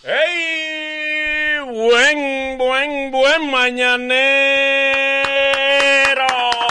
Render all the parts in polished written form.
¡Ey! Buen mañanero.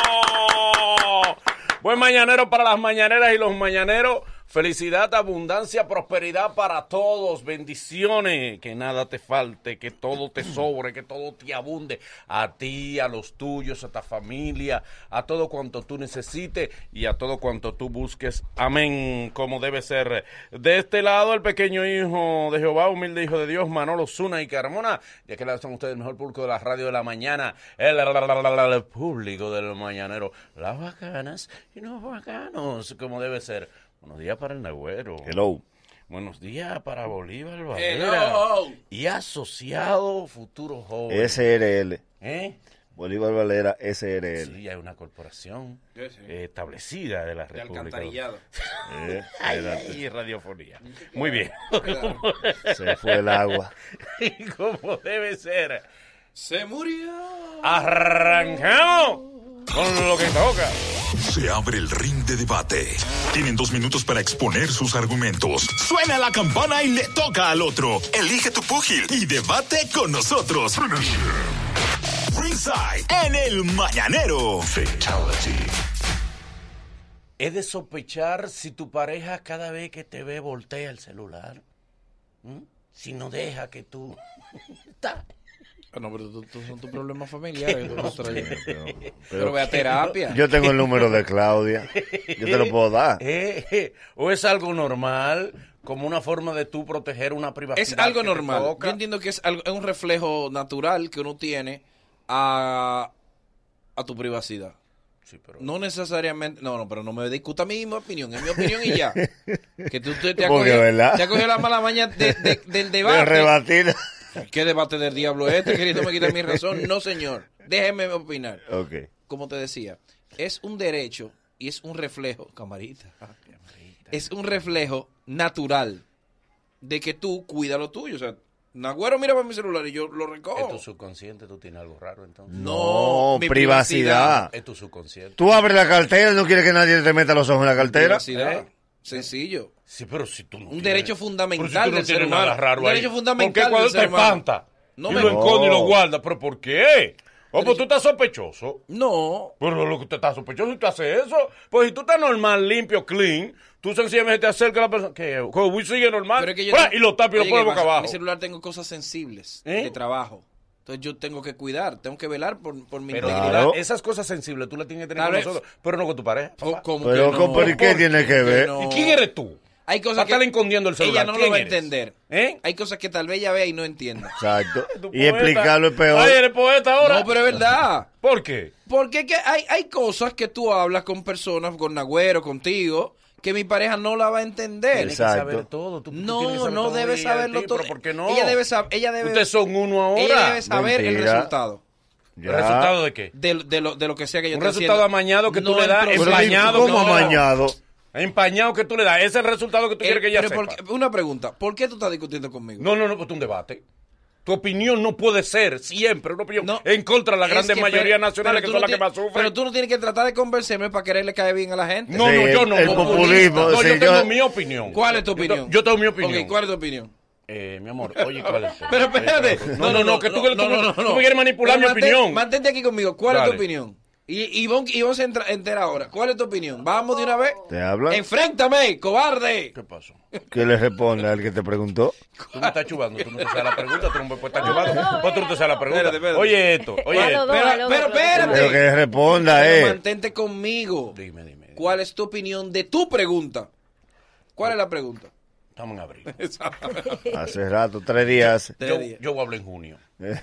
Buen mañanero para las mañaneras y los mañaneros. Felicidad, abundancia, prosperidad para todos. Bendiciones. Que nada te falte, que todo te sobre, que todo te abunde. A ti, a los tuyos, a tu familia, a todo cuanto tú necesites y a todo cuanto tú busques. Amén, como debe ser. De este lado, el pequeño hijo de Jehová, humilde hijo de Dios, Manolo Zuna y Carmona. Y aquí son ustedes el mejor público de la radio de la mañana. El público del mañanero. Las bacanas y los bacanos, como debe ser. Buenos días para el Nagüero. Hello. Buenos días para Bolívar Valera. Hello. Y asociado Futuro Joven. SRL. ¿Eh? Bolívar Valera, SRL. Sí, hay una corporación establecida de la República. De alcantarillado. Y radiofonía. Muy bien. Se fue el agua. Y como debe ser. Se murió. Arrancamos con lo que toca. Se abre el ring de debate. Tienen 2 minutos para exponer sus argumentos. Suena la campana y le toca al otro. Elige tu púgil y debate con nosotros. Ringside en el Mañanero. Fatality. Es de sospechar si tu pareja cada vez que te ve voltea el celular. Si no deja que tú... No, pero son tus problemas familiares. Pero ve a terapia. Yo tengo el número de Claudia. Yo te lo puedo dar. ¿O es algo normal, como una forma de tú proteger una privacidad? Es algo normal. Yo entiendo que es un reflejo natural que uno tiene a tu privacidad. Sí, pero... No necesariamente... No, pero no me discuta mi opinión. Es mi opinión y ya. Que tú te has cogido la mala maña del debate. De rebatir. ¿Qué debate del diablo es este? Queriendo me quitar mi razón. No, señor. Déjeme opinar. Okay. Como te decía, es un derecho y es un reflejo, camarita. Es un reflejo natural de que tú cuidas lo tuyo. O sea, Nagüero mira para mi celular y yo lo recojo. ¿Es tu subconsciente? ¿Tú tienes algo raro entonces? No, mi privacidad. Es tu subconsciente. Tú abres la cartera y no quieres que nadie te meta los ojos en la cartera. Privacidad. Sencillo. Sí, pero si tú no un derecho fundamental del ser humano. Nada raro un derecho ahí. fundamental. Porque cuando te espanta y lo esconde y lo guarda, ¿pero por qué? Pues tú estás sospechoso. No. Pero lo que usted está sospechoso y tú haces eso. Pues si tú estás normal, limpio, clean, tú sencillamente te acercas a la persona. ¿Qué? Sigue normal. Pero es que y lo tapas y lo pones boca abajo. En mi celular tengo cosas sensibles de trabajo. Entonces yo tengo que cuidar, tengo que velar por mi integridad. Claro. Esas cosas sensibles tú las tienes que tener con nosotros, pero no con tu pareja. ¿Cómo pero que no? ¿por qué tiene que ver? ¿Y quién eres tú? Hay cosas que escondiendo el celular. Ella no lo va a entender. Hay cosas que tal vez ella vea y no entienda. Exacto. Y explicarlo es peor. Ay, eres poeta ahora. No, pero es verdad. ¿Por qué? Porque que hay cosas que tú hablas con personas, con Nagüero, contigo, que mi pareja no la va a entender. Tienes que saber todo. No debe saberlo todo. ¿Por qué no? Ella debe. Ustedes son uno ahora. Ella debe saber el resultado. ¿El resultado de qué? De lo que sea que yo esté haciendo. Un resultado amañado que tú le das, empañado. ¿Cómo amañado? Empañado que tú le das. Ese es el resultado que tú quieres que ella sepa. Una pregunta. ¿Por qué tú estás discutiendo conmigo? No, pues es un debate. Tu opinión no puede ser siempre una opinión en contra de la grande mayoría nacional que son las que más sufren. Pero tú no tienes que tratar de convencerme para quererle caer bien a la gente. No, yo no. El populismo. No, yo tengo mi opinión. ¿Cuál es tu opinión? Yo tengo mi opinión. Ok, ¿cuál es tu opinión? Mi amor, oye, ¿cuál es tu Pero espérate. No, que tú me quieres manipular mi opinión. Mantente aquí conmigo. ¿Cuál es tu opinión? Y vamos a entrar ahora. ¿Cuál es tu opinión? Vamos de una vez. ¿Te hablan? ¡Enfréntame, cobarde! ¿Qué pasó? ¿Qué le responde al que te preguntó? Tú me estás chubando, tú no te sabes la pregunta, tú no me puedes estar chubando. Pues tú no te sabes la pregunta. Espérate. Oye esto. Pero espérate. Pero que le responda, Mantente conmigo. Dime. ¿Cuál es tu opinión de tu pregunta? ¿Cuál es la pregunta? Estamos en abril. Hace rato, 3 días. Yo voy a hablar en junio.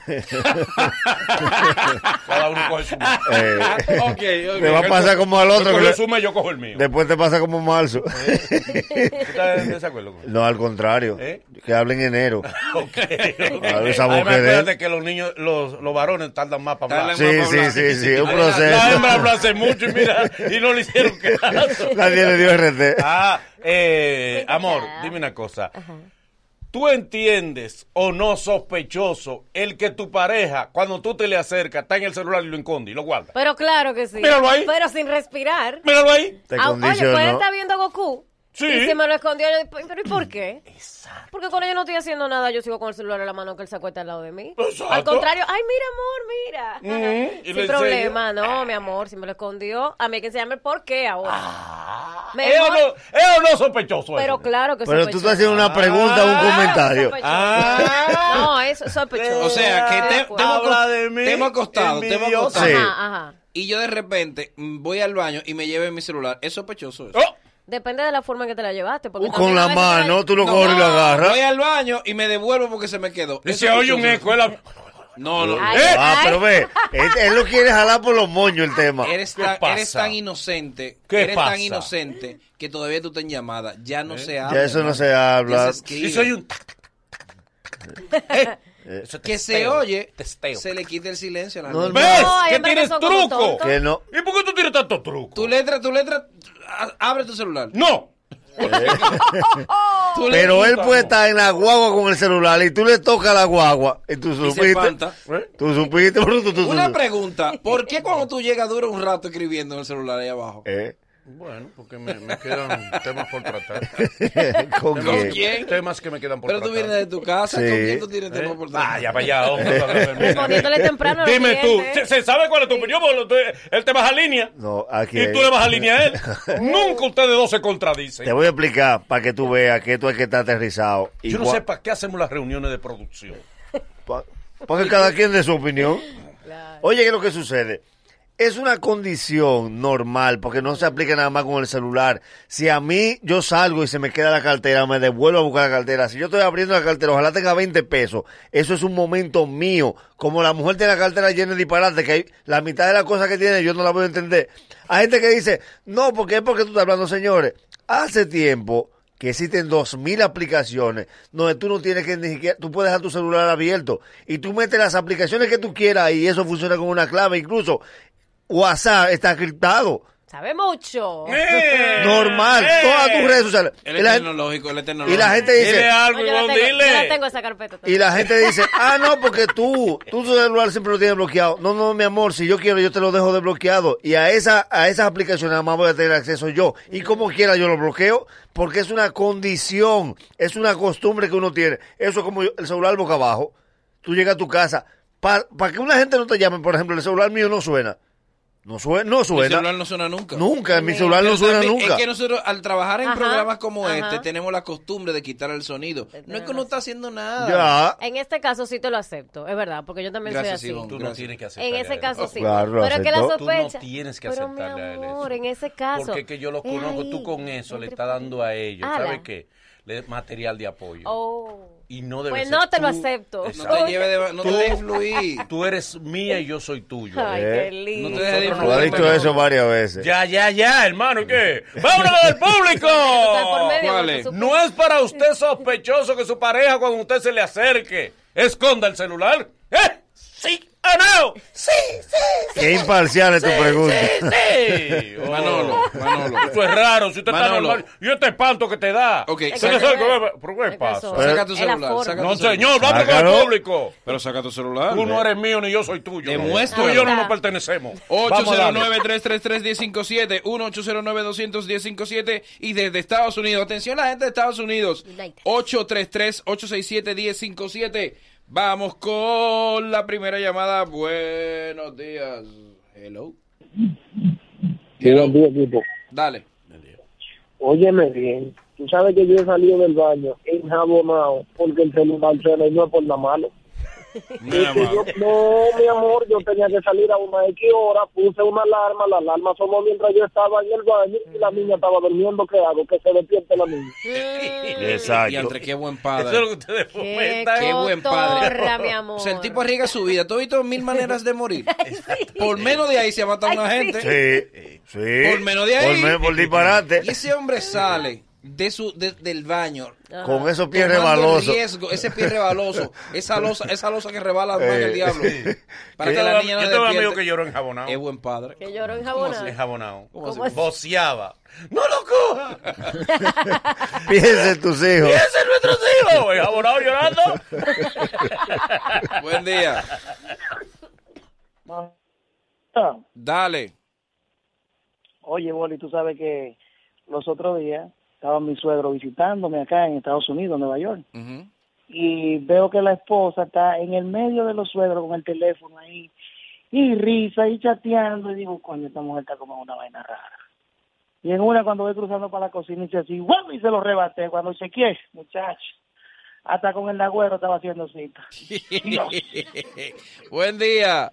Cada uno coge su Okay. Me va a pasar como al otro. Que sume, yo cojo el mío. Después te pasa como marzo. ¿Estás en desacuerdo con eso? No, al contrario. Que hablen en enero. Además, acuérdate que los niños, los varones tardan más para hablar. Sí, un proceso. La hembra habla hace mucho y no le hicieron caso. Nadie le dio RT. Amor, dime una cosa. Ajá. ¿Tú entiendes o no sospechoso el que tu pareja, cuando tú te le acercas, está en el celular y lo esconde y lo guarda? Pero claro que sí. Míralo ahí. Pero sin respirar. Míralo ahí. Oye, pues él está viendo a Goku Sí. Y si me lo escondió, pero ¿y por qué? Exacto. Porque cuando yo no estoy haciendo nada, yo sigo con el celular en la mano que él se acuesta al lado de mí. Exacto. Al contrario, ay, mira, amor, mira. Sin problema, no, mi amor, si me lo escondió, a mí hay que enseñarme el por qué ahora. Eso no sospechoso. Pero eso. claro que Pero tú estás haciendo una pregunta o un comentario. No, eso es sospechoso. O sea, que te hemos acostado. Sí. Ajá. Y yo de repente voy al baño y me lleve mi celular. ¿Es sospechoso eso? Oh. Depende de la forma en que te la llevaste. Porque Con la mano, tú lo coges y lo agarras. Voy al baño y me devuelvo porque se me quedó. Y se oye un eco. No. Pero ve, él lo quiere jalar por los moños el tema. Eres tan inocente. Tan inocente que todavía tú estás en llamada. Ya no se habla. Ya eso no se habla. Y soy un... que se oye, se le quita el silencio a la gente. ¿Ves? No, que tienes truco. Que no. ¿Y por qué tú tienes tanto truco? Tu letra, abre tu celular. No. Pero él puede estar en la guagua con el celular y tú le tocas la guagua y tú Y se supiste. espanta. Tú supiste. Una pregunta, ¿por qué cuando tú llegas dura un rato escribiendo en el celular ahí abajo? Bueno, porque me quedan temas por tratar. ¿Con ¿Con quién? quién? Temas que me quedan por Pero tratar. tú vienes de tu casa, Sí. ¿con quién tú tienes tiempo por tratar? Ya para allá, hombre. Poniéndole temprano a los Dime tú, clientes. ¿se sabe cuál es tu opinión? Porque él te baja línea. No, aquí. Y tú le bajas línea a él. Nunca ustedes dos se contradicen. Te voy a explicar para que tú veas que esto hay que estar aterrizado. Yo no sé para qué hacemos las reuniones de producción. Porque cada quien de su opinión. Claro. Oye, ¿qué es lo que sucede? Es una condición normal, porque no se aplica nada más con el celular. Si a mí yo salgo y se me queda la cartera, me devuelvo a buscar la cartera. Si yo estoy abriendo la cartera, ojalá tenga 20 pesos. Eso es un momento mío. Como la mujer tiene la cartera llena de disparate, que hay, la mitad de las cosas que tiene yo no la voy a entender. Hay gente que dice, no, porque es porque tú estás hablando, señores. Hace tiempo que existen 2000 aplicaciones donde tú no tienes que ni siquiera, tú puedes dejar tu celular abierto y tú metes las aplicaciones que tú quieras y eso funciona con una clave. Incluso WhatsApp está criptado. Sabe mucho. Normal, todas tus redes sociales. Él es tecnológico, Y la gente dice, Dile algo, No, Ivonne, yo dile. la tengo esa carpeta. y la gente dice, no, porque tu celular siempre lo tienes bloqueado. No, mi amor, si yo quiero, yo te lo dejo desbloqueado. Y a esas aplicaciones nada más voy a tener acceso yo. Y como quiera yo lo bloqueo, porque es una condición, es una costumbre que uno tiene. Eso es como el celular boca abajo. Tú llegas a tu casa, para que una gente no te llame, por ejemplo, el celular mío no suena. No suena. Mi celular no suena nunca. Nunca, mi celular no suena nunca. Es que nosotros al trabajar en programas como ajá. este tenemos la costumbre de quitar el sonido. No es que uno está haciendo nada. Ya. En este caso sí te lo acepto, es verdad, porque yo también Gracias, soy así. Ivonne. Tú no tienes que hacer. En ese caso sí. Claro, lo pero es que la aceptó. sospecha. Tú no tienes que pero mi aceptarle a él eso. amor, en ese caso. Porque que yo lo es conozco, ahí, tú con eso le entre estás dando a ellos, Ala. ¿sabes qué? Material de apoyo. Oh. Y no debe Pues ser no te lo tú. acepto. No te lleves de, no te dejes influir. Tú eres mía y yo soy tuyo. Ay, qué lindo. No te dejes de Tú has influir. dicho eso varias veces. Ya, hermano, ¿y qué? ¡Vámonos del público! Por medio, ¿Cuál por es? supuesto. No es para usted sospechoso que su pareja cuando usted se le acerque esconda el celular. ¿Sí o no? Sí. Qué imparcial es tu pregunta. Sí. Oh. Manolo. Eso es raro, si usted está Manolo. normal. Y este espanto que te da. Ok, Se le saca- acerca, ¿pero qué Es que pasa? eso- Saca tu es la celular. forma. Saca No, tu celular. señor, vamos con Sácalo. el público. Pero saca tu celular. Tú no eres mío ni yo soy tuyo. Demuestra. Tú y yo no nos pertenecemos. Vamos a darle. 809-333-1057, 1-809-210-57 y desde Estados Unidos. Atención la gente de Estados Unidos. United. 833-867-1057. Vamos con la primera llamada. Buenos días. Hello. Buenos días, equipo. Dale. Óyeme bien, tú sabes que yo he salido del baño enjabonado porque el celular suena y no es por nada malo. Mira, No, mi amor, yo tenía que salir a una X hora, puse una alarma, la alarma sonó mientras yo estaba en el baño y la niña estaba durmiendo. ¿Qué hago? Que se despierte la niña. Exacto. Y entre qué buen Eso padre. es lo que ustedes Qué fomentan. Qué buen padre. cotorra, mi amor. O sea, el tipo arriesga su vida. ¿Tú has visto 1000 maneras de morir? Por menos de ahí se ha matado una gente. Sí. Por menos de ahí. Por disparate. Y ese hombre sale del baño Con esos pies tomando el rebalosos. riesgo, ese pie rebaloso, esa losa que rebala más que el diablo. Para que Yo la niña no tengo un amigo despierte. que lloró enjabonado. Es buen padre. Que lloró enjabonado. Enjabonado. ¿Cómo así? Voceaba. ¡No lo coja! Piensa en tus hijos. ¡Ese es nuestro hijo! Enjabonado llorando. Buen día. Ah, Dale. Oye, Boli, tú sabes que los otros días estaba mi suegro visitándome acá en Estados Unidos, Nueva York. Ujú. Y veo que la esposa está en el medio de los suegros con el teléfono ahí, y risa, y chateando, y digo, coño, esta mujer está como una vaina rara. Y en una, cuando voy cruzando para la cocina, hice así, ¡guau! Y se lo rebaté. Cuando chequeé, muchacho, hasta con el nagüero estaba haciendo cita. Buen día.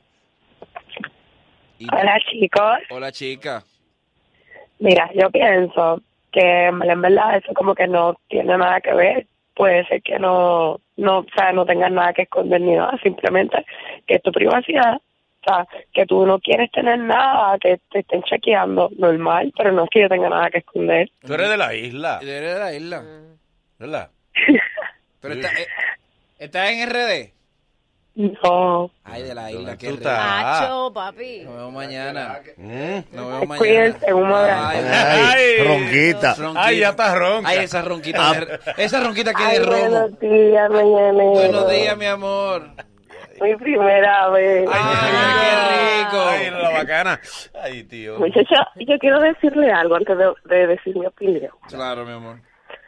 Hola, chicos. Hola, chica. Mira, yo pienso que en verdad eso como que no tiene nada que ver. Puede ser que o sea, no tengas nada que esconder ni nada, simplemente que es tu privacidad. O sea, que tú no quieres tener nada, que te estén chequeando, normal, pero no es que yo tenga nada que esconder. Tú eres de la isla, Eres de la isla. ¿verdad? Pero ¿estás en RD? No. Ay, de la isla, qué Tú rico. estás. Macho, papi. Nos vemos mañana. Mm. Nos vemos mañana. Cuídense, un abrazo. Ay, ronquita. Ay, ya está ronca. Ay, esa ronquita que Ay, de romo. buenos días, mañanero. Buenos días, mi amor. Mi primera vez. Ay, qué rico. Ay, la bacana. Ay, tío. Muchacha, yo quiero decirle algo antes de decir mi opinión. Claro, mi amor.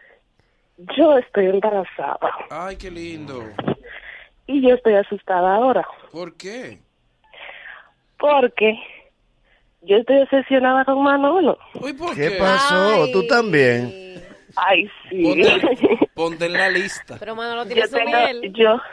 Yo estoy embarazada Ay, qué lindo. y yo estoy asustada ahora ¿Por qué? porque yo estoy obsesionada con Manolo. Uy, ¿por ¿Qué qué? pasó? Ay. ¿Tú también? Ay, sí. Ponte en la lista. Pero Manolo tiene yo su miel.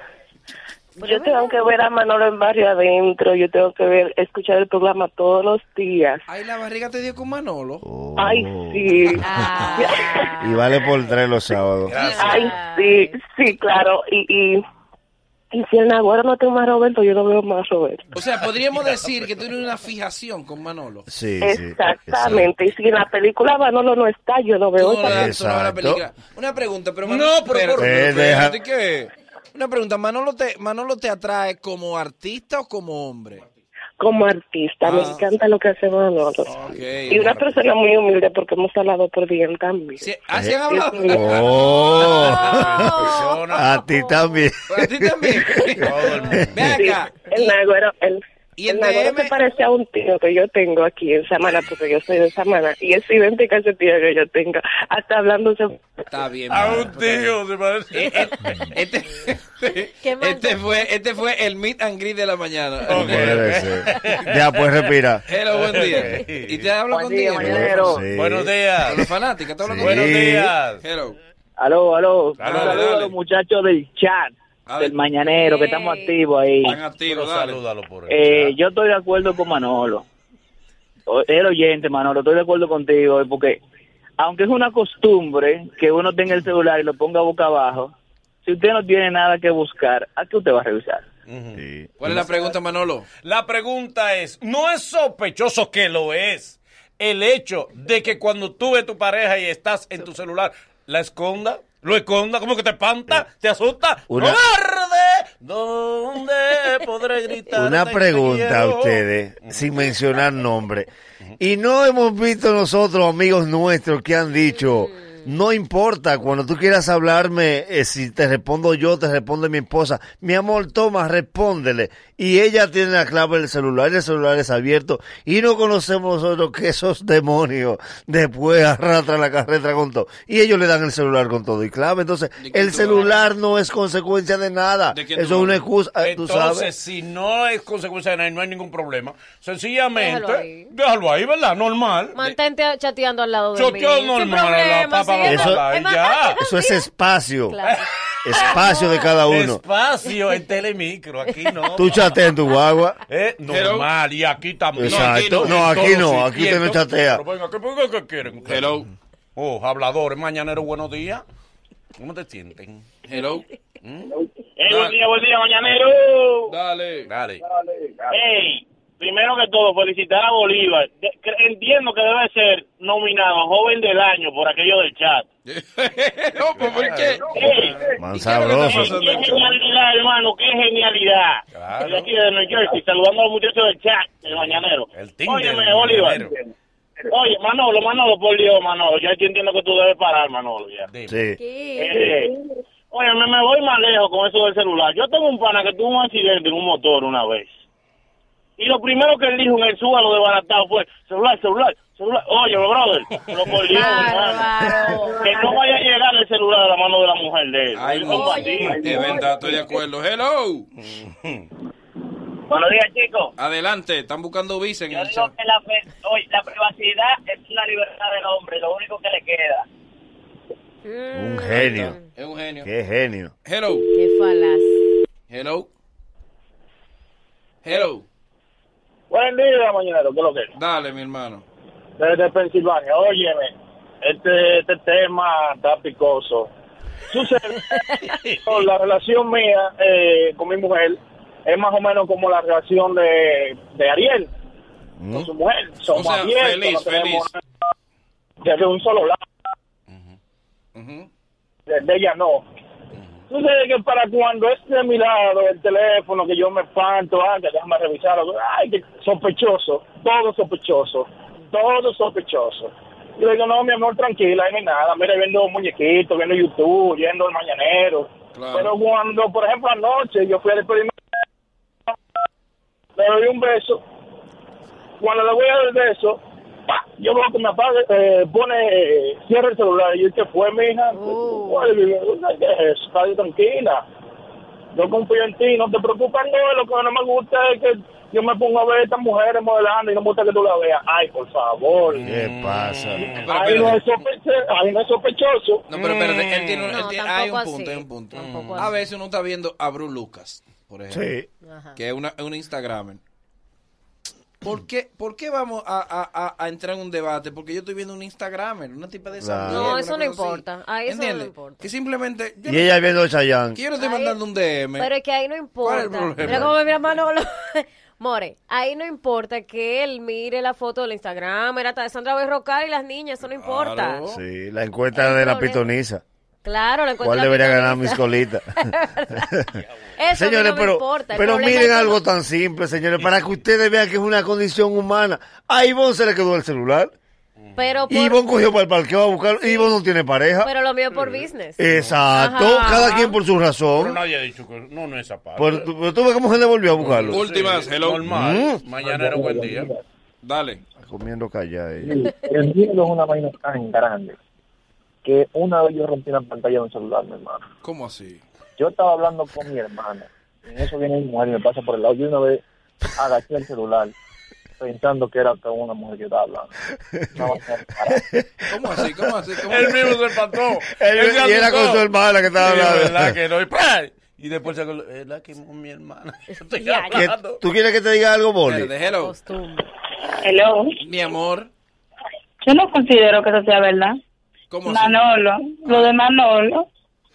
yo tengo que ver a Manolo en Barrio Adentro, yo tengo que escuchar el programa todos los días. Ay, la barriga te dio con Manolo. Oh. Ay, sí. Ah. Y vale por 3 los sábados. Ay, sí, claro. Y si el Nagüero no tengo más Roberto, yo no veo más Roberto. O sea, podríamos decir que tú tienes una fijación con Manolo. Sí, Exactamente. Y si en la película Manolo no está, yo no veo Tú no esa la- tú no ves la Exacto. película. Una pregunta, pero No, Manolo... pero por- espérate, ¿qué? Una pregunta, ¿Manolo te atrae como artista o como hombre? como artista. Me encanta lo que hace Manolo. Okay. Y una persona muy humilde porque hemos hablado por bien también. ¿Sí? ¿Ah, sí han hablado? Oh. Persona. A ti también. ¿A ti también? Ven acá. El Nagüero, ¿Y el el Nagüero DM? se parece a un tío que yo tengo aquí en Samana, porque yo soy de Samana, y es idéntica a ese tío que yo tengo, hasta hablándose. Está bien. A mano, un tío se parece. Qué mal. Este fue el meet and greet de la mañana. Puede ser. Ya, pues respira. Hello, buen día. ¿Y te hablo Buen día, contigo? mañanero. Sí. Buenos días. ¿Con la fanática? ¿Te hablo Sí. contigo? Buenos días. Hello. Aló. Dale, Saludos dale. a los muchachos del chat, A ver. del mañanero, que estamos activos ahí. Están activos, Pero dale. salúdalo por él. Yo estoy de acuerdo con Manolo. El oyente, Manolo, estoy de acuerdo contigo, porque aunque es una costumbre que uno tenga el celular y lo ponga boca abajo, si usted no tiene nada que buscar, ¿a qué usted va a revisar? Sí. ¿Cuál es la pregunta, Manolo? La pregunta es, ¿no es sospechoso que lo es el hecho de que cuando tú ves tu pareja y estás en tu celular, la esconda? ¿Lo esconda? ¿Cómo que te espanta? ¿Te asusta? Una- ¡Cobarde! ¿Dónde podré gritar? Una pregunta a ustedes, sin mencionar nombre. Y no hemos visto nosotros, amigos nuestros, que han dicho, no importa, cuando tú quieras hablarme, si te respondo yo, te responde mi esposa. Mi amor, toma, respóndele. Y ella tiene la clave del celular, y el celular es abierto. Y no conocemos nosotros que esos demonios después arrastran la carreta con todo. Y ellos le dan el celular con todo y clave. Entonces, ¿De qué el tú celular no es consecuencia de nada. ¿De qué Eso tú es una hablas? excusa, tú Entonces, sabes. si no es consecuencia de nada y no hay ningún problema, sencillamente, Déjalo ahí. ¿verdad? Normal. Mantente chateando al lado de mí. Chateando Sin normal, problema, la papa sí, Eso- va a hablar y ya. Eso es espacio. Claro. Espacio de cada uno. Espacio en Telemicro, aquí no. Tú chateas en tu guagua. Normal, y aquí también. Exacto. No, En aquí todos no, sitios. aquí usted no chatea. Pero venga, ¿qué quieren ustedes? Hello. Oh, habladores, mañanero, buenos días. ¿Cómo te sienten? Hello. Buen día, mañanero. Dale. Dale. Hey, primero que todo, felicitar a Bolívar. Entiendo que debe ser nominado a Joven del Año por aquello del chat. No, pues, ¿por qué? Man ¿Y qué es lo que sabroso. está pasando? ¡Qué genialidad, hermano! ¡Qué genialidad! Claro. Estoy aquí de New Jersey, saludando a los muchachos del chat, del mañanero. El Tinder Óyeme, del Bolívar. mañanero. Oye, Manolo, por Dios, Manolo. Ya yo entiendo que tú debes parar, Manolo, ya. Dime. Sí. Oye, me voy más lejos con eso del celular. Yo tengo un pana que tuvo un accidente en un motor una vez. Y lo primero que él dijo en el súbalo de baratado fue, celular. Oye, brother, lo mordió, hermano. Que no vaya a llegar el celular a la mano de la mujer de él. Ay, de verdad, estoy de acuerdo. Hello. Buenos días, chicos. Adelante, están buscando visa en Yo el digo chat. que la privacidad es la libertad del hombre, lo único que le queda. Un genio. Es un genio. Qué genio. Hello. Qué falaz. Hello. Buen día, mañanero, ¿qué es lo que es? Dale, mi hermano. Desde Pensilvania, óyeme, este tema está picoso. Sucede, la relación mía con mi mujer es más o menos como la relación de Ariel con su mujer. Somos abiertos, feliz. Desde un solo lado. De ella no. Sucede que para cuando esté de mi lado el teléfono, que yo me espanto, que déjame revisarlo, ay, que sospechoso, todo sospechoso. Yo digo, no, mi amor, tranquila, no hay nada, mira, viendo muñequitos, viendo YouTube, yendo al mañanero. Claro. Pero cuando, por ejemplo, anoche yo fui a despedirme, le doy un beso, cuando le voy a dar el beso, yo veo que me apaga, cierra el celular, y yo, ¿qué fue, mija? ¿Qué es eso? Está tranquila, yo confío en ti, no te preocupes, no, lo que no me gusta es que yo me pongo a ver a estas mujeres modelando y no me gusta que tú la veas. Ay, por favor. ¿Qué pasa? Ahí no es sospechoso. No, pero él tiene hay un punto. A Así. veces uno está viendo a Bruce Lucas, por ejemplo, Sí. que es un Instagramer. ¿Por qué vamos a entrar en un debate? Porque yo estoy viendo un Instagramer, una tipa de esa. No, eso no importa. Ahí eso no importa. Que simplemente... Y ella viendo a Chayanne. Que yo no estoy mandando un DM. Pero es que ahí no importa. ¿Cuál es el problema? Mira cómo me mira Manolo. More, ahí no importa que él mire la foto del Instagram, era de Sandra Berrocal y las niñas, eso no importa. Claro. Sí, la encuesta de la pitoniza. Claro, la encuesta ¿Cuál de la debería ganar pitoniza. mis colitas? Eso Señores, no me importa. El pero problema miren es que algo no- tan simple, señores, para que ustedes vean que es una condición humana. A Ivonne se le quedó el celular. Pero, Ivonne cogió para el parqueo a buscarlo. Ivonne no tiene pareja. pero lo mío por business. Exacto, Ajá. cada quien por su Pero razón. nadie ha dicho que no es esa parte. Pero tú ves cómo se le volvió a buscarlo. Últimas, hello. Normal. Mañanero, buen día. Dale. Comiendo callada ella. El miedo es una vaina tan grande que una vez yo rompí la pantalla de un celular, mi hermano. ¿Cómo así? Yo estaba hablando con mi hermana. Y en eso viene mi mujer y me pasa por el lado. Yo una vez agaché el celular pensando que era con una mujer que estaba hablando. Una vaina rara. ¿Cómo así? Él mismo se espantó. Él se Y era con asustó. su hermana que estaba Sí, hablando. ¿verdad que no? Y ¡pray! Y después se acordó, ¿verdad que es mi hermana? Yo estoy Ya, ¿Qué- hablando. ¿Tú quieres que te diga algo, Boli? Espérate, hello. Costumbre. Hello. Mi amor. Yo no considero que eso sea verdad. ¿Cómo así? Manolo, lo de Manolo.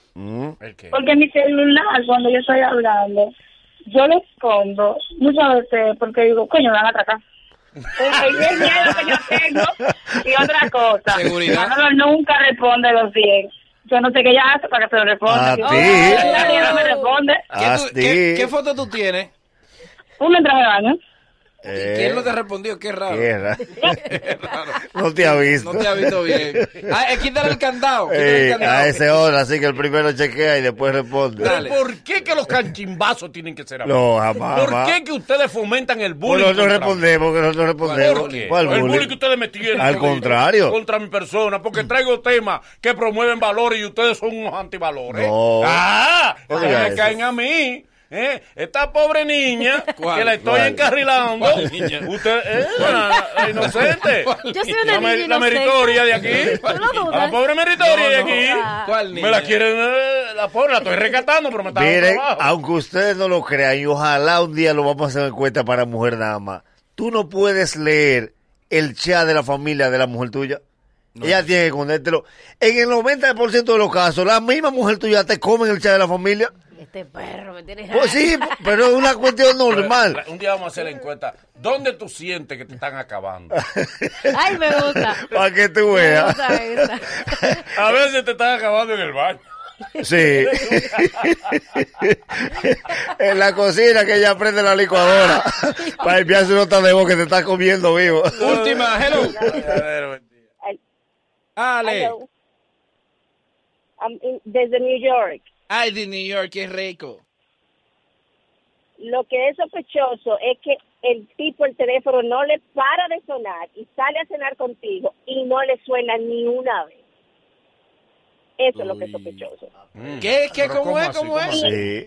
¿El qué? Porque mi celular, cuando yo estoy hablando, yo lo escondo muchas veces porque digo, coño, me van a atracar. Porque es el miedo que yo tengo. Y otra cosa, Seguridad. Manolo nunca responde los 100. Yo no sé qué ella hace para que se lo responda. A Si ti. nadie no me responde. ¿Qué foto tú tienes? Uno en traje de baño. ¿Quién no te respondió? Qué raro. Qué raro. Qué raro. No te ha visto. No te ha visto bien. Quítale el candado. Quítale el candado. A esa hora, así que el primero chequea y después responde. Dale. ¿Por qué que los canchimbazos tienen que ser así? No, jamás. ¿Por jamás. qué que ustedes fomentan el Pues bullying? nosotros contra mí? respondemos, que nosotros respondemos. ¿Por qué? ¿Cuál El bullying? bullying que ustedes me tienen. Al contrario. Contra mi persona, porque traigo temas que promueven valores y ustedes son unos antivalores. No. No diga me eso. caen a mí. Esta pobre niña ¿Cuál? que la estoy ¿Cuál? encarrilando. ¿Cuál niña? Usted, la inocente. Yo soy una niña La meritoria de aquí. ¿Tú lo dudas? La pobre meritoria de aquí. ¿Cuál niña? Me la quieren, la pobre, la estoy rescatando, pero me está dando Miren, trabajo. aunque ustedes no lo crean, y ojalá un día lo vamos a hacer en cuenta para mujer nada más. Tú no puedes leer el chat de la familia de la mujer tuya. Ella tiene que escondértelo. En el 90% de los casos, la misma mujer tuya te come en el chat de la familia. Este perro me tiene... Pues sí, pero es una cuestión normal. Un día vamos a hacer la encuesta. ¿Dónde tú sientes que te están acabando? Ay, me gusta. Para que tú Me veas. gusta esa. A veces te están acabando en el baño. Sí. En la cocina que ella prende la licuadora para enviarse una nota de voz que te está comiendo vivo. Última, hello. Ale. Hello. Desde New York. Ay, de New York, qué rico. Lo que es sospechoso es que el tipo el teléfono no le para de sonar y sale a cenar contigo y no le suena ni una vez. Eso es lo que es sospechoso. ¿Qué? ¿Cómo es? Sí.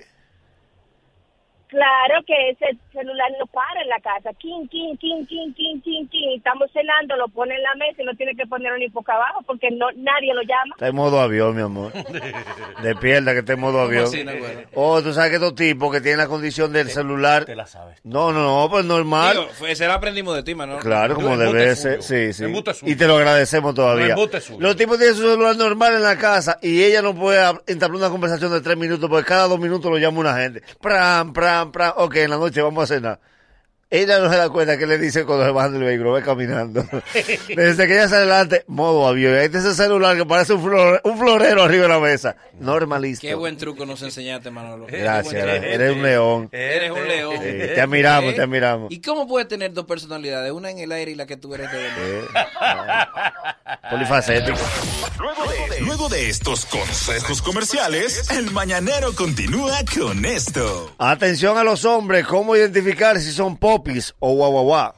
Claro que ese celular no para en la casa. King. Estamos cenando, lo pone en la mesa y no tiene que ponerlo ni boca abajo porque nadie lo llama. Está en modo avión, mi amor. Despierta que está en modo avión. Así, no, bueno. Tú sabes que estos tipos que tienen la condición del celular. Te la sabes. No, pues normal. Digo, ese lo aprendimos de ti, mano. Claro, como debe ser. Sí. Embuste suyo. Y te lo agradecemos todavía. No, embuste suyo. Los tipos tienen su celular normal en la casa y ella no puede entablar una conversación de 3 minutos porque cada 2 minutos lo llama una gente. Pram. Ok, en la noche vamos a cenar. Ella no se da cuenta que le dice cuando se baja del vehículo, va caminando. Desde que ella sale adelante, modo avión. Ahí está ese celular que parece un florero arriba de la mesa. Normalista. Qué buen truco nos enseñaste, Manolo. Gracias, eres un león. Eres un león. Sí, te admiramos. ¿Y cómo puedes tener 2 personalidades? Una en el aire y la que tú eres de verdad. Polifacético. Luego de estos consejos comerciales, el Mañanero continúa con esto. Atención a los hombres, ¿cómo identificar si son popis o guau?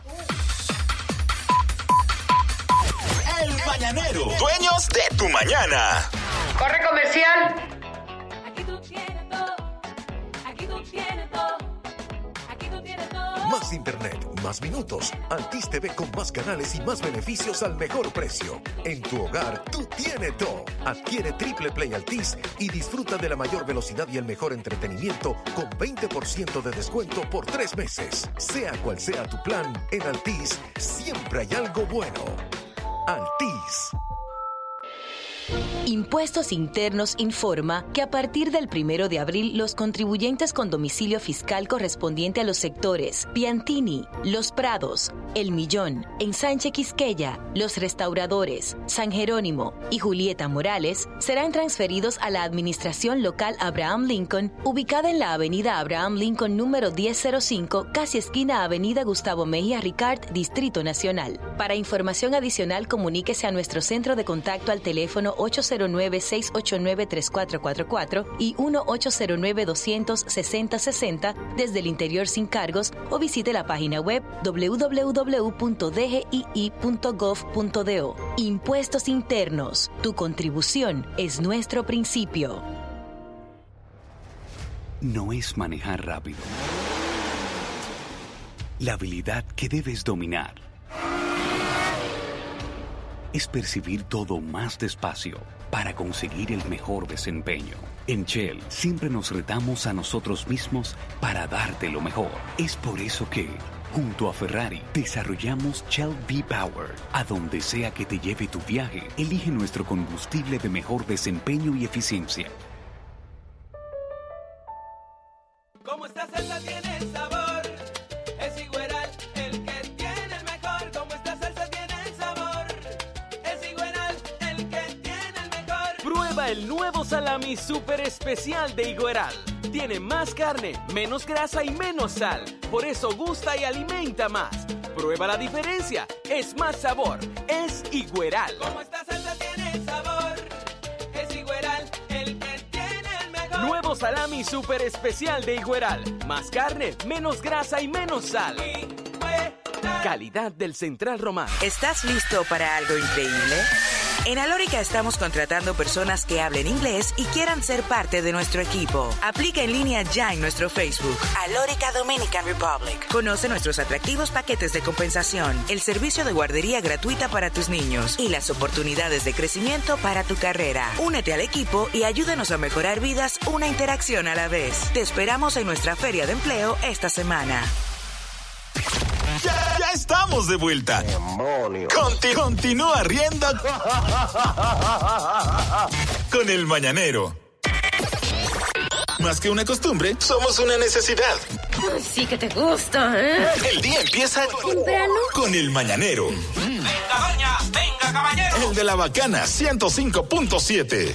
El Mañanero, dueños de tu mañana. Corre comercial. Aquí tú tienes todo. Aquí tú tienes todo. Aquí tú tienes todo. Más internet, más minutos. Altis TV con más canales y más beneficios al mejor precio. En tu hogar, tú tienes todo. Adquiere Triple Play Altis y disfruta de la mayor velocidad y el mejor entretenimiento con 20% de descuento por 3 meses. Sea cual sea tu plan, en Altis siempre hay algo bueno. Altis. Impuestos Internos informa que a partir del 1 de abril los contribuyentes con domicilio fiscal correspondiente a los sectores Piantini, Los Prados, El Millón, Ensanche Quisqueya, Los Restauradores, San Jerónimo y Julieta Morales serán transferidos a la Administración Local Abraham Lincoln, ubicada en la Avenida Abraham Lincoln número 1005, casi esquina Avenida Gustavo Mejía Ricard, Distrito Nacional. Para información adicional, comuníquese a nuestro centro de contacto al teléfono 809-689-3444 y 1-809-200-6060 desde el interior sin cargos o visite la página web www.dgii.gov.do. Impuestos Internos. Tu contribución es nuestro principio. No es manejar rápido. La habilidad que debes dominar es percibir todo más despacio para conseguir el mejor desempeño. En Shell siempre nos retamos a nosotros mismos para darte lo mejor. Es por eso que, junto a Ferrari, desarrollamos Shell V-Power. A donde sea que te lleve tu viaje, elige nuestro combustible de mejor desempeño y eficiencia. Como esta salsa tiene el sabor, es Igueral el que tiene el mejor. Como esta salsa tiene el sabor, es Igueral el que tiene el mejor. Prueba el nuevo salami super especial de Igueral. Tiene más carne, menos grasa y menos sal. Por eso gusta y alimenta más. Prueba la diferencia. Es más sabor. Es Igueral. Como esta salsa tiene el sabor, es Igueral el que tiene el mejor. Nuevo salami super especial de Igueral. Más carne, menos grasa y menos sal. Calidad del Central Romano. ¿Estás listo para algo increíble? En Alórica estamos contratando personas que hablen inglés y quieran ser parte de nuestro equipo. Aplica en línea ya en nuestro Facebook. Alórica Dominican Republic. Conoce nuestros atractivos paquetes de compensación, el servicio de guardería gratuita para tus niños y las oportunidades de crecimiento para tu carrera. Únete al equipo y ayúdanos a mejorar vidas una interacción a la vez. Te esperamos en nuestra feria de empleo esta semana. Ya estamos de vuelta. Continúa riendo con el Mañanero. Más que una costumbre, somos una necesidad. Sí que te gusta, ¿eh? El día empieza temprano con el Mañanero. Venga, doña, venga, caballero. El de la Bacana 105.7.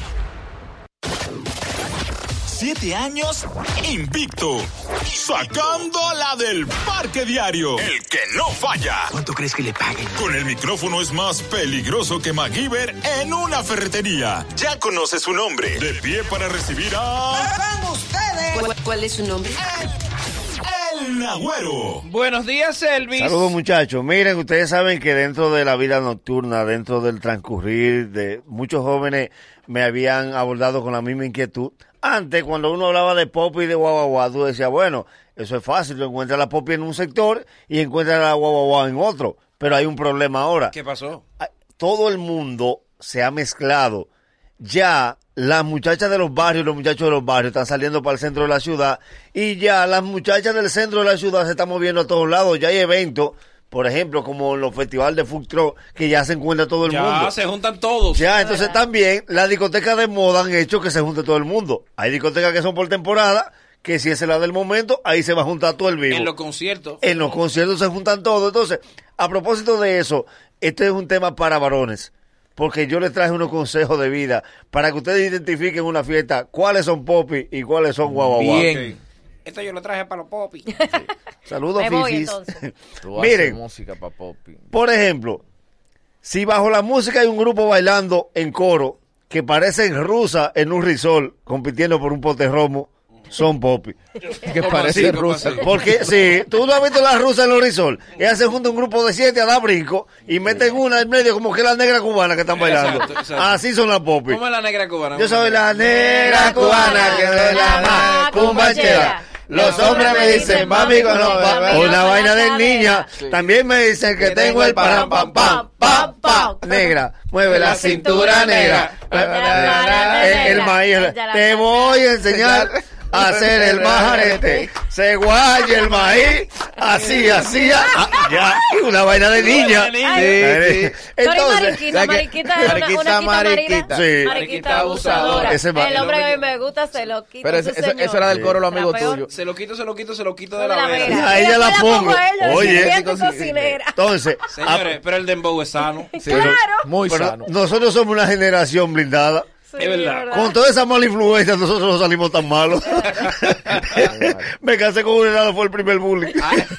7 años invicto, sacando la del parque diario. El que no falla. ¿Cuánto crees que le paguen? Con el micrófono es más peligroso que MacGyver en una ferretería. Ya conoce su nombre. De pie para recibir a... ¡Van ustedes! ¿Cuál es su nombre? El El Agüero. Buenos días, Elvis. Saludos, muchachos. Miren, ustedes saben que dentro de la vida nocturna, dentro del transcurrir de muchos jóvenes me habían abordado con la misma inquietud. Antes, cuando uno hablaba de popi y de guaguaguá, tú decías, bueno, eso es fácil, tú encuentras la popi en un sector y encuentras la guaguaguá en otro. Pero hay un problema ahora. ¿Qué pasó? Todo el mundo se ha mezclado. Ya las muchachas de los barrios, los muchachos de los barrios están saliendo para el centro de la ciudad y ya las muchachas del centro de la ciudad se están moviendo a todos lados. Ya hay eventos, por ejemplo, como los festivales de food truck, que ya se encuentra todo el mundo. Ya se juntan todos. Ya, entonces también las discotecas de moda han hecho que se junte todo el mundo. Hay discotecas que son por temporada, que si esa es la del momento, ahí se va a juntar todo el vivo. En los conciertos. En los conciertos se juntan todos. Entonces, a propósito de eso, este es un tema para varones. Porque yo les traje unos consejos de vida para que ustedes identifiquen una fiesta cuáles son popi y cuáles son guaguaguá. Bien. Okay. Esto yo lo traje para los popi. Sí. Saludos, Fifis. Miren, música para popi. Por ejemplo, si bajo la música hay un grupo bailando en coro que parecen rusas en un resort compitiendo por un pote romo, son popi. Que parece rusa. Porque si tú no has visto las rusas en los resorts, ellas se juntan un grupo de 7 a dar brinco y meten una en medio como que la negra cubana que están bailando. Exacto. Así son las popi. ¿Cómo es la negra cubana? Yo soy la negra cubana que es la más cumbachera. Los hombres me dicen, mami, con una vaina de niña. También me dicen que tengo el param pam pam pam pam. Negra, mueve la cintura negra. El maíz. Te voy a enseñar a hacer el majarete. Se guaye el maíz. Así, ya. Una vaina de niña. Sí. Entonces, mariquita. Sí. Mariquita abusadora. El hombre que a mí me gusta se lo quita. Pero eso era del coro, los amigos tuyos. Se lo quito de la vera. Y a ella la pongo. Oye, entonces. Señores, pero el dembow es sano. Sí, claro. Muy sano. Nosotros somos una generación blindada. Sí, es verdad. Con toda esa mala influencia nosotros no salimos tan malos. Me casé con un enano, fue el primer bullying.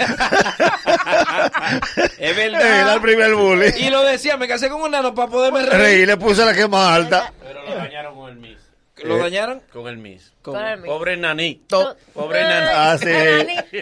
Es verdad. Era el primer bullying. Y lo decía, me casé con un enano para poderme reír. Le puse la que más alta. Pero lo dañaron con el Miss. ¿Lo dañaron? Con el Miss. Pobre nanito. Pobre nanito. Así.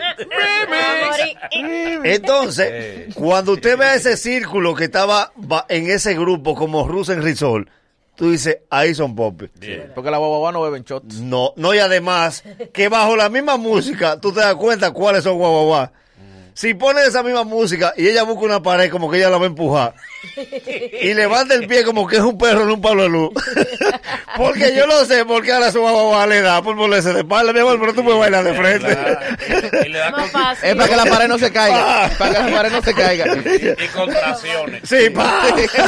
Entonces, cuando usted ve ese círculo que estaba en ese grupo como Rusa en Risol, tú dices, ahí son popi. Porque la guaguaguá no beben shots. No, y además, que bajo la misma música, tú te das cuenta cuáles son guaguaguá. Si pones esa misma música y ella busca una pared como que ella la va a empujar y levanta el pie como que es un perro en un palo de luz. Porque yo no sé por qué ahora su guaguaguá le da por ponerse de espalda, mi amor, pero tú puedes bailar de frente. Y le da es para que la pared no se caiga. Para que la pared no se caiga. Y contracciones. Sí, pa.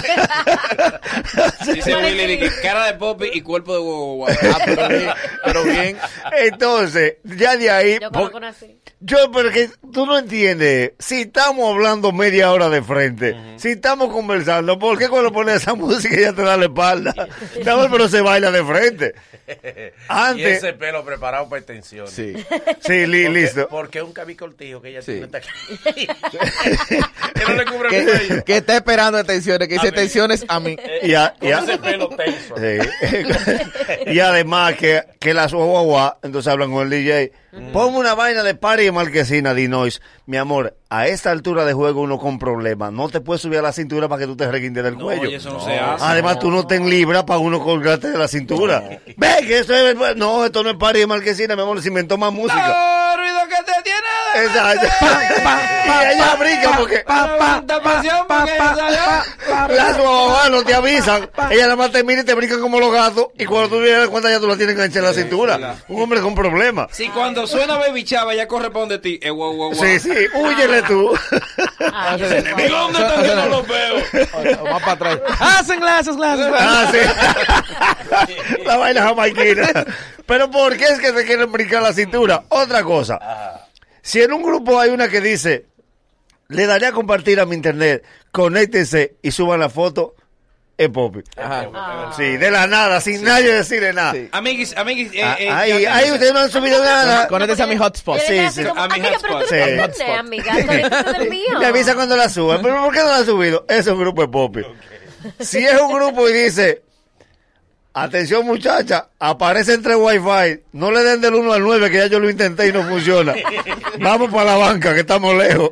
Dice Willy que cara de popi y cuerpo de guaguaguá. Pero bien. Entonces, ya de ahí. Pero que tú no entiendes. Si estamos hablando media hora de frente, si estamos conversando, ¿por qué cuando pones esa música ya te da la espalda? Pero se baila de frente. Antes, y ese pelo preparado para extensiones. Sí, listo. Porque un cabicortijo que ella tiene hasta aquí. Que no le cubre el cuello. Que está esperando extensiones, que dice extensiones a mí. Ese pelo tenso. Y además que las guaguaguá, entonces hablan con el DJ. Ponme una vaina de party de Marquesina, Dinois. Mi amor, a esta altura de juego uno con problemas. No te puedes subir a la cintura para que tú te reguindes del cuello. Oye, eso no se hace. Además, tú no te libras para uno colgarte de la cintura. Ve que esto es... No, esto no es party de Marquesina, mi amor. Se inventó más música. ¡No, ruido que te tiene! Exacto. Y ella brinca porque... Las guaguaguá no te avisan. Ella nada más te mira y te brincan como los gatos. Y cuando tú vienes cuenta ya tú la tienes enganchada en la cintura. Un hombre con problemas. Sí, cuando suena Baby Chava, ya corre para donde ti. Guau, guau, guau. Sí, huyele tú. ¿Dónde están que no los veo? Más para atrás. Hacen glasses. Sí. La vaina jamaiquina. Pero ¿por qué es que se quieren brincar la cintura? Otra cosa. Si en un grupo hay una que dice, le daré a compartir a mi internet, conéctense y suban la foto, es popi. Sí, de la nada, sin nadie decirle nada. Sí. Amiguis, ahí ustedes no han subido nada. Conéctense a mi hotspot. Sí. A mi hotspot. Sí. Amiga, conéctense del mío. Me avisa cuando la suba. ¿Pero por qué no la ha subido? Ese es un grupo de popi. Si es un grupo y dice, atención muchacha, Aparecen 3 Wi-Fi. No le den del 1 al 9, que ya yo lo intenté y no funciona. Vamos para la banca, que estamos lejos.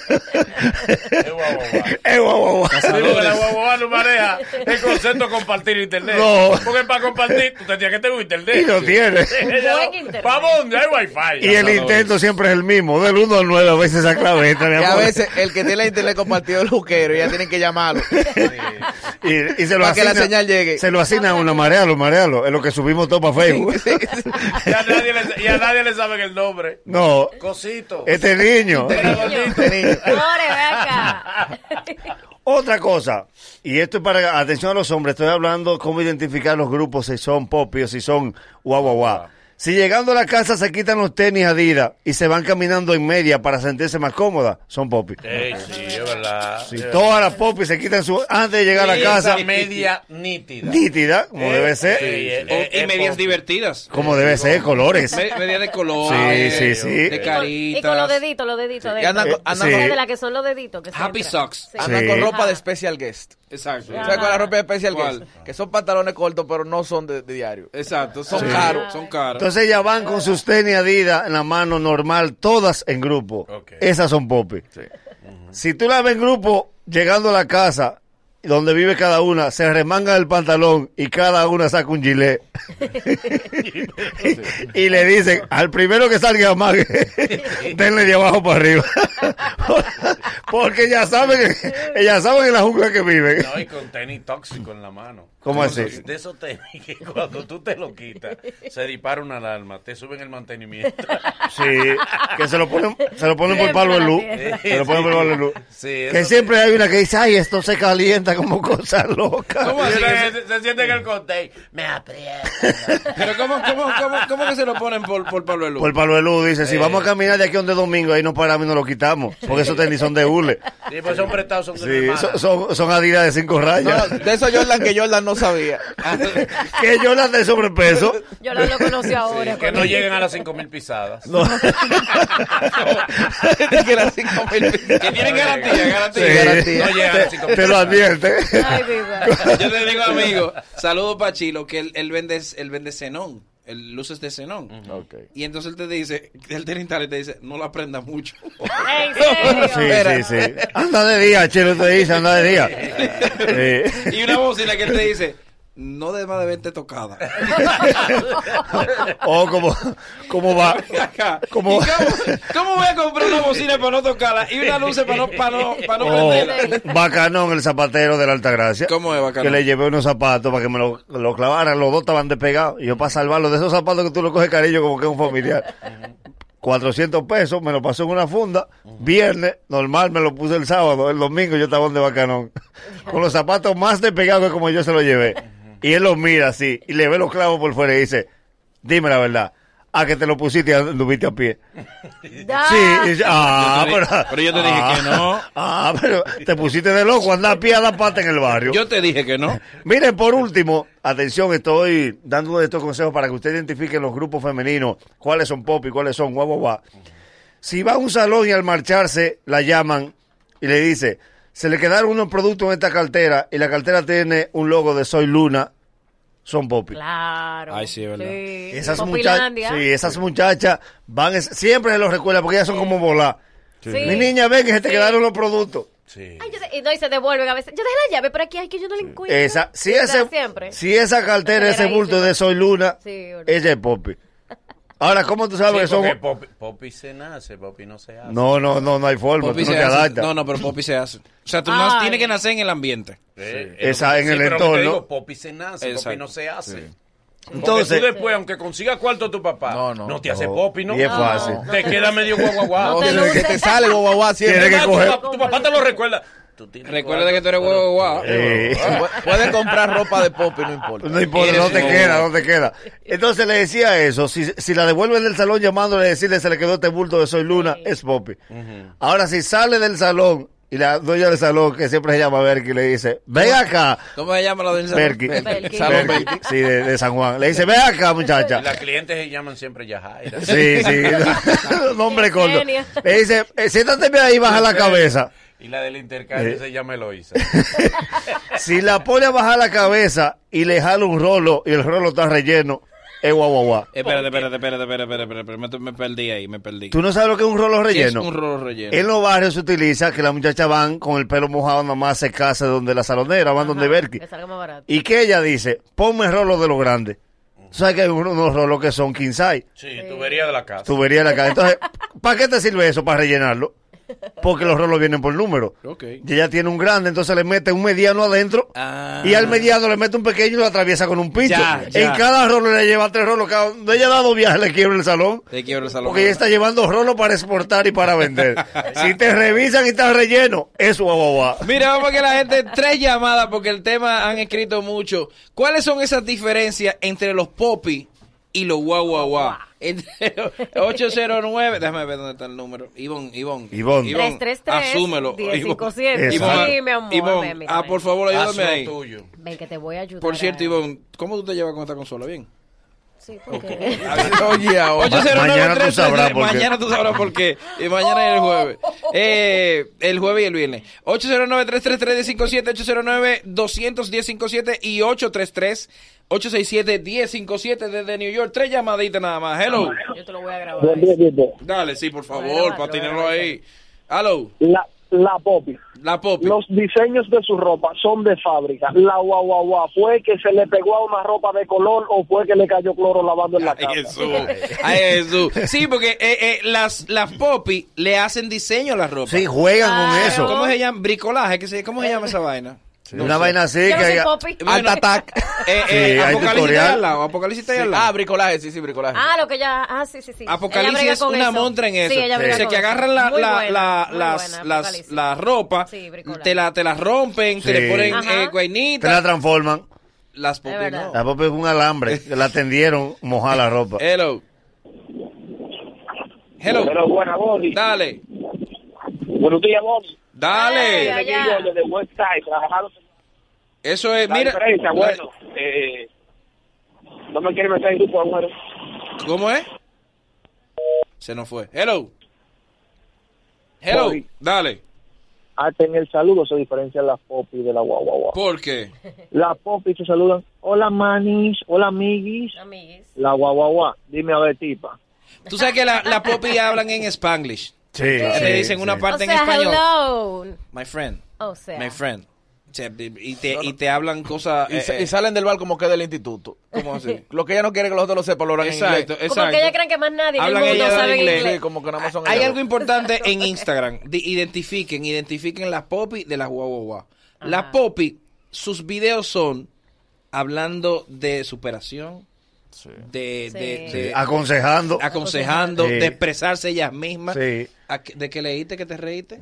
Es guau. Sí, porque la guagua no maneja el concepto de compartir internet. No. Porque para compartir, tú tendrías que tener un internet. Y lo tiene. ¿Para dónde hay wifi? Y el intento siempre es el mismo, del 1 al 9, a veces esa clave entra, mi Y a amor. veces el que tiene la internet compartido el juquero, ya tienen que llamarlo. Y se lo Para que la asigna- señal llegue. Se lo asigna a uno, marealo. Es lo que subimos todo para Facebook. Y a nadie le saben el nombre. No. Cosito. Este niño. More, ve acá. Otra cosa, y esto es para atención a los hombres, estoy hablando cómo identificar los grupos, si son popi o si son guau. Si llegando a la casa se quitan los tenis Adidas y se van caminando en media para sentirse más cómoda, son popi. Sí, es verdad. Si todas las popis se quitan su antes de llegar a la casa, Esa media nítida. nítida, como debe ser, Y medias divertidas. como debe ser, colores. Medias de colores. Sí. De caritas. Y con los deditos. Y andan sí. de la que son los deditos. Que se Happy entran. socks. Sí. Andan con ropa de special guest. Exacto. ¿Sabes cuál es la ropa de special ¿Cuál? guest? Que son pantalones cortos, pero no son de diario. Exacto. Son Sí. caros. Son caros. Entonces ellas van con sus tenis Adidas en la mano normal, todas en grupo. Esas son popis. Si tú las ves en grupo, llegando a la casa, donde vive cada una, se remangan el pantalón y cada una saca un gilet. Y le dicen, al primero que salga más, denle de abajo para arriba. Porque ellas saben en la jungla que viven. No, y con tenis tóxico en la mano. ¿Cómo así? De esos tenis que cuando tú te lo quitas, se dispara una alarma, te suben el mantenimiento. Sí, que se lo ponen por palo de luz. Se lo ponen por palo de luz. Sí, Que siempre hay una que dice, ay, esto se calienta como cosa loca. ¿Cómo así? Se siente en el contey. Me aprieta. Pero ¿cómo que se lo ponen por Pablo de Luz? Por palo de luz, dice, si vamos a caminar de aquí a donde domingo, ahí no paramos y no lo quitamos. Porque esos tenis son de hule. Sí, pues son prestados, son de mi Sí, hermana. son Adidas de 5 rayas. No, de esos Jordan que Jordan no sabía. Que Jordan de sobrepeso. Yo no lo conocí ahora. Que no lleguen a las 5,000 pisadas. No. Que las 5,000 Que tienen garantía. Sí. garantía. No llegan a las 5,000 Te lo advierte. Ay, viva. Yo te digo, amigo, saludo para Chilo, que él vende xenón, luces de xenón. Y entonces él te dice, él te instala y te dice, no la prenda mucho. ¿En serio? Sí. Anda de día, Chelo te dice, anda de día. Sí. Y una bocina que él te dice, no de más de 20 tocadas. ¿Cómo va? ¿Cómo? ¿Cómo voy a comprar una bocina para no tocarla y una luz para no prenderla? Bacanón, el zapatero de la Altagracia. ¿Cómo es Bacanón? Que le llevé unos zapatos para que me lo clavaran. Los dos estaban despegados. Y yo para salvarlo de esos zapatos que tú lo coges cariño como que es un familiar. 400 pesos, me lo pasó en una funda. Viernes, normal, me lo puse el sábado. El domingo yo estaba de Bacanón. Con los zapatos más despegados que como yo se los llevé. Y él los mira así, y le ve los clavos por fuera y dice, dime la verdad, ¿a que te lo pusiste y anduviste a pie? Sí, y dice, pero yo te dije que no. Pero te pusiste de loco, anda a pie a la pata en el barrio. Yo te dije que no. Miren, por último, atención, estoy dando estos consejos para que usted identifique los grupos femeninos, cuáles son pop y cuáles son guau. Si va a un salón y al marcharse la llaman y le dice, se le quedaron unos productos en esta cartera y la cartera tiene un logo de Soy Luna, son popi. Claro. Ay, sí, es verdad. Sí. Esas muchachas van, siempre se los recuerda porque ellas son como volar. Sí. Mi niña, ven que se te quedaron los productos. Sí. Ay, y no, y se devuelven a veces. Yo dejé la llave por aquí, ay, que yo no la encuentro. Siempre. Si esa cartera, ese bulto de Soy Luna, Sí, ella es popi. Ahora, ¿cómo tú sabes que son? Popi se nace, Popi no se hace. No hay forma, Popi tú no se te hace. adaptas. No, pero Popi se hace. O sea, tú tienes que nacer en el ambiente. Esa, en el pero entorno. te digo, Popi se nace, Exacto. Popi no se hace. Sí. Entonces, tú después, aunque consiga cuarto tu papá, no te hace Popi, ¿no? Y es fácil. Te queda medio guaguaguá. No, que te sale guau siempre. Tienes que coger. Tu papá te lo recuerda. Recuerda que tú eres guau. Puedes comprar ropa de pop y no importa. No importa, no te queda. Entonces le decía eso, si la devuelven del salón llamándole y decirle se le quedó este bulto de Soy Luna, es Popi. Ahora si sale del salón y la dueña del salón, que siempre se llama Berky, le dice, ven acá. ¿Cómo se llama la dueña del salón? Berky. Salón Berky, Berky. sí, de San Juan. Le dice, ven acá, muchacha. Y las clientes se llaman siempre Yajaira. Sí. Nombre corto. Le dice, siéntate ahí, baja la cabeza. Y la del intercambio se llama Eloísa. Si la pone a bajar la cabeza y le jala un rolo y el rolo está relleno, es guau. Espérate. Me perdí ahí, ¿Tú no sabes lo que es un rolo ¿Qué es relleno? un rolo relleno? En los barrios se utiliza que las muchachas van con el pelo mojado nada más a secarse donde la salonera, van donde Berky. Que salga más barato. Y que ella dice, ponme rolos de los grandes. ¿Tú sabes que hay unos rolos que son king size? Sí, tubería de la casa. Tubería de la casa. Entonces, ¿para qué te sirve eso? Para rellenarlo. Porque los rolos vienen por número. Okay. Y ella tiene un grande, entonces le mete un mediano adentro. Y al mediano le mete un pequeño y lo atraviesa con un pincho. Ya. En cada rolo le lleva 3 rolos. Cuando ella da 2 viajes, le quiebra el salón. Porque ella está llevando rolos para exportar y para vender. Si te revisan y estás relleno, eso guau. Mira, vamos a que la gente, 3 llamadas, porque el tema han escrito mucho. ¿Cuáles son esas diferencias entre los popis y los guau? Entre 809, déjame ver dónde está el número. Ivonne. 333 asúmelo. 1057. Sí, mi amor. Ivonne, mira. Por favor, ayúdame ahí. Tuyo. Ven que te voy a ayudar. Por cierto, Ivonne, ¿cómo tú te llevas con esta consola? ¿Bien? Sí, porque... Oye, ahora. Mañana tú sabrás por qué. Mañana tú sabrás por qué. Y mañana es el jueves. El jueves y el viernes. 809-333-1057, 809-200-1057 y 833-867-1057 desde New York. 3 llamaditas nada más. Hello. Yo te lo voy a grabar. Buen día, Tito. Dale, sí, por favor, para tenerlo ahí. Hello. La Popi. Los diseños de su ropa son de fábrica. La guau fue que se le pegó a una ropa de color o fue que le cayó cloro lavando en la casa. Jesús. Sí, porque las Popi le hacen diseño a la ropa. Sí, juegan con eso. ¿Cómo se llama? Bricolaje. ¿Cómo se llama esa vaina? Una vaina así que Art Attack. Apocalipsis está al lado. Apocalipsis está al lado. Bricolaje, sí, bricolaje. Lo que ya. Sí. Apocalipsis es una montra en eso. Sí, ella brega o sea, con que eso. agarran la ropa, te la rompen, te le ponen guainita. te la transforman. Las Popi no. La Popi es un alambre que la tendieron mojar la ropa. Hello, buena, Boni. dale. Buenos días, Boni. Dale. Desde West Side, trabajando. Eso es, La mira. diferencia, bueno, no me quiere meter en grupo, bueno. ¿Cómo es? Se nos fue. Hello, Boni. dale. Hasta en el saludo se diferencian las Popi de la guau. ¿Por qué? Las Popi se saludan, hola manis, hola amiguis. La guau, dime a ver, tipa. Tú sabes que la Popi hablan en Spanglish. Sí. Te dicen una parte en español. Hello. My friend. O sea. My friend. O sea, y te hablan cosas. Y salen del bar como que del instituto. ¿Cómo así? Lo que ella no quiere que los otros lo sepan, lo hablan en inglés. Como que ella creen que más nadie en el Hablan mundo ellas sabe inglés. inglés. Sí, como que nada más son Hay ellas algo importante en Instagram. Identifiquen las Popi de las guau. Las Popi, sus videos son hablando de superación, de aconsejando, sí, de expresarse ellas mismas. Sí. ¿De qué leíste, que te reíste?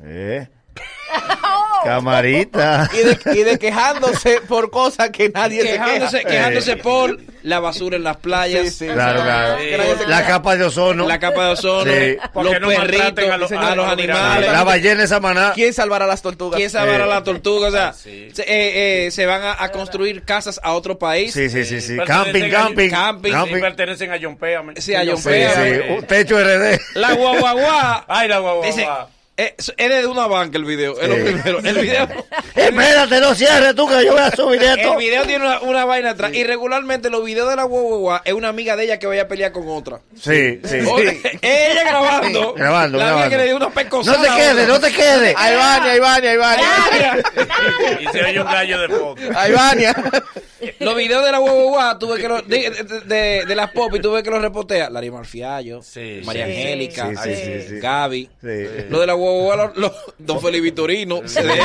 Camarita. Y de quejándose por cosas que nadie quejándose por la basura en las playas. Sí, Claro. La capa de ozono. La capa de ozono. Sí. Los no perritos, a los animales. La ballena esa maná. ¿Quién salvará a las tortugas? ¿Quién salvará a las tortugas? O sea, se van a construir casas a otro país. Sí. Camping. Y pertenecen a John Péame. Sí, a John Péame. Un techo RD. La guau. Ay, la guau. Dice, es de una banca el video, es lo primero. El video. Espérate, no cierres tú que yo voy a subir esto. El video tiene una vaina atrás. Y regularmente los videos de la guau es una amiga de ella que vaya a pelear con otra. Sí. Ella grabando. Grabando. amiga que le dio unos pescozadas. No te quedes. Ahí Vania. Y se oye un gallo de fondo. Ahí Vania. Los videos de la guau tuve que de las Popi tuve que los repotea. Larry Marfiallo, María Angélica, Gaby. Lo de la guau, Don Felipe Vitorino.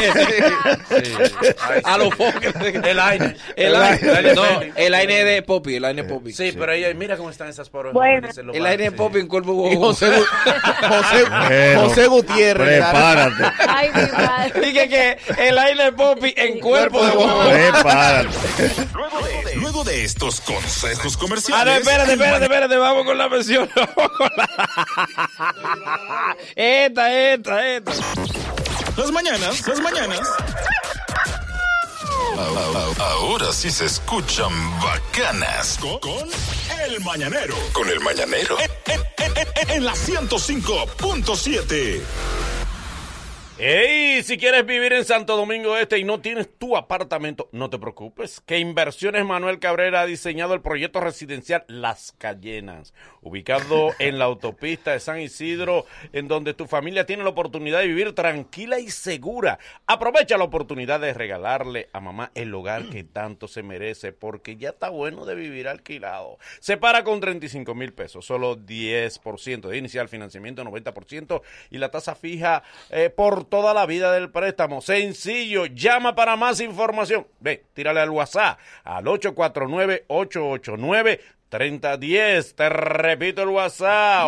A los Popi. El aire. El aire de Popi. Sí, pero ella, mira cómo están esas pobres. Bueno. El aire de Popi en cuerpo guau. José Gutiérrez. Prepárate. Ay, mi madre. Dije que el aire de Popi en cuerpo de guau. Prepárate. Luego de estos consejos comerciales. No, espérate, vamos con la mención. Esta. Las mañanas. Ahora sí se escuchan bacanas. Con El Mañanero. En la 105.7. Ey, si quieres vivir en Santo Domingo Este y no tienes tu apartamento, no te preocupes, que Inversiones Manuel Cabrera ha diseñado el proyecto residencial Las Cayenas, ubicado en la autopista de San Isidro, en donde tu familia tiene la oportunidad de vivir tranquila y segura. Aprovecha la oportunidad de regalarle a mamá el hogar que tanto se merece, porque ya está bueno de vivir alquilado. Se para con 35,000 pesos, solo 10% de inicial, financiamiento 90% y la tasa fija por toda la vida del préstamo. Sencillo, llama para más información. Ve, tírale al WhatsApp al 849-889-3010. Te repito el WhatsApp,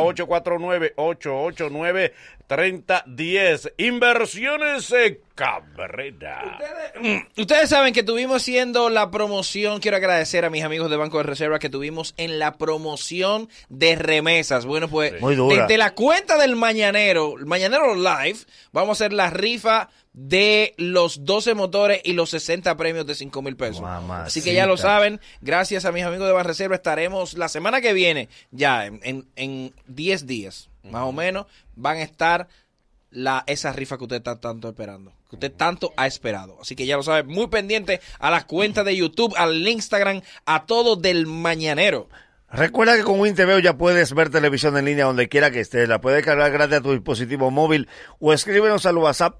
849-889-3010. Inversiones Cabrera. Ustedes saben que tuvimos haciendo la promoción. Quiero agradecer a mis amigos de Banco de Reserva que tuvimos en la promoción de remesas. Bueno, pues Muy dura. desde la cuenta del Mañanero, el Mañanero Live, vamos a hacer la rifa de los 12 motores y los 60 premios de 5,000 pesos. Mamacita. Así que ya lo saben, gracias a mis amigos de Banco de Reserva estaremos la semana que viene, ya en 10 días, más o menos, van a estar esa rifa que usted está tanto esperando, que usted tanto ha esperado. Así que ya lo sabe, muy pendiente a las cuentas de YouTube, al Instagram, a todo del Mañanero. Recuerda que con WinTV ya puedes ver televisión en línea donde quiera que estés. La puedes cargar gratis a tu dispositivo móvil o escríbenos al WhatsApp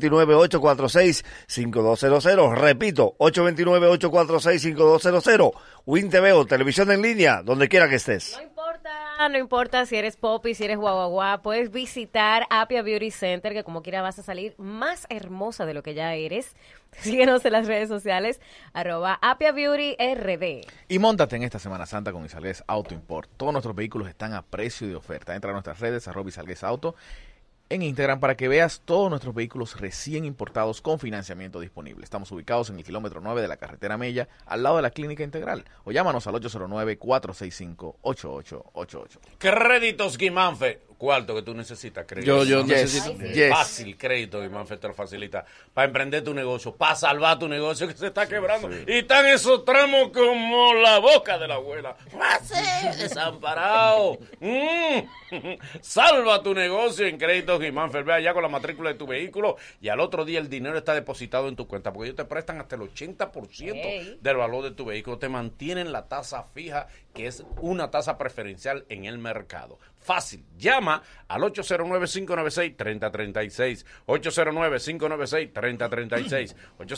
829-846-5200. Repito, 829-846-5200. WinTV o televisión en línea donde quiera que estés. No importa si eres popi, si eres guaguaguá, puedes visitar Apia Beauty Center, que como quiera vas a salir más hermosa de lo que ya eres. Síguenos en las redes sociales, @ApiaBeautyRD. Y móntate en esta Semana Santa con Isalgués Auto Import. Todos nuestros vehículos están a precio de oferta. Entra a nuestras redes, @Isalgués Auto, en Instagram para que veas todos nuestros vehículos recién importados con financiamiento disponible. Estamos ubicados en el kilómetro 9 de la carretera Mella, al lado de la Clínica Integral. O llámanos al 809-465-8888. Créditos Guimánfer. Cuarto que tú necesitas, crédito. Yo necesito. Fácil, crédito Guimánfer te lo facilita. Para emprender tu negocio, para salvar tu negocio que se está quebrando. Y están esos tramos como la boca de la abuela. Desamparado. Salva tu negocio en Créditos Guimánfer. Ve allá con la matrícula de tu vehículo y al otro día el dinero está depositado en tu cuenta, porque ellos te prestan hasta el 80% del valor de tu vehículo. Te mantienen la tasa fija, que es una tasa preferencial en el mercado. Fácil, llama al 809-596-3036, 809-596-3036,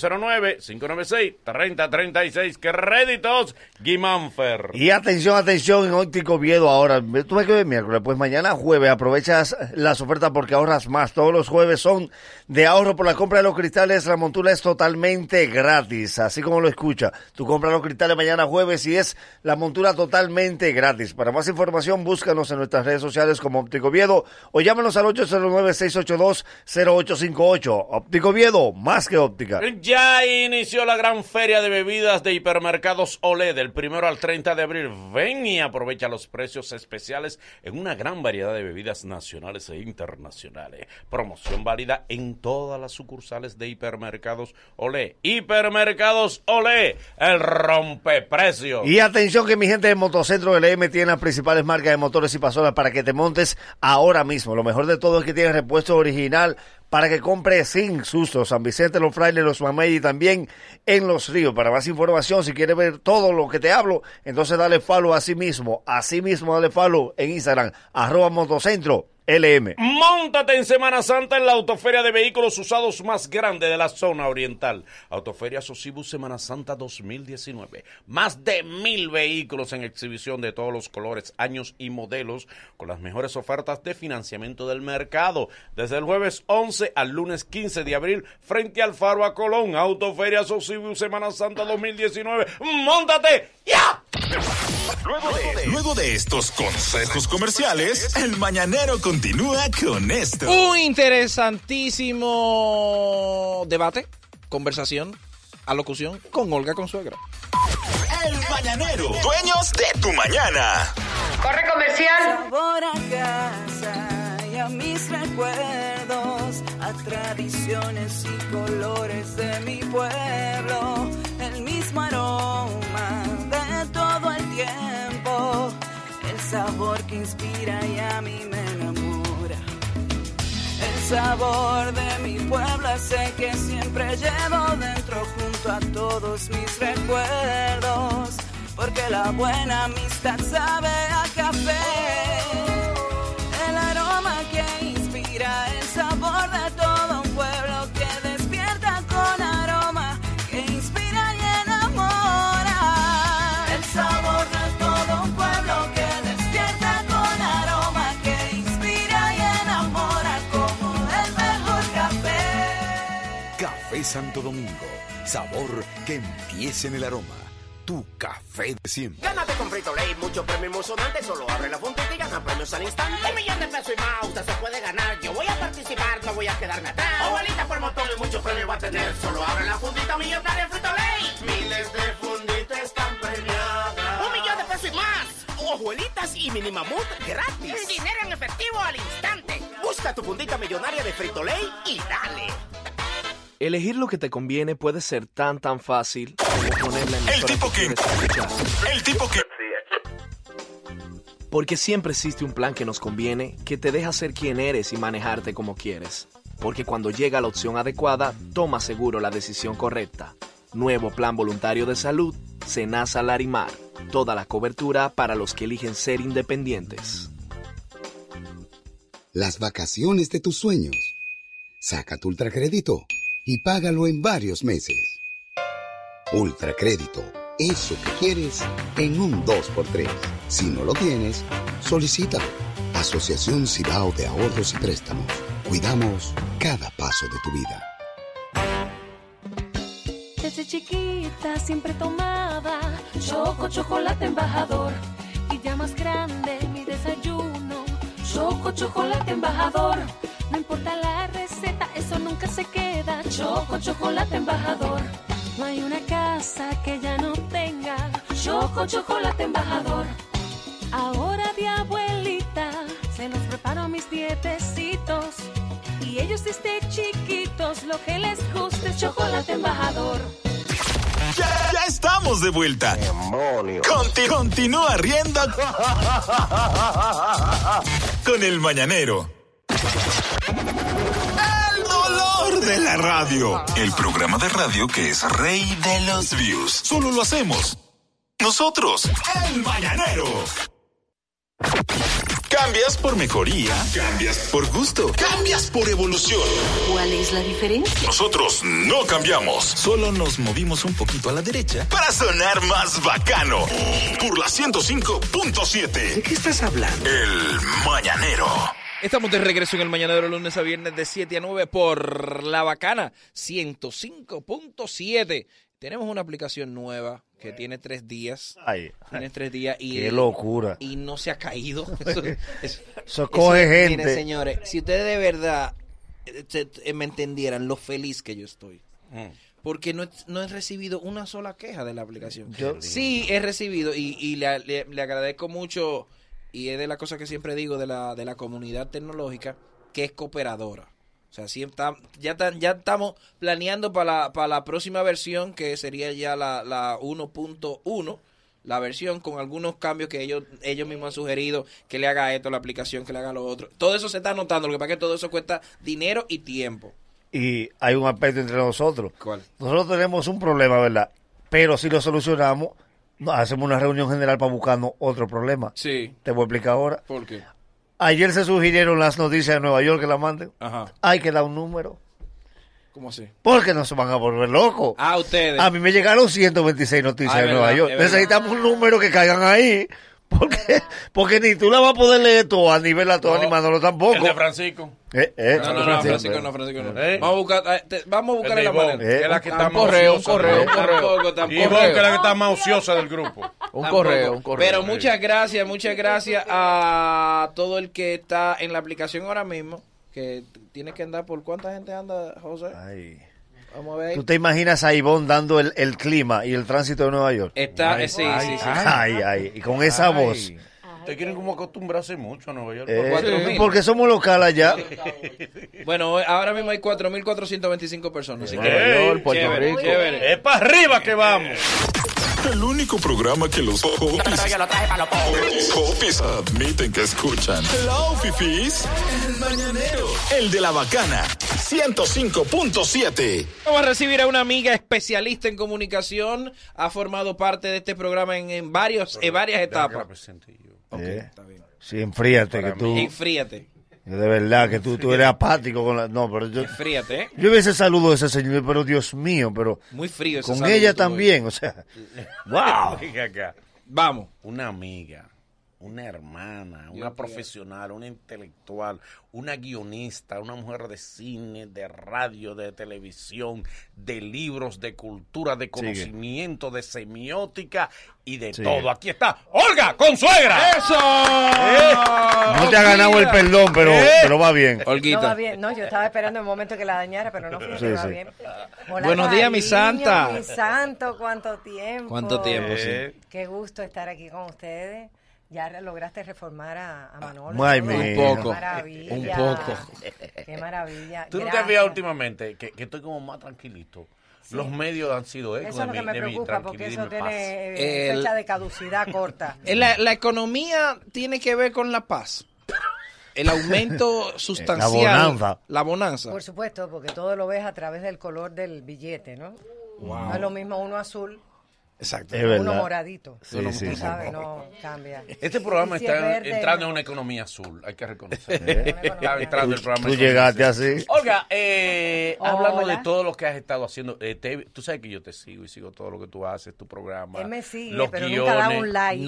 809-596-3036, Créditos Guimánfer. Y atención, en Óptico Viedo ahora. Tú me quedas el miércoles, pues mañana jueves aprovechas las ofertas porque ahorras más. Todos los jueves son de ahorro por la compra de los cristales. La montura es totalmente gratis, así como lo escucha. Tú compras los cristales mañana jueves y es la montura totalmente gratis. Para más información, búscanos en nuestras redes sociales como Óptico Viedo o llámanos al 809-682-0858. Óptico Viedo, más que óptica. Ya inició la gran feria de bebidas de Hipermercados Olé del 1 al 30 de abril. Ven y aprovecha los precios especiales en una gran variedad de bebidas nacionales e internacionales. Promoción válida en todas las sucursales de Hipermercados Olé. Hipermercados Olé, el rompeprecio. Y atención que mi gente de Motocentro LM tiene las principales marcas de motores y pasolas para que te montes ahora mismo. Lo mejor de todo es que tiene repuesto original para que compres sin susto. San Vicente, Los Frailes, Los Mamey y también en Los Ríos. Para más información, si quieres ver todo lo que te hablo, entonces dale follow a sí mismo dale follow en Instagram, @Motocentro LM. Móntate en Semana Santa en la autoferia de vehículos usados más grande de la zona oriental. Autoferia Sosibus Semana Santa 2019. Más de 1,000 vehículos en exhibición de todos los colores, años y modelos, con las mejores ofertas de financiamiento del mercado. Desde el jueves 11 al lunes 15 de abril, frente al Faro a Colón. Autoferia Sosibus Semana Santa 2019. ¡Móntate ya! Luego de estos consejos comerciales, el Mañanero continúa con esto. Un interesantísimo debate, conversación, alocución con Olga Consuegra. El Mañanero, dueños de tu mañana. Corre comercial. Sabor a casa y a mis recuerdos, a tradiciones y colores de mi pueblo, el mismo aroma de todo el tiempo, el sabor que inspira y a mí me enamora. El sabor de mi pueblo, ese que siempre llevo dentro junto a todos mis recuerdos, porque la buena amistad sabe a café, el aroma que inspira el sabor de todo un pueblo que despierta con aroma, que inspira y enamora, el sabor de todo un pueblo que despierta con aroma, que inspira y enamora como el mejor café. Café Santo Domingo, sabor que empieza en el aroma. Tu café de siempre. Gánate con Frito-Lay, mucho premio emocionante. Solo abre la fundita y gana premios al instante. 1 millón de pesos y más, usted se puede ganar. Yo voy a participar, no voy a quedarme atrás. Abuelita por montón y mucho premio va a tener. Solo abre la fundita millonaria Frito-Lay. Miles de funditas están premiadas. 1 millón de pesos y más. Ojuelitas y mini mamut gratis. Dinero en efectivo al instante. Busca tu fundita millonaria de Frito-Lay y dale. Elegir lo que te conviene puede ser tan fácil como poner la emisora que quieres escuchar. El tipo que... Porque siempre existe un plan que nos conviene, que te deja ser quien eres y manejarte como quieres. Porque cuando llega la opción adecuada, toma seguro la decisión correcta. Nuevo Plan Voluntario de Salud, Senasa Larimar. Toda la cobertura para los que eligen ser independientes. Las vacaciones de tus sueños. Saca tu ultracrédito y págalo en varios meses. Ultracrédito, eso que quieres en un 2x3. Si no lo tienes, solicítalo. Asociación Cibao de Ahorros y Préstamos. Cuidamos cada paso de tu vida. Desde chiquita siempre tomaba chocolate embajador. Y ya más grande mi desayuno, chocolate embajador. No importa la receta, eso nunca se queda. Chocolate embajador. No hay una casa que ya no tenga chocolate embajador. Ahora de abuelita se los preparo a mis dietecitos. Y ellos desde chiquitos lo que les gusta es chocolate embajador. Ya estamos de vuelta. Continúa riendo con el mañanero. El dolor de la radio. El programa de radio que es rey de los views. Solo lo hacemos nosotros, el mañanero. Cambias por mejoría, cambias por gusto, cambias por evolución. ¿Cuál es la diferencia? Nosotros no cambiamos, solo nos movimos un poquito a la derecha para sonar más bacano. Por la 105.7. ¿De qué estás hablando? El mañanero. Estamos de regreso en el Mañanero, lunes a viernes de 7 a 9 por La Bacana 105.7. Tenemos una aplicación nueva que tiene 3 días. Tiene 3 días y... ¡Qué locura! Y no se ha caído. Eso coge gente. Miren, señores, si ustedes de verdad me entendieran lo feliz que yo estoy. Porque no he recibido una sola queja de la aplicación. Sí he recibido y le agradezco mucho, y es de las cosas que siempre digo de la comunidad tecnológica, que es cooperadora. O sea, ya estamos planeando para la próxima versión, que sería ya la 1.1, la versión con algunos cambios que ellos mismos han sugerido, que le haga esto a la aplicación, que le haga lo otro. Todo eso se está anotando, lo que pasa es que todo eso cuesta dinero y tiempo. Y hay un aspecto entre nosotros. ¿Cuál? Nosotros tenemos un problema, ¿verdad? Pero si lo solucionamos, hacemos una reunión general para buscarnos otro problema. Sí. Te voy a explicar ahora. ¿Por qué? Ayer se sugirieron las noticias de Nueva York que la manden. Ajá. Hay que dar un número. ¿Cómo así? Porque no se van a volver locos. Ustedes. A mí me llegaron 126 noticias de Nueva York. Necesitamos un número que caigan ahí. Porque ni tú la vas a poder leer todo a nivel a todo animándolo tampoco. El de Francisco. No, Francisco no. Vamos a buscar la manera. Que es la que está más correo. Y Ivonne, que es la que está más ociosa del grupo. Un correo. Pero muchas gracias a todo el que está en la aplicación ahora mismo. Que tiene que andar por cuánta gente anda, José. Vamos a ver. ¿Tú te imaginas a Ivonne dando el clima y el tránsito de Nueva York? Está, sí. Y con esa voz. Ustedes quieren como acostumbrarse mucho a Nueva York. Por 4.000. Porque somos locales allá. Bueno, ahora mismo hay 4.425 personas. Así que Nueva York, Puerto chévere, Rico. chévere. Es para arriba que vamos. El único programa que los popis admiten que escuchan. Hello, fifis. El mañanero. El de la bacana. 105.7. Vamos a recibir a una amiga especialista en comunicación. Ha formado parte de este programa en varias etapas. Okay, está bien. Sí, enfríate que tú. Enfríate. De verdad que tú eres apático con la. No, pero yo. Enfríate, ¿eh? Yo hubiese saludo a ese señor, pero Dios mío, pero. Muy frío ese con saludo ella tuyo. también, o sea. ¡Wow! Vamos. Una amiga, una hermana, una profesional, una intelectual, una guionista, una mujer de cine, de radio, de televisión, de libros, de cultura, de conocimiento, de semiótica y de todo. Aquí está Olga Consuegra. ¡Eso! No te ha ganado el perdón, pero va bien. No va bien. No, yo estaba esperando el momento que la dañara, pero no fue va bien. Hola, Buenos días, mi santa. Mi santo, ¿cuánto tiempo? ¿Cuánto tiempo, sí? Qué gusto estar aquí con ustedes. Ya lograste reformar a Manolo. Un poco. Qué maravilla. Un poco. Qué maravilla. ¿Tú no te has visto últimamente que estoy como más tranquilito? Sí. Los medios han sido eco eso es lo que me preocupa, porque eso tiene fecha de caducidad corta. La economía tiene que ver con la paz. El aumento sustancial. La bonanza. Por supuesto, porque todo lo ves a través del color del billete, ¿no? Wow. No es lo mismo uno azul. Exacto. Uno moradito. Sí, tú sabes, no cambia. Este programa está entrando en una economía azul, hay que reconocer. Está entrando el programa. Tú llegaste así. Olga, hablando de todo lo que has estado haciendo, tú sabes que yo te sigo y sigo todo lo que tú haces, tu programa. Él me sigue, los pero guiones. nunca da un like.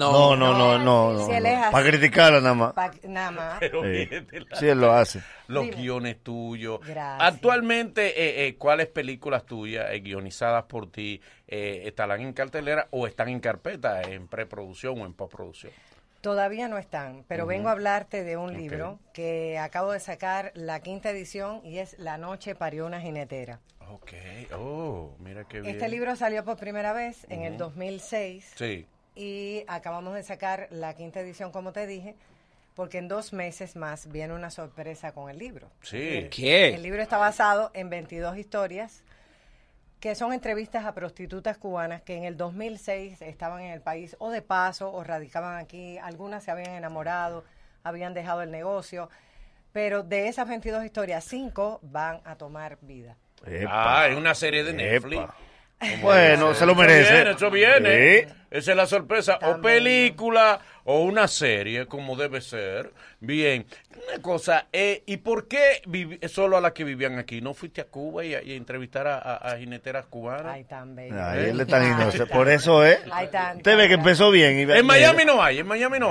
No. Si él es así, para criticarla nada más. Nada más. Sí, él lo hace. Los guiones tuyos. Gracias. Actualmente, ¿cuáles películas tuyas guionizadas por ti estarán en cartelera o están en carpeta, en preproducción o en postproducción? Todavía no están, pero vengo a hablarte de un libro que acabo de sacar la 5ª edición y es La noche parió una jinetera. Ok, mira qué bien. Este libro salió por primera vez en el 2006 sí. Y acabamos de sacar la 5ª edición, como te dije, porque en 2 meses más viene una sorpresa con el libro. Sí. ¿Qué? El libro está basado en 22 historias que son entrevistas a prostitutas cubanas que en el 2006 estaban en el país o de paso o radicaban aquí. Algunas se habían enamorado, habían dejado el negocio, pero de esas 22 historias, 5 van a tomar vida. Es una serie de Netflix. Bueno, se lo merece. Eso viene. Sí. Esa es la sorpresa. O película o una serie, como debe ser. Bien. Una cosa, ¿y por qué solo a las que vivían aquí? ¿No fuiste a Cuba y a entrevistar a jineteras cubanas? Ay, tan bello. Ay, él es tan inocente. Por eso es. Usted ve que empezó bien. En Miami no hay.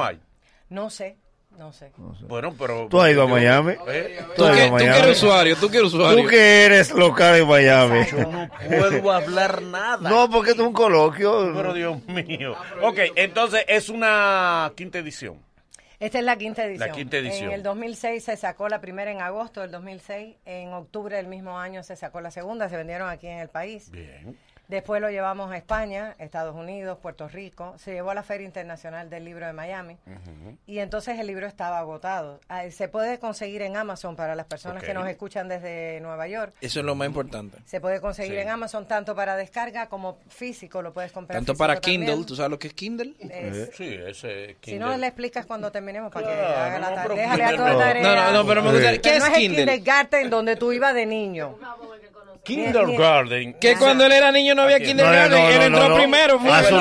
No sé. Bueno, pero... ¿Tú has ido a Miami? ¿Tú que eres usuario? ¿Tú que eres local en Miami? Yo no puedo hablar nada. No, porque esto es un coloquio. Pero Dios mío. Ok, entonces es una 5ª edición. Esta es la 5ª edición. La 5ª edición. En el 2006 se sacó la primera en agosto del 2006. En octubre del mismo año se sacó la segunda. Se vendieron aquí en el país. Bien. Después lo llevamos a España, Estados Unidos, Puerto Rico. Se llevó a la Feria Internacional del Libro de Miami. Y entonces el libro estaba agotado. Se puede conseguir en Amazon para las personas que nos escuchan desde Nueva York. Eso es lo más importante. Se puede conseguir en Amazon tanto para descarga como físico. Lo puedes comprar tanto físico para Kindle. también. ¿Tú sabes lo que es Kindle? Sí, ese Kindle. Si no, le explicas cuando terminemos para que Claro, haga la no, tarea. pero Déjale a Kindle tu tarea. No, pero me gustaría... ¿Qué es no es Kindle? el kindergarten donde tú ibas de niño. Kindergarten. Que cuando él era niño no había kindergarten. Él entró primero.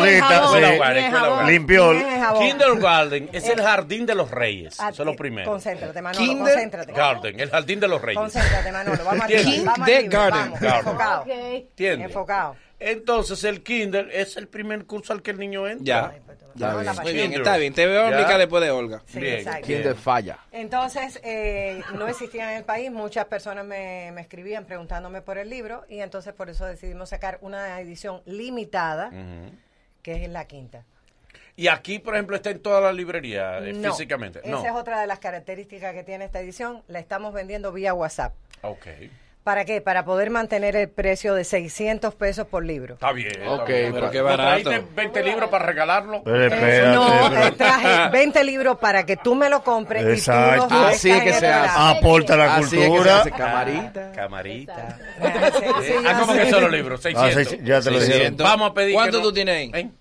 Azulita, limpió. Kindergarten es el jardín de los reyes. Eso es lo primero. Concéntrate, Manolo, concéntrate. Kindergarten, el jardín de los reyes. Concéntrate, Manolo. Vamos al Kindergarten. Enfocado. ¿Entiendes? Enfocado. Entonces el kinder es el primer curso al que el niño entra. Muy bien, está bien. Te veo explicar después de Olga. Sí, bien. Kinder falla. Entonces, no existía en el país. Muchas personas me escribían preguntándome por el libro y entonces por eso decidimos sacar una edición limitada, que es la 5ª. Y aquí, por ejemplo, está en toda la librería físicamente. Esa es otra de las características que tiene esta edición. La estamos vendiendo vía WhatsApp. Ok. ¿Para qué? Para poder mantener el precio de 600 pesos por libro. Está bien. Ok, pero qué barato. ¿Trajiste 20 libros para regalarlo? Pero espérate, No, traje 20 libros para que tú me lo compres Exacto. y tú los Así es que se hace. Aporta la Así es que se cultura. hace, camarita. Camarita. Sí, ¿Cómo que son los libros? 600. Ya te lo dije. 600. Vamos a pedir. ¿Cuánto que no- tú tienes ahí? ¿Eh?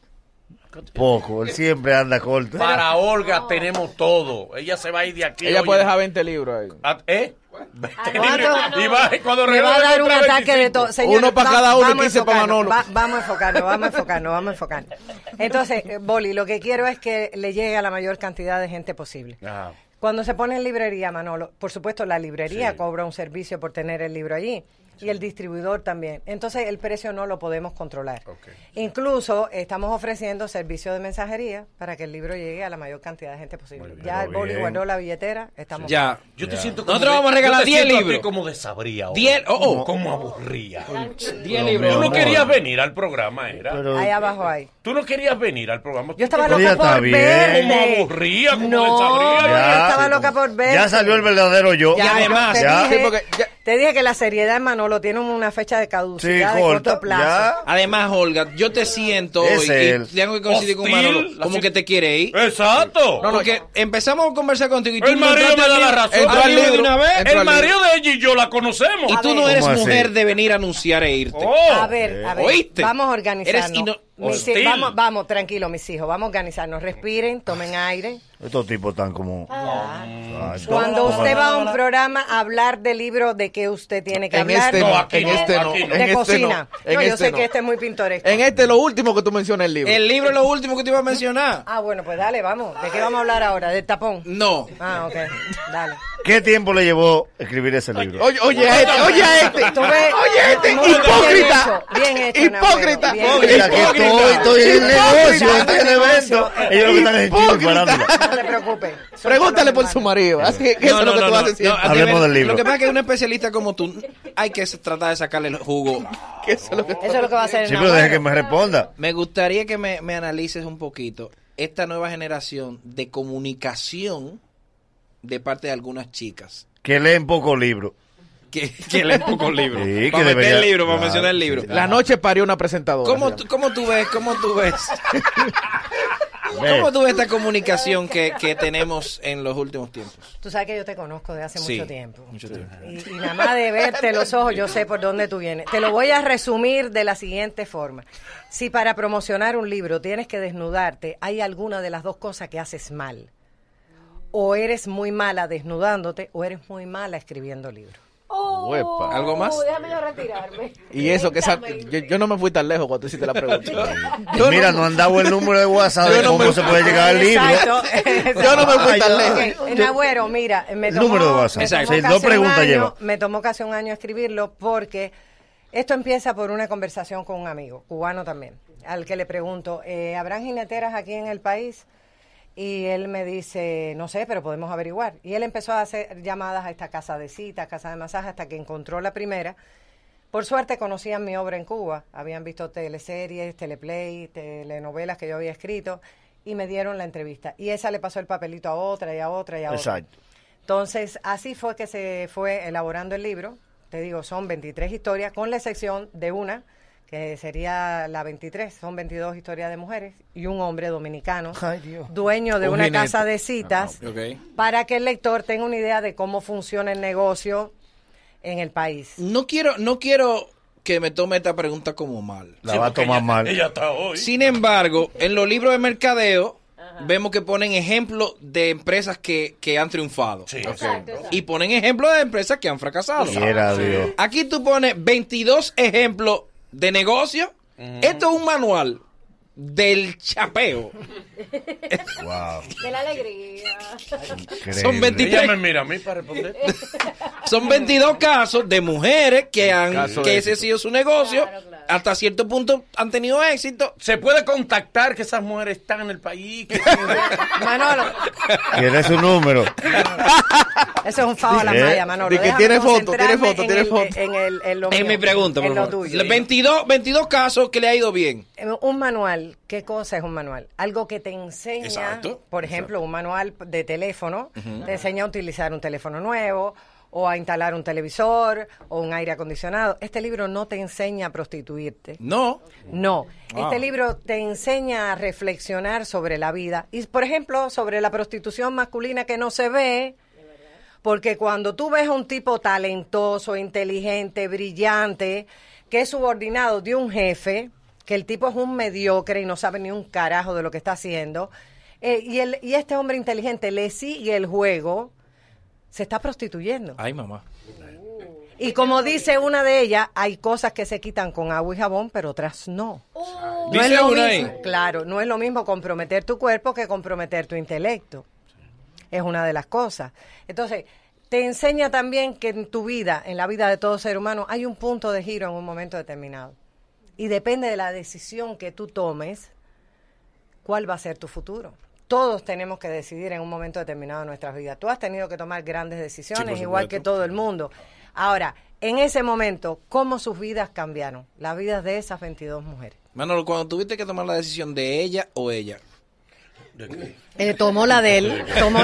Poco, él siempre anda corto. Para Olga tenemos todo. Ella se va a ir de aquí. Ella oye. puede dejar 20 libros ahí. ¿Eh? ¿Cuánto? Y va, cuando Me va a dar un regrese, ataque de todo. Señores, Uno para cada uno y vamos a 15 para enfocarnos, Manolo. vamos a enfocarnos. Entonces, Boli, lo que quiero es que le llegue a la mayor cantidad de gente posible. Ajá. Cuando se pone en librería, Manolo, por supuesto la librería cobra un servicio por tener el libro allí y el distribuidor también. Entonces el precio no lo podemos controlar. Incluso estamos ofreciendo servicio de mensajería para que el libro llegue a la mayor cantidad de gente posible. Ya el Boli guardó la billetera, estamos Ya. Yo te siento Nosotros vamos a regalar 10 libros. como desabría. 10, Como aburría. 10 libros. Tú no querías venir al programa, era. ahí abajo ahí. Tú no querías venir al programa. Yo estaba Pero ya loca está por bien. verte. Como aburría, como No, desabría. yo estaba loca por verte. Ya salió el verdadero yo. Ya, además, te ya. dije, Sí, porque te dije que la seriedad en Manolo tiene una fecha de caducidad Sí, de corta, corto plazo. ya. Además, Olga, yo te siento hoy Es él. y tengo que coincidir con Hostil, Manolo como que te quiere ir. Exacto. No, porque empezamos a conversar contigo y tú El marido entraste me da al la libro- razón. entró al libro de una vez. Entró El al libro. marido de ella y yo la conocemos. Y tú no eres ¿Cómo así? mujer de venir a anunciar e irte. Oh. A ver, ¿Oíste? vamos a organizarnos. Eres hostil. Vamos, tranquilo, mis hijos, vamos a organizarnos. Respiren, tomen aire. Estos tipos están como... Cuando usted va a un programa a hablar del libro, ¿de qué usted tiene que En hablar? este no, aquí en no, este no, aquí no. en De este cocina. no, en No, yo este sé no. que este es muy pintoresco. En este lo último que tú mencionas el libro. El libro es lo último que te iba a mencionar. Ah, bueno, pues dale, vamos. ¿De qué vamos a hablar ahora? ¿Del tapón? No. Ah, ok. Dale. ¿Qué tiempo le llevó escribir ese libro? Oye a este, oye a este. Tú ves- Oye este, Muy bien hipócrita. hecho, bien hecho, Hipócrita. Nahuel, bien Mira, que estoy en el negocio, estoy en el evento. Ellos lo que están es farándula. No te preocupes. Son Pregúntale solo por mis su manos. marido. Así que eso es lo que tú haces siempre. Hablemos del libro. Lo que pasa es que un especialista como tú hay que tratar de sacarle el jugo. Eso es lo que va a hacer el Sí, pero deje Nahuel. que me responda. Me gustaría que me analices un poquito esta nueva generación de comunicación de parte de algunas chicas. Que leen poco libro. Que leen pocos libros. Sí, para que meter debería- el libro, para Claro, mencionar el libro. La noche parió una presentadora. ¿Cómo se llama. cómo tú ves? ¿Cómo tú ves esta comunicación que tenemos en los últimos tiempos? Tú sabes que yo te conozco de hace Sí, mucho tiempo. mucho tiempo. Y nada más de verte los ojos, yo sé por dónde tú vienes. Te lo voy a resumir de la siguiente forma. Si para promocionar un libro tienes que desnudarte, hay alguna de las dos cosas que haces mal. O eres muy mala desnudándote, o eres muy mala escribiendo libros. Uepa. ¿Algo más? Déjame yo retirarme. Y eso, que yo no me fui tan lejos cuando tú hiciste la pregunta. Mira, no han dado el número de WhatsApp de Yo no cómo me- se puede llegar al libro. Exacto. Yo no me fui tan Ay, lejos. Ok, Nagüero, mira, me El tomó, número de WhatsApp. me tomó Sí, casi dos un preguntas año- lleva. Me tomó casi un año escribirlo porque esto empieza por una conversación con un amigo, cubano también, al que le pregunto, ¿habrán jineteras aquí en el país? Y él me dice, no sé, pero podemos averiguar. Y él empezó a hacer llamadas a esta casa de citas, casa de masaje, hasta que encontró la primera. Por suerte conocían mi obra en Cuba, habían visto teleseries, teleplay, telenovelas que yo había escrito, y me dieron la entrevista. Y esa le pasó el papelito a otra y a otra y a otra. Exacto. Entonces, así fue que se fue elaborando el libro. Te digo, son 23 historias, con la excepción de una, que sería la 23. Son 22 historias de mujeres y un hombre dominicano, Ay, Dios. dueño de Un una jinete. casa de citas, para que el lector tenga una idea de cómo funciona el negocio en el país. No quiero que me tome esta pregunta como mal. La va a tomar mal. Ella está hoy. Sin embargo, en los libros de mercadeo vemos que ponen ejemplos de empresas que han triunfado. Sí. Y ponen ejemplos de empresas que han fracasado. Quiera Dios. Aquí tú pones 22 ejemplos de negocio. Esto es un manual del chapeo. Wow. De la alegría. Son 23. Ella me mira a mí para responder. Son 22 casos de mujeres que Caso que de ese ha sido su negocio. Hasta cierto punto han tenido éxito. Se puede contactar que esas mujeres están en el país. Que Manolo, ¿Quiere su número? eso es un favo a la ¿Eh? malla, Manolo. Di que Déjame tiene foto, concentrarme tiene foto. En lo Es mío, mi pregunta, en por lo favor. tuyo. 22 casos que le ha ido bien. Un manual, ¿qué cosa es un manual? Algo que te enseña, Exacto. por ejemplo, un manual de teléfono, te enseña a utilizar un teléfono nuevo, o a instalar un televisor o un aire acondicionado. Este libro no te enseña a prostituirte. No. No. Wow. Este libro te enseña a reflexionar sobre la vida y, por ejemplo, sobre la prostitución masculina que no se ve. Porque cuando tú ves a un tipo talentoso, inteligente, brillante, que es subordinado de un jefe, que el tipo es un mediocre y no sabe ni un carajo de lo que está haciendo, y este hombre inteligente le sigue el juego, se está prostituyendo. Ay, mamá. Y como dice una de ellas, hay cosas que se quitan con agua y jabón, pero otras no. No es Dice lo una mismo, ahí. claro, no es lo mismo comprometer tu cuerpo que comprometer tu intelecto. Es una de las cosas. Entonces, te enseña también que en tu vida, en la vida de todo ser humano, hay un punto de giro en un momento determinado. Y depende de la decisión que tú tomes, cuál va a ser tu futuro. Todos tenemos que decidir en un momento determinado de nuestras vidas. Tú has tenido que tomar grandes decisiones, Sí, igual que todo el mundo. Ahora, en ese momento, ¿cómo sus vidas cambiaron? Las vidas de esas 22 mujeres. Manolo, cuando tuviste que tomar la decisión de ella o ella. Tomó la de él,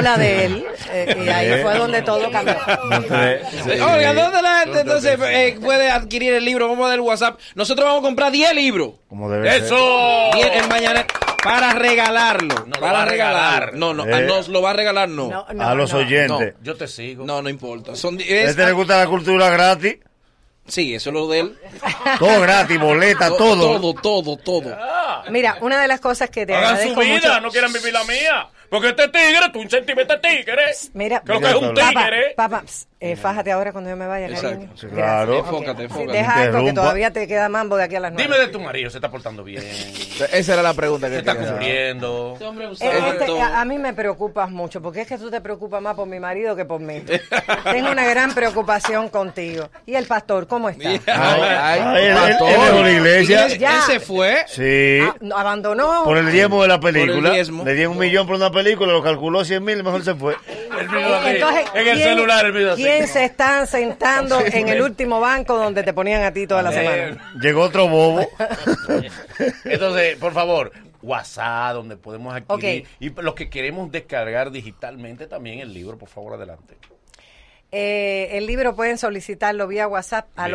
y ahí fue donde todo cambió. Oiga, ¿dónde la gente entonces puede adquirir el libro? Vamos a dar el WhatsApp. Nosotros vamos a comprar 10 libros. Como debe ¡Eso! ser. 10 en mañana para regalarlo. No, para lo va a regalar. No, nos lo va a regalar, no. A los oyentes. Yo te sigo. No importa. Son ¿A este le gusta la cultura gratis? Sí, eso es lo de él. Todo gratis, boleta, todo. Todo. Mira, una de las cosas que te Hagan su agradezco vida, mucho... no quieran vivir la mía. Porque este tigre, tú incentives este tigre. Mira, que lo que es un tigre. Papá, fájate ahora cuando yo me vaya, cariño. Sí, claro. Enfócate. Sí, deja algo que Interrumpa. todavía te queda mambo de aquí a las 9. Dime de tu marido, se está portando bien. Esa era la pregunta que Se está quería saber. cumpliendo. A mí me preocupas mucho, porque es que tú te preocupas más por mi marido que por mí. Tengo una gran preocupación contigo. ¿Y el pastor, cómo está? Él dejó la iglesia. Ya. ¿Él se fue? Sí. No, abandonó. Por el diezmo de la película. Por el diezmo. Le dieron $1 millón por una película, lo calculó 100,000, mejor se fue. Entonces, en el celular el video así. ¿quién se está sentando en el último banco donde te ponían a ti toda la semana? Llegó otro bobo. Entonces, por favor, WhatsApp, donde podemos adquirir. Ok. Y los que queremos descargar digitalmente también el libro, por favor, adelante. El libro pueden solicitarlo vía WhatsApp al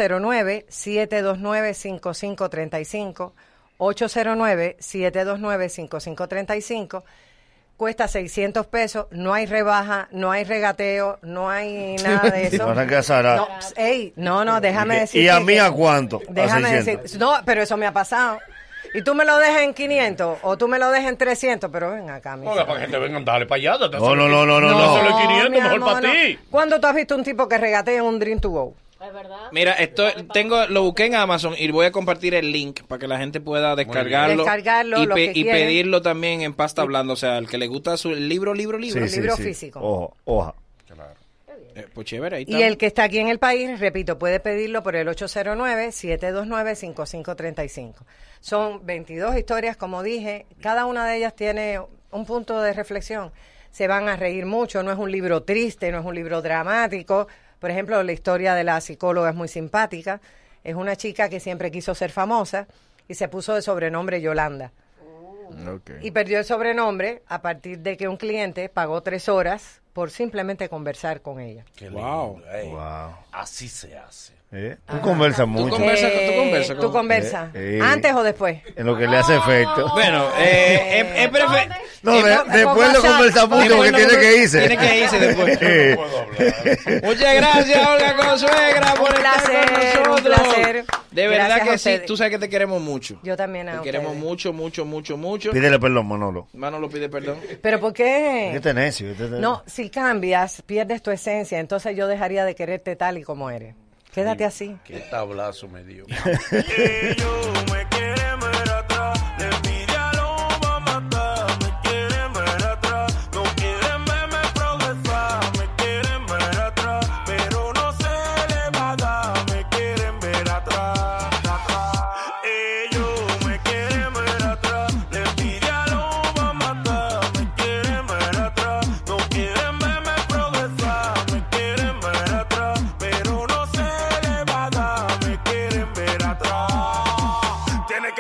809-729-5535. 809-729-5535. Cuesta $600, no hay rebaja, no hay regateo, no hay nada de eso. Van a casar a- No, déjame decir. ¿Y a mí a cuánto? Déjame a decir. 600. No, pero eso me ha pasado. Y tú me lo dejas en 500 o tú me lo dejas en 300, pero ven acá, mi Oiga, para que te vengan, dale para allá. No. Dáselo en 500, mi mejor amor, para no. ti. ¿Cuándo tú has visto un tipo que regatea en un Dream to Go? Mira, lo busqué en Amazon y voy a compartir el link para que la gente pueda descargarlo, Descargarlo, lo que y quieren. pedirlo también en pasta blanda. O sea, el que le gusta el libro. Sí, físico. Hoja. Pues chévere, ahí Y está. el que está aquí en el país, repito, puede pedirlo por el 809-729-5535. Son 22 historias, como dije, cada una de ellas tiene un punto de reflexión. Se van a reír mucho, no es un libro triste, no es un libro dramático. Por ejemplo, la historia de la psicóloga es muy simpática. Es una chica que siempre quiso ser famosa y se puso de sobrenombre Yolanda. Y perdió el sobrenombre a partir de que un cliente pagó 3 horas por simplemente conversar con ella. Qué Wow. Wow. Así se hace. Tú conversas mucho. ¿Tú conversas? ¿Antes o después? En lo que le hace efecto. Bueno, No, después lo conversa mucho porque tiene que irse. Tiene que irse después. Muchas gracias, Olga Consuegra, por estar con nosotros. Un placer. De verdad Gracias a que sí, ustedes. tú sabes que te queremos mucho. Yo también a Te queremos ustedes. mucho. Pídele perdón, Manolo. Manolo pide perdón. ¿Pero por qué? Este necio. No, si cambias, pierdes tu esencia. Entonces yo dejaría de quererte tal y como eres. Quédate así. Qué tablazo me dio. Tiene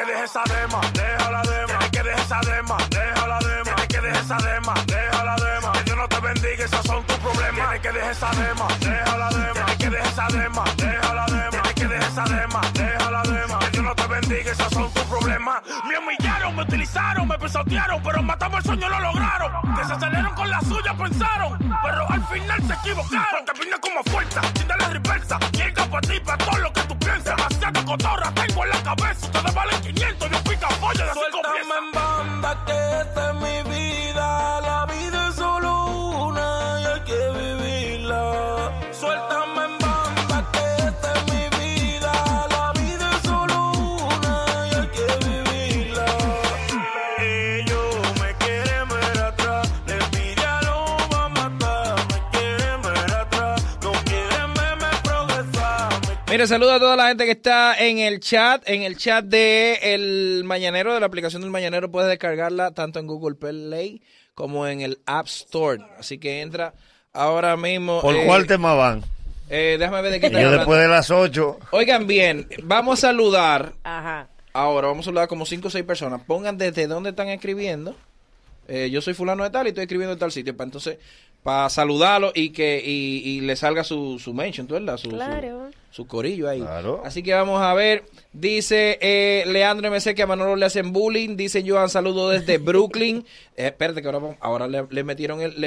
dejes esa dema, déjala dema. Desde que dejes esa dema, déjala dema. Desde que dejes esa dema, déjala dema. Que Dios no te bendiga, esos son tus problemas. Me humillaron, me utilizaron, me pisotearon, pero matamos el sueño lo lograron. Que se aceleraron con la suya, pensaron, pero al final se equivocaron. Te vine como fuerza, sin darle reversa. Llega para ti, para todo lo que tú piensas. Demasiada cotorra tengo en la cabeza. Ustedes valen 500, yo pica pollo de 5 piezas. Suéltame en banda, que esta es mi vida. La vida es solo una y hay que vivirla. Suéltame en banda, que esta es mi vida. La vida es solo una y hay que vivirla. Ellos me quieren ver atrás. La envidia lo va a matar. Me quieren ver atrás. No quieren verme progresar. Mire, saludo a toda la gente que está en el chat de El Mañanero, de la aplicación del Mañanero. Puedes descargarla tanto en Google Play como en el App Store. Así que entra ahora mismo. ¿Por cuál tema van? Déjame ver de qué está Yo hablando. después de las 8. Oigan bien, vamos a saludar. Ajá. Ahora vamos a saludar como 5 o 6 personas. Pongan desde dónde están escribiendo. Yo soy fulano de tal y estoy escribiendo en tal sitio. Para saludarlo y que y le salga su mention, ¿tú verdad? Su corillo ahí. Claro. Así que vamos a ver. Dice Leandro MC que a Manolo le hacen bullying. Dice Joan, saludo desde Brooklyn. Espérate que ahora le metieron el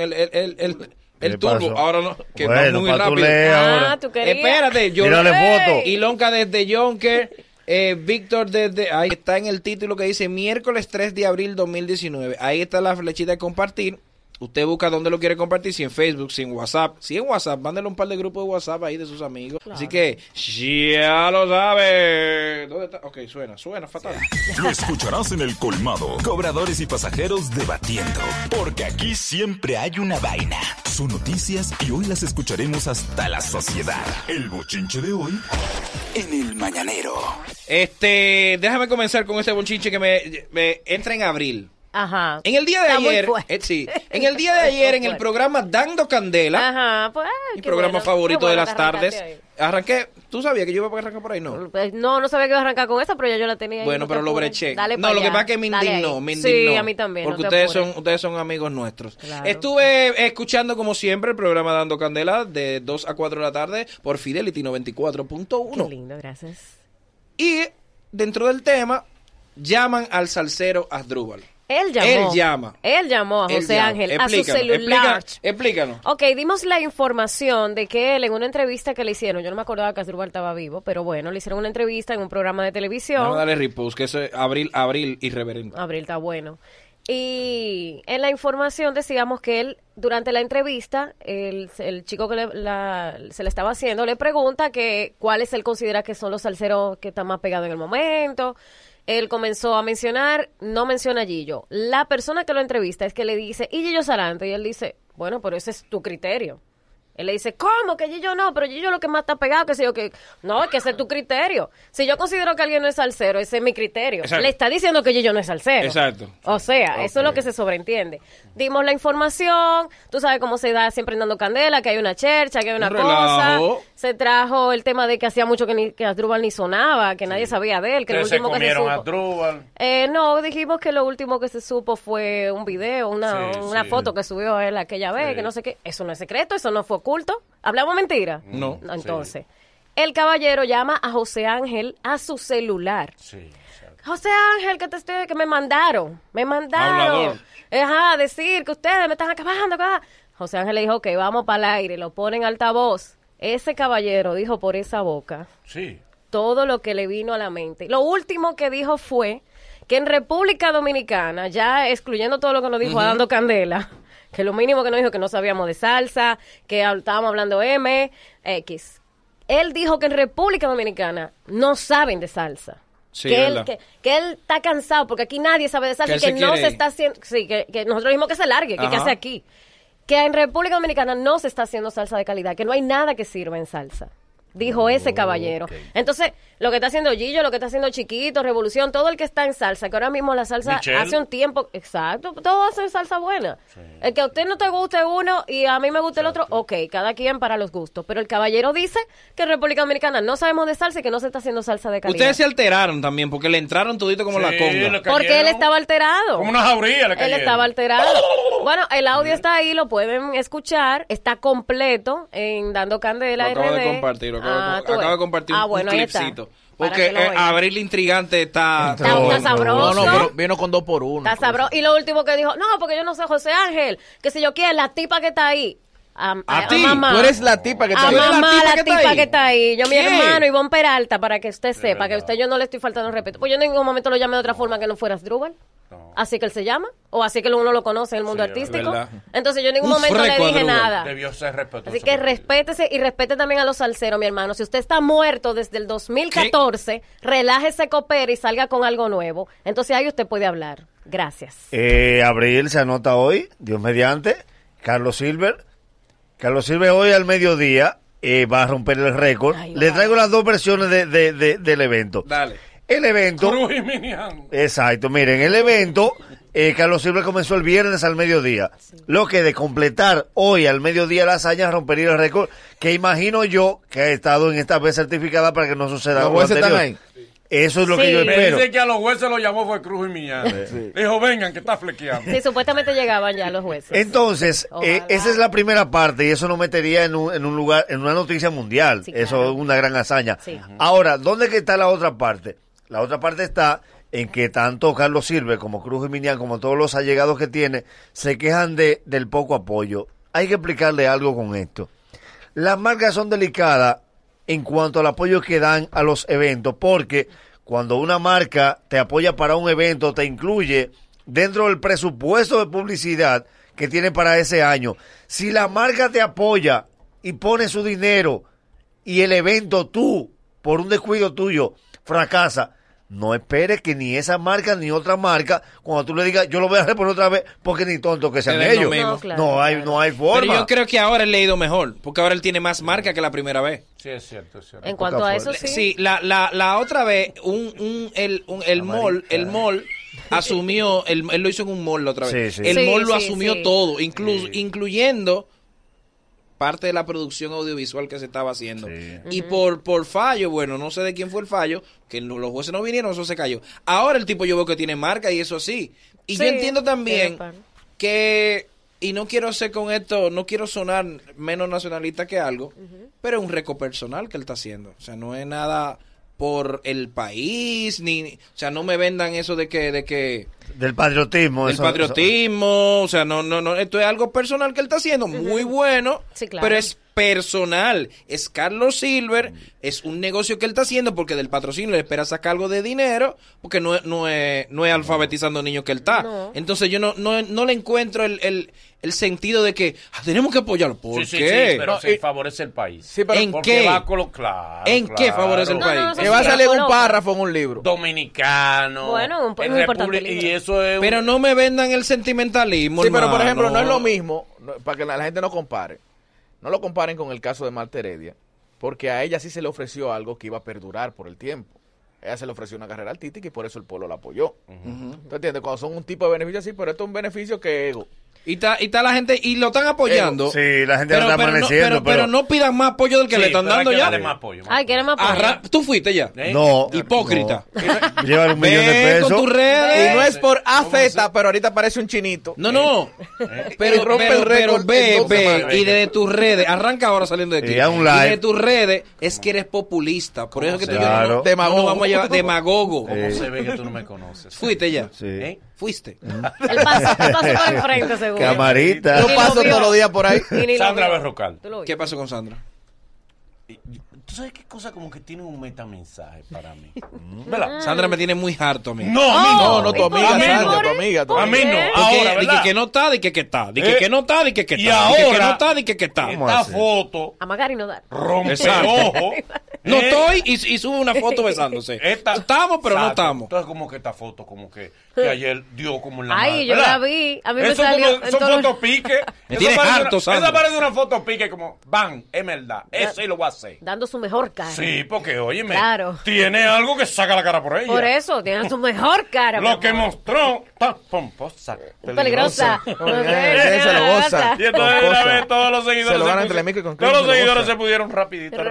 turbo. pasó? Ahora no, que Bueno, va muy pa' tú rápido. leer ahora. tú querías. Espérate, yo Tírale foto. y Lonca desde Yonker. Víctor desde ahí está en el título que dice miércoles 3 de abril 2019. Ahí está la flechita de compartir. Usted busca dónde lo quiere compartir, si en Facebook, si en WhatsApp. Si en WhatsApp, mándale un par de grupos de WhatsApp ahí de sus amigos. Claro. Así que, ya lo sabe. ¿Dónde está? Ok, suena fatal. Lo escucharás en El Colmado. Cobradores y pasajeros debatiendo. Porque aquí siempre hay una vaina. Son noticias y hoy las escucharemos hasta la saciedad. El bochinche de hoy en El Mañanero. Déjame comenzar con este bochinche que me entra en abril. Ajá. En el día de Está muy ayer, fuerte. sí, en el día de ayer, en el Fuerte. programa Dando Candela, Ajá, pues. mi qué programa bueno. favorito Qué de bueno las que arrancaste tardes, ahí. arranqué. ¿Tú sabías que yo iba a arrancar por ahí? No. Pues, no sabía que iba a arrancar con esa, pero ya yo la tenía ahí. Bueno, no pero te lo apures. breché. Dale No, pa' lo que allá. pasa es que me Dale indignó, ahí. me indignó. Sí, a mí también. Porque no te apures. ustedes son amigos nuestros. Claro. Estuve escuchando, como siempre, el programa Dando Candela de 2 a 4 de la tarde por Fidelity 94.1. Qué lindo, gracias. Y dentro del tema, llaman al salsero Asdrúbal. Él llamó a José Ángel a su celular. Explícanos. Ok, dimos la información de que él en una entrevista que le hicieron, yo no me acordaba que Asdrúbal estaba vivo, pero bueno, le hicieron una entrevista en un programa de televisión. Vamos a darle repost, que eso es abril irreverente. Abril está bueno. Y en la información decíamos que él, durante la entrevista, el chico que se le estaba haciendo, le pregunta que cuáles él considera que son los salseros que están más pegados en el momento. Él comenzó a mencionar, no menciona a Gillo. La persona que lo entrevista es que le dice, ¿y Gillo Sarante? Y él dice, bueno, pero ese es tu criterio. Él le dice, ¿cómo? Que Gillo no, pero Gillo lo que más está pegado, que sé yo, que no, es que ese es tu criterio. Si yo considero que alguien no es salsero, ese es mi criterio. Exacto. Le está diciendo que Gillo no es salsero. Exacto. O sea, eso es lo que se sobreentiende. Dimos la información, tú sabes cómo se da siempre en Dando Candela, que hay una chercha, que hay una Un cosa. relajo. Se trajo el tema de que hacía mucho que Asdrúbal ni sonaba, que nadie sabía de él, que lo Ustedes se último que se comieron supo. a Asdrúbal. No, dijimos que lo último que se supo fue un video, una Sí. foto que subió él aquella vez, Sí. que no sé qué. Eso no es secreto, eso no fue oculto. ¿Hablamos mentira? No. Entonces, el caballero llama a José Ángel a su celular. Sí. José Ángel, que me mandaron. Hablador. Ajá, decir que ustedes me están acabando acá. José Ángel le dijo, ok, vamos para el aire, lo ponen altavoz. Ese caballero dijo por esa boca Sí. todo lo que le vino a la mente. Lo último que dijo fue que en República Dominicana, ya excluyendo todo lo que nos dijo Dando Candela, que lo mínimo que nos dijo que no sabíamos de salsa, que estábamos hablando MX. Él dijo que en República Dominicana no saben de salsa. Sí, que, verdad. que él está cansado porque aquí nadie sabe de salsa Que y que él se no quiere se ir. está haciendo, sí, que nosotros dijimos que se largue, que Ajá. hace aquí. Que en República Dominicana no se está haciendo salsa de calidad, que no hay nada que sirva en salsa. Dijo ese caballero. Entonces, Lo que está haciendo Gillo, lo que está haciendo Chiquito, Revolución, todo el que está en salsa, que ahora mismo la salsa Michelle. hace un tiempo, exacto, todo hace salsa buena. El que a usted no te guste uno y a mí me gusta el otro, ok, cada quien para los gustos. Pero el caballero dice que en República Dominicana no sabemos de salsa y que no se está haciendo salsa de calidad. Ustedes se alteraron también porque le entraron todito como la conga. Porque él estaba alterado. Como una jauría le Él cayeron. estaba alterado. Bueno, el audio está ahí, lo pueden escuchar, está completo en Dando Candela Lo acabo RD. de compartir, tú acabo ves. de compartir un bueno, ahí está. clipcito. Para Porque que lo oigan. Abril Intrigante está sabroso. No, pero vino con 2 por 1. Está sabroso. Y lo último que dijo, no, porque yo no sé José Ángel, que si yo quiero, la tipa que está ahí. A ti, mamá. tú eres la tipa que está A ahí. mamá, la tipa que está ahí. Yo, mi ¿Quién? hermano, Ivonne Peralta, para que usted sepa, que a usted yo no le estoy faltando respeto. Pues yo en ningún momento lo llamé de otra forma que no fuera Asdrúbal. Así que él se llama, o así que uno lo conoce en el mundo artístico. verdad. Entonces yo en ningún momento le dije nada. Debió ser respetuoso. Así que respétese y respete también a los salseros, mi hermano. Si usted está muerto desde el 2014, relájese, coopere y salga con algo nuevo. Entonces ahí usted puede hablar. Gracias. Abril se anota hoy, Dios mediante. Carlos Silver hoy al mediodía va a romper el récord. Le traigo las 2 versiones del evento. Dale. El evento. Cruz y Minian. Exacto, miren, el evento, Carlos Silver comenzó el viernes al mediodía. Lo que de completar hoy al mediodía la hazaña rompería el récord, que imagino yo que ha estado en esta vez certificada para que no suceda ¿Los algo jueces anterior. están ahí? Eso es lo que yo Me espero. dice que a los jueces lo llamó fue Cruz y Minian. Dijo, vengan, que está flequeando. Sí, supuestamente llegaban ya los jueces. Entonces, Ojalá. esa es la primera parte y eso nos metería en un lugar, en una noticia mundial. Sí, Eso claro. es una gran hazaña. Sí. Ahora, ¿dónde que está la otra parte? La otra parte está en que tanto Carlos Silver como Cruz y Minian, como todos los allegados que tiene, se quejan del poco apoyo. Hay que explicarle algo con esto. Las marcas son delicadas en cuanto al apoyo que dan a los eventos, porque cuando una marca te apoya para un evento, te incluye dentro del presupuesto de publicidad que tiene para ese año. Si la marca te apoya y pone su dinero y el evento tú, por un descuido tuyo, fracasa, no esperes que ni esa marca ni otra marca, cuando tú le digas, yo lo voy a reponer otra vez, porque ni tonto que sean Te den lo ellos. mismo. No, claro, No hay forma. Pero yo creo que ahora él le ha ido mejor, porque ahora él tiene más marca que la primera vez. Sí, es cierto, es cierto. En cuanto a eso, sí. Sí, la otra vez, el mall asumió, él lo hizo en un mall la otra vez. Sí, sí. El Sí, mall lo sí, asumió sí. todo, incluyendo parte de la producción audiovisual que se estaba haciendo. Y por fallo, bueno, no sé de quién fue el fallo, que los jueces no vinieron, eso se cayó. Ahora el tipo yo veo que tiene marca y eso sí. Y yo Sí, entiendo también pero, que, y no quiero ser con esto, no quiero sonar menos nacionalista que algo, pero es un récord personal que él está haciendo. O sea, no es nada por el país, o sea, no me vendan eso de que Del patriotismo. el patriotismo, o sea, no, esto es algo personal que él está haciendo, muy bueno, Sí, claro. pero es personal, es Carlos Silver, es un negocio que él está haciendo porque del patrocinio le espera sacar algo de dinero, porque no es alfabetizando niños que él está. No. Entonces yo no le encuentro el sentido de que tenemos que apoyarlo. ¿Por Sí, qué? sí, pero sí favorece el país. Sí, pero ¿En Porque qué? va con lo claro. ¿En qué favorece el No, país? no, no, Que va a sí, salir un coloca. párrafo en un libro. Dominicano. Bueno, un en muy importante República- libro. Y eso es. Pero no me vendan el sentimentalismo. Sí, pero por hermano. ejemplo, no es lo mismo, para que la gente no compare. No lo comparen con el caso de Marta Heredia, porque a ella sí se le ofreció algo que iba a perdurar por el tiempo. Ella se le ofreció una carrera artística y por eso el pueblo la apoyó. ¿Tú entiendes? Cuando son un tipo de beneficio así, pero esto es un beneficio que ego. Y está la gente, y lo están apoyando. Sí, la gente lo está amaneciendo. pero no pidan más apoyo del que le están dando ya. Más apoyo. Ay, ¿quiere más apoyo? Tú fuiste ya. No. Hipócrita. No. Llevan 1 millón de Ve pesos. con tus redes. Y no es por AZ, pero ahorita parece un chinito. No. Y Pero rompe el récord ve, en 2 semanas. y desde tus redes, arranca ahora saliendo de aquí. Y haz un Y live. de tus redes es que eres populista. Por eso que tú y yo Claro. no Demagogo. nos vamos a llevar demagogo. ¿Cómo se ve que tú no me conoces? Fuiste ya. Sí. Fuiste. Él pasó por el frente, seguro. Camarita. Yo Y lo paso vio. todos los días por ahí. Y ni lo Sandra vio. Berrocal. ¿Tú lo viste? ¿Qué pasó con Sandra? ¿Tú sabes qué cosa como que tiene un metamensaje para mí? ¿Verdad? Sandra me tiene muy harto a mí. No, a mí no. No, tu ¿y por amiga qué? Sandra, tu amiga. A mí no. Porque Ahora, dije ¿verdad? que no está, dije que está. Dije que no está, dije que está. Y Dije que ahora- no está, dije que está. ¿Cómo Esta así? foto Amagar y no dar. rompe Exacto. ojo No estoy y sube una foto besándose. Estamos, pero no estamos. Entonces, como que esta foto, como que ayer dio como en la Ay, madre, yo ¿verdad? la vi. A mí me Eso salió. son fotos pique. Me tienes harto, Sandra. Esa parece una foto pique como, van, es verdad. Eso sí lo voy a hacer. Dando su mejor cara. Sí, porque, óyeme, Claro. tiene algo que saca la cara por ella. Por eso, tiene su mejor cara. Lo mi que amor. mostró, tan pomposa, Peligrosa. Se lo goza. Y entonces una vez todos los seguidores Se lo gana se entre la mica y con todos los Cristo, se lo seguidores goza. se pudieron rapidito.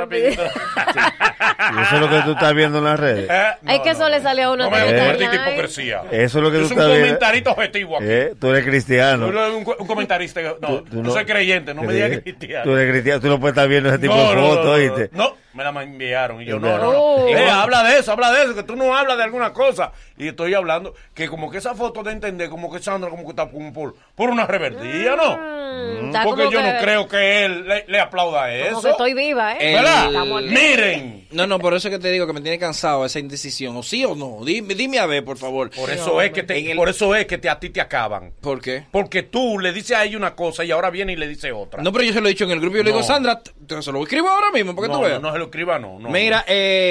Y eso es lo que tú estás viendo en las redes. Es que eso le salió a uno. No me de maldita Ay. hipocresía. Eso es lo que tú Es un estás viendo. comentarista objetivo aquí. Tú eres cristiano. Tú eres un comentarista. No, Tú yo soy creyente, no me digas cristiano. Tú eres cristiano, tú no puedes estar viendo ese tipo de fotos, ¿oíste? No, me la enviaron y yo No. no. Habla de eso, que tú no hablas de alguna cosa. Y estoy hablando que como que esa foto de entender, como que Sandra como que está como por una reverdía, ¿no? Está Porque como yo que- no creo que él le aplauda eso. Como que estoy viva, ¿eh? ¿Verdad? Estamos aquí. Miren. No, por eso es que te digo que me tiene cansado esa indecisión. O sí o no. Dime a ver, por favor. Por eso es que a ti te acaban. ¿Por qué? Porque tú le dices a ella una cosa y ahora viene y le dice otra. No, pero yo se lo he dicho en el grupo. Yo le digo, No. Sandra, se lo escribo ahora mismo, porque tú veas. No se lo escriba, no. Mira,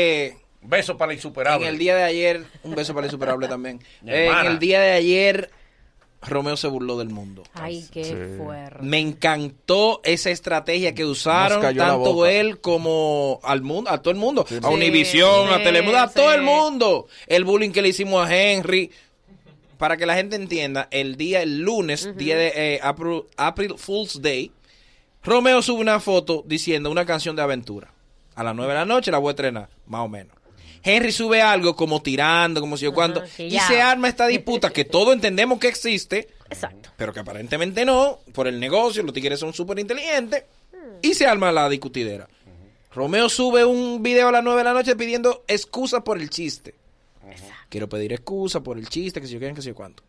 beso para la insuperable. en el día de ayer, un beso para la insuperable también. Mi En hermana. el día de ayer, Romeo se burló del mundo. Ay, qué fuerte. Me encantó esa estrategia que usaron, Nos cayó la tanto boca. él como al mundo, a todo el mundo, a Sí, Univisión, a sí, Telemundo, a todo sí. el mundo. El bullying que le hicimos a Henry. Para que la gente entienda, el lunes, día de April Fool's Day, Romeo sube una foto diciendo una canción de aventura. A las 9 de la noche la voy a estrenar, más o menos. Henry sube algo como tirando, como si yo cuánto, sí, y ya. se arma esta disputa que todos entendemos que existe, Exacto. pero que aparentemente no, por el negocio, los tigres son súper inteligentes, y se arma la discutidera. Romeo sube un video a las 9 de la noche pidiendo excusas por el chiste. Quiero pedir excusa por el chiste, que si yo quieren, que si yo cuánto.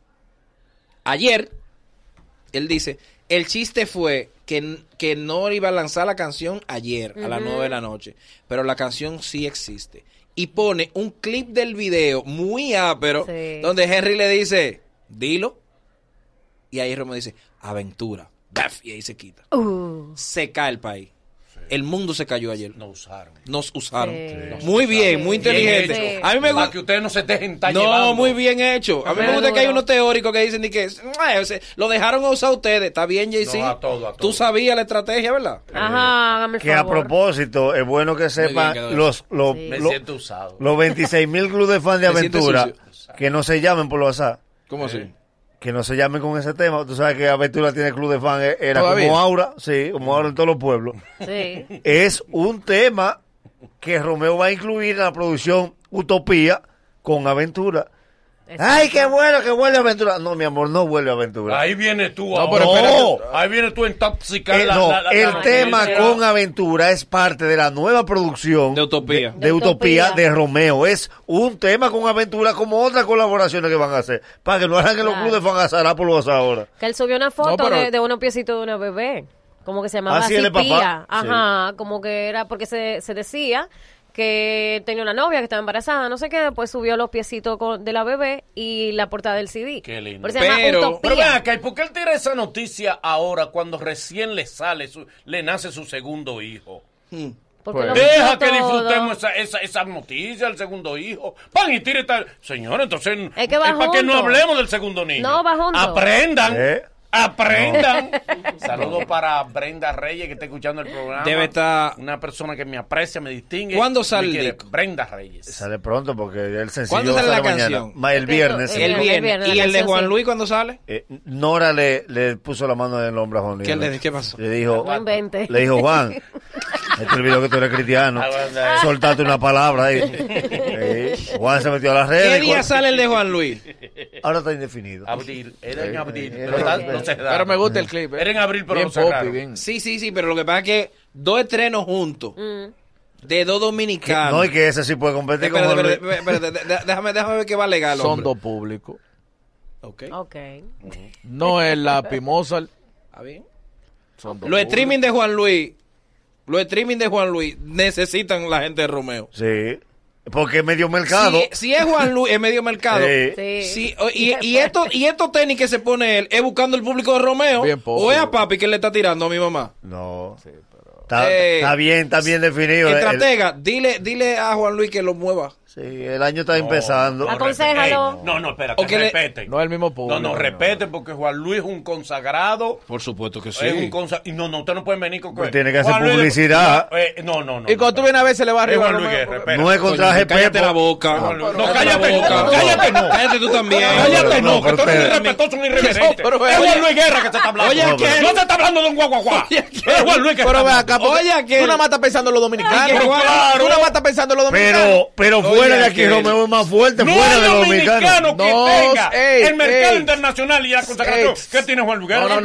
Ayer, él dice, el chiste fue que no iba a lanzar la canción ayer a las 9 de la noche, pero la canción sí existe. Y pone un clip del video muy ápero, Sí. donde Henry le dice, dilo. Y ahí Romeo dice, aventura. ¡Baf! Y ahí se quita. Se cae el país. El mundo se cayó ayer. Nos usaron. Sí. Muy bien, muy inteligente. Sí. A mí me Para gusta. que ustedes no se dejen estar No, llevando. muy bien hecho. A mí me gusta que hay unos teóricos que dicen ni que lo dejaron a usar ustedes. Está bien, JC. No, a todo. Tú sabías la estrategia, ¿verdad? Ajá, hágame el Que a favor. propósito, es bueno que sepan quedó los Me siento usado. los 26,000 clubes de fan de Me siento aventura sucio. que no se llamen por WhatsApp. ¿Cómo así? Que no se llamen con ese tema. Tú sabes que Aventura tiene club de fan. Era ¿Todavía? como Aura, sí, como Aura en todos los pueblos. Sí. Es un tema que Romeo va a incluir en la producción Utopía con Aventura. Ay, qué bueno que vuelve Aventura. No, mi amor, no vuelve Aventura. Ahí viene tú. No, ahora. pero espérate. Ahí viene tú en intoxicar El tema con Aventura es parte de la nueva producción De Utopía. de Utopía de Romeo. Es un tema con Aventura como otras colaboraciones que van a hacer. Para que no hagan que los Claro. clubes van a zarar por WhatsApp ahora. Que él subió una foto No, pero- de unos piecitos de una bebé. Como que se llamaba Ah, sí, él es Cipía. papá. Ajá, como que era porque se decía que tenía una novia que estaba embarazada, no sé qué, después subió los piecitos de la bebé y la portada del CD. Qué lindo. Por eso se llama Utopía. Pero ven acá, ¿y por qué él tira esa noticia ahora cuando recién le nace su segundo hijo? Porque lo Deja mezcló que todo. disfrutemos esa noticia, el segundo hijo. Van y tire tal. Señor, entonces, Es que va para que no junto. hablemos del segundo niño. No, va junto. Aprendan. Aprendan. Saludos para Brenda Reyes, que está escuchando el programa. Debe estar- Una persona que me aprecia, me distingue. ¿Cuándo sale Me el quiere. disco? Brenda Reyes. Sale pronto porque el sencillo ¿Cuándo sale la mañana. canción? El viernes. El viernes. ¿Y el de Juan Luis cuándo sale? Nora le puso la mano en el hombro a Juan Luis. ¿Qué pasó? Le dijo, No inventes. le dijo, Juan, te olvidó que tú eres cristiano. Soltate una palabra ahí. Juan se metió a las redes. ¿Qué día sale el de Juan Luis? Ahora está indefinido. Abril. Era en abril. Eh, Pero no se da. Pero me gusta el clip. Era en abril, pero Bien no cerraron. popi, bien. Sí, pero lo que pasa es que dos estrenos juntos de dos dominicanos. No, y que ese sí puede competir con Juan Luis. Espérate, déjame ver qué va legal. Son hombre. dos públicos. Ok. No es la Pimosa. ¿Está bien? Son dos Los públicos. streaming de Juan Luis. Los streaming de Juan Luis necesitan la gente de Romeo. Sí. Porque es medio mercado. Si es Juan Luis, es medio mercado. Sí. Sí, y estos tenis que se pone él, ¿es buscando el público de Romeo? Bien poco. ¿O es a papi que le está tirando a mi mamá? No. Está bien definido. Estratega, dile a Juan Luis que lo mueva. Sí, el año está empezando. Aconséjalo. No, espérate, que respeten. No es el mismo público. No, respeten, porque Juan Luis es un consagrado. Por supuesto que sí. Es un y no, usted no puede venir con pues tiene que hacer publicidad. No. Y cuando tú vienes a ver, se le va arriba. Juan Luis Guerra, no es contra GP. Cállate la boca. No, cállate no. Cállate tú también. Cállate no, que tú eres irrespetuoso, un irreverente. Es Juan Luis Guerra que se está hablando. Oye, ¿quién? No se está hablando de un guaguaguá. Es Juan Luis que Pero ve acá, Oye, tú nada más estás pensando en los dominicanos. Claro. Tú nada más estás pensando en los dominicanos. Pero fuera de aquí, Romeo es más fuerte, no fuera es de los dominicanos. que tenga el mercado internacional y la consagración. ¿Qué tiene Juan Luis Guerra?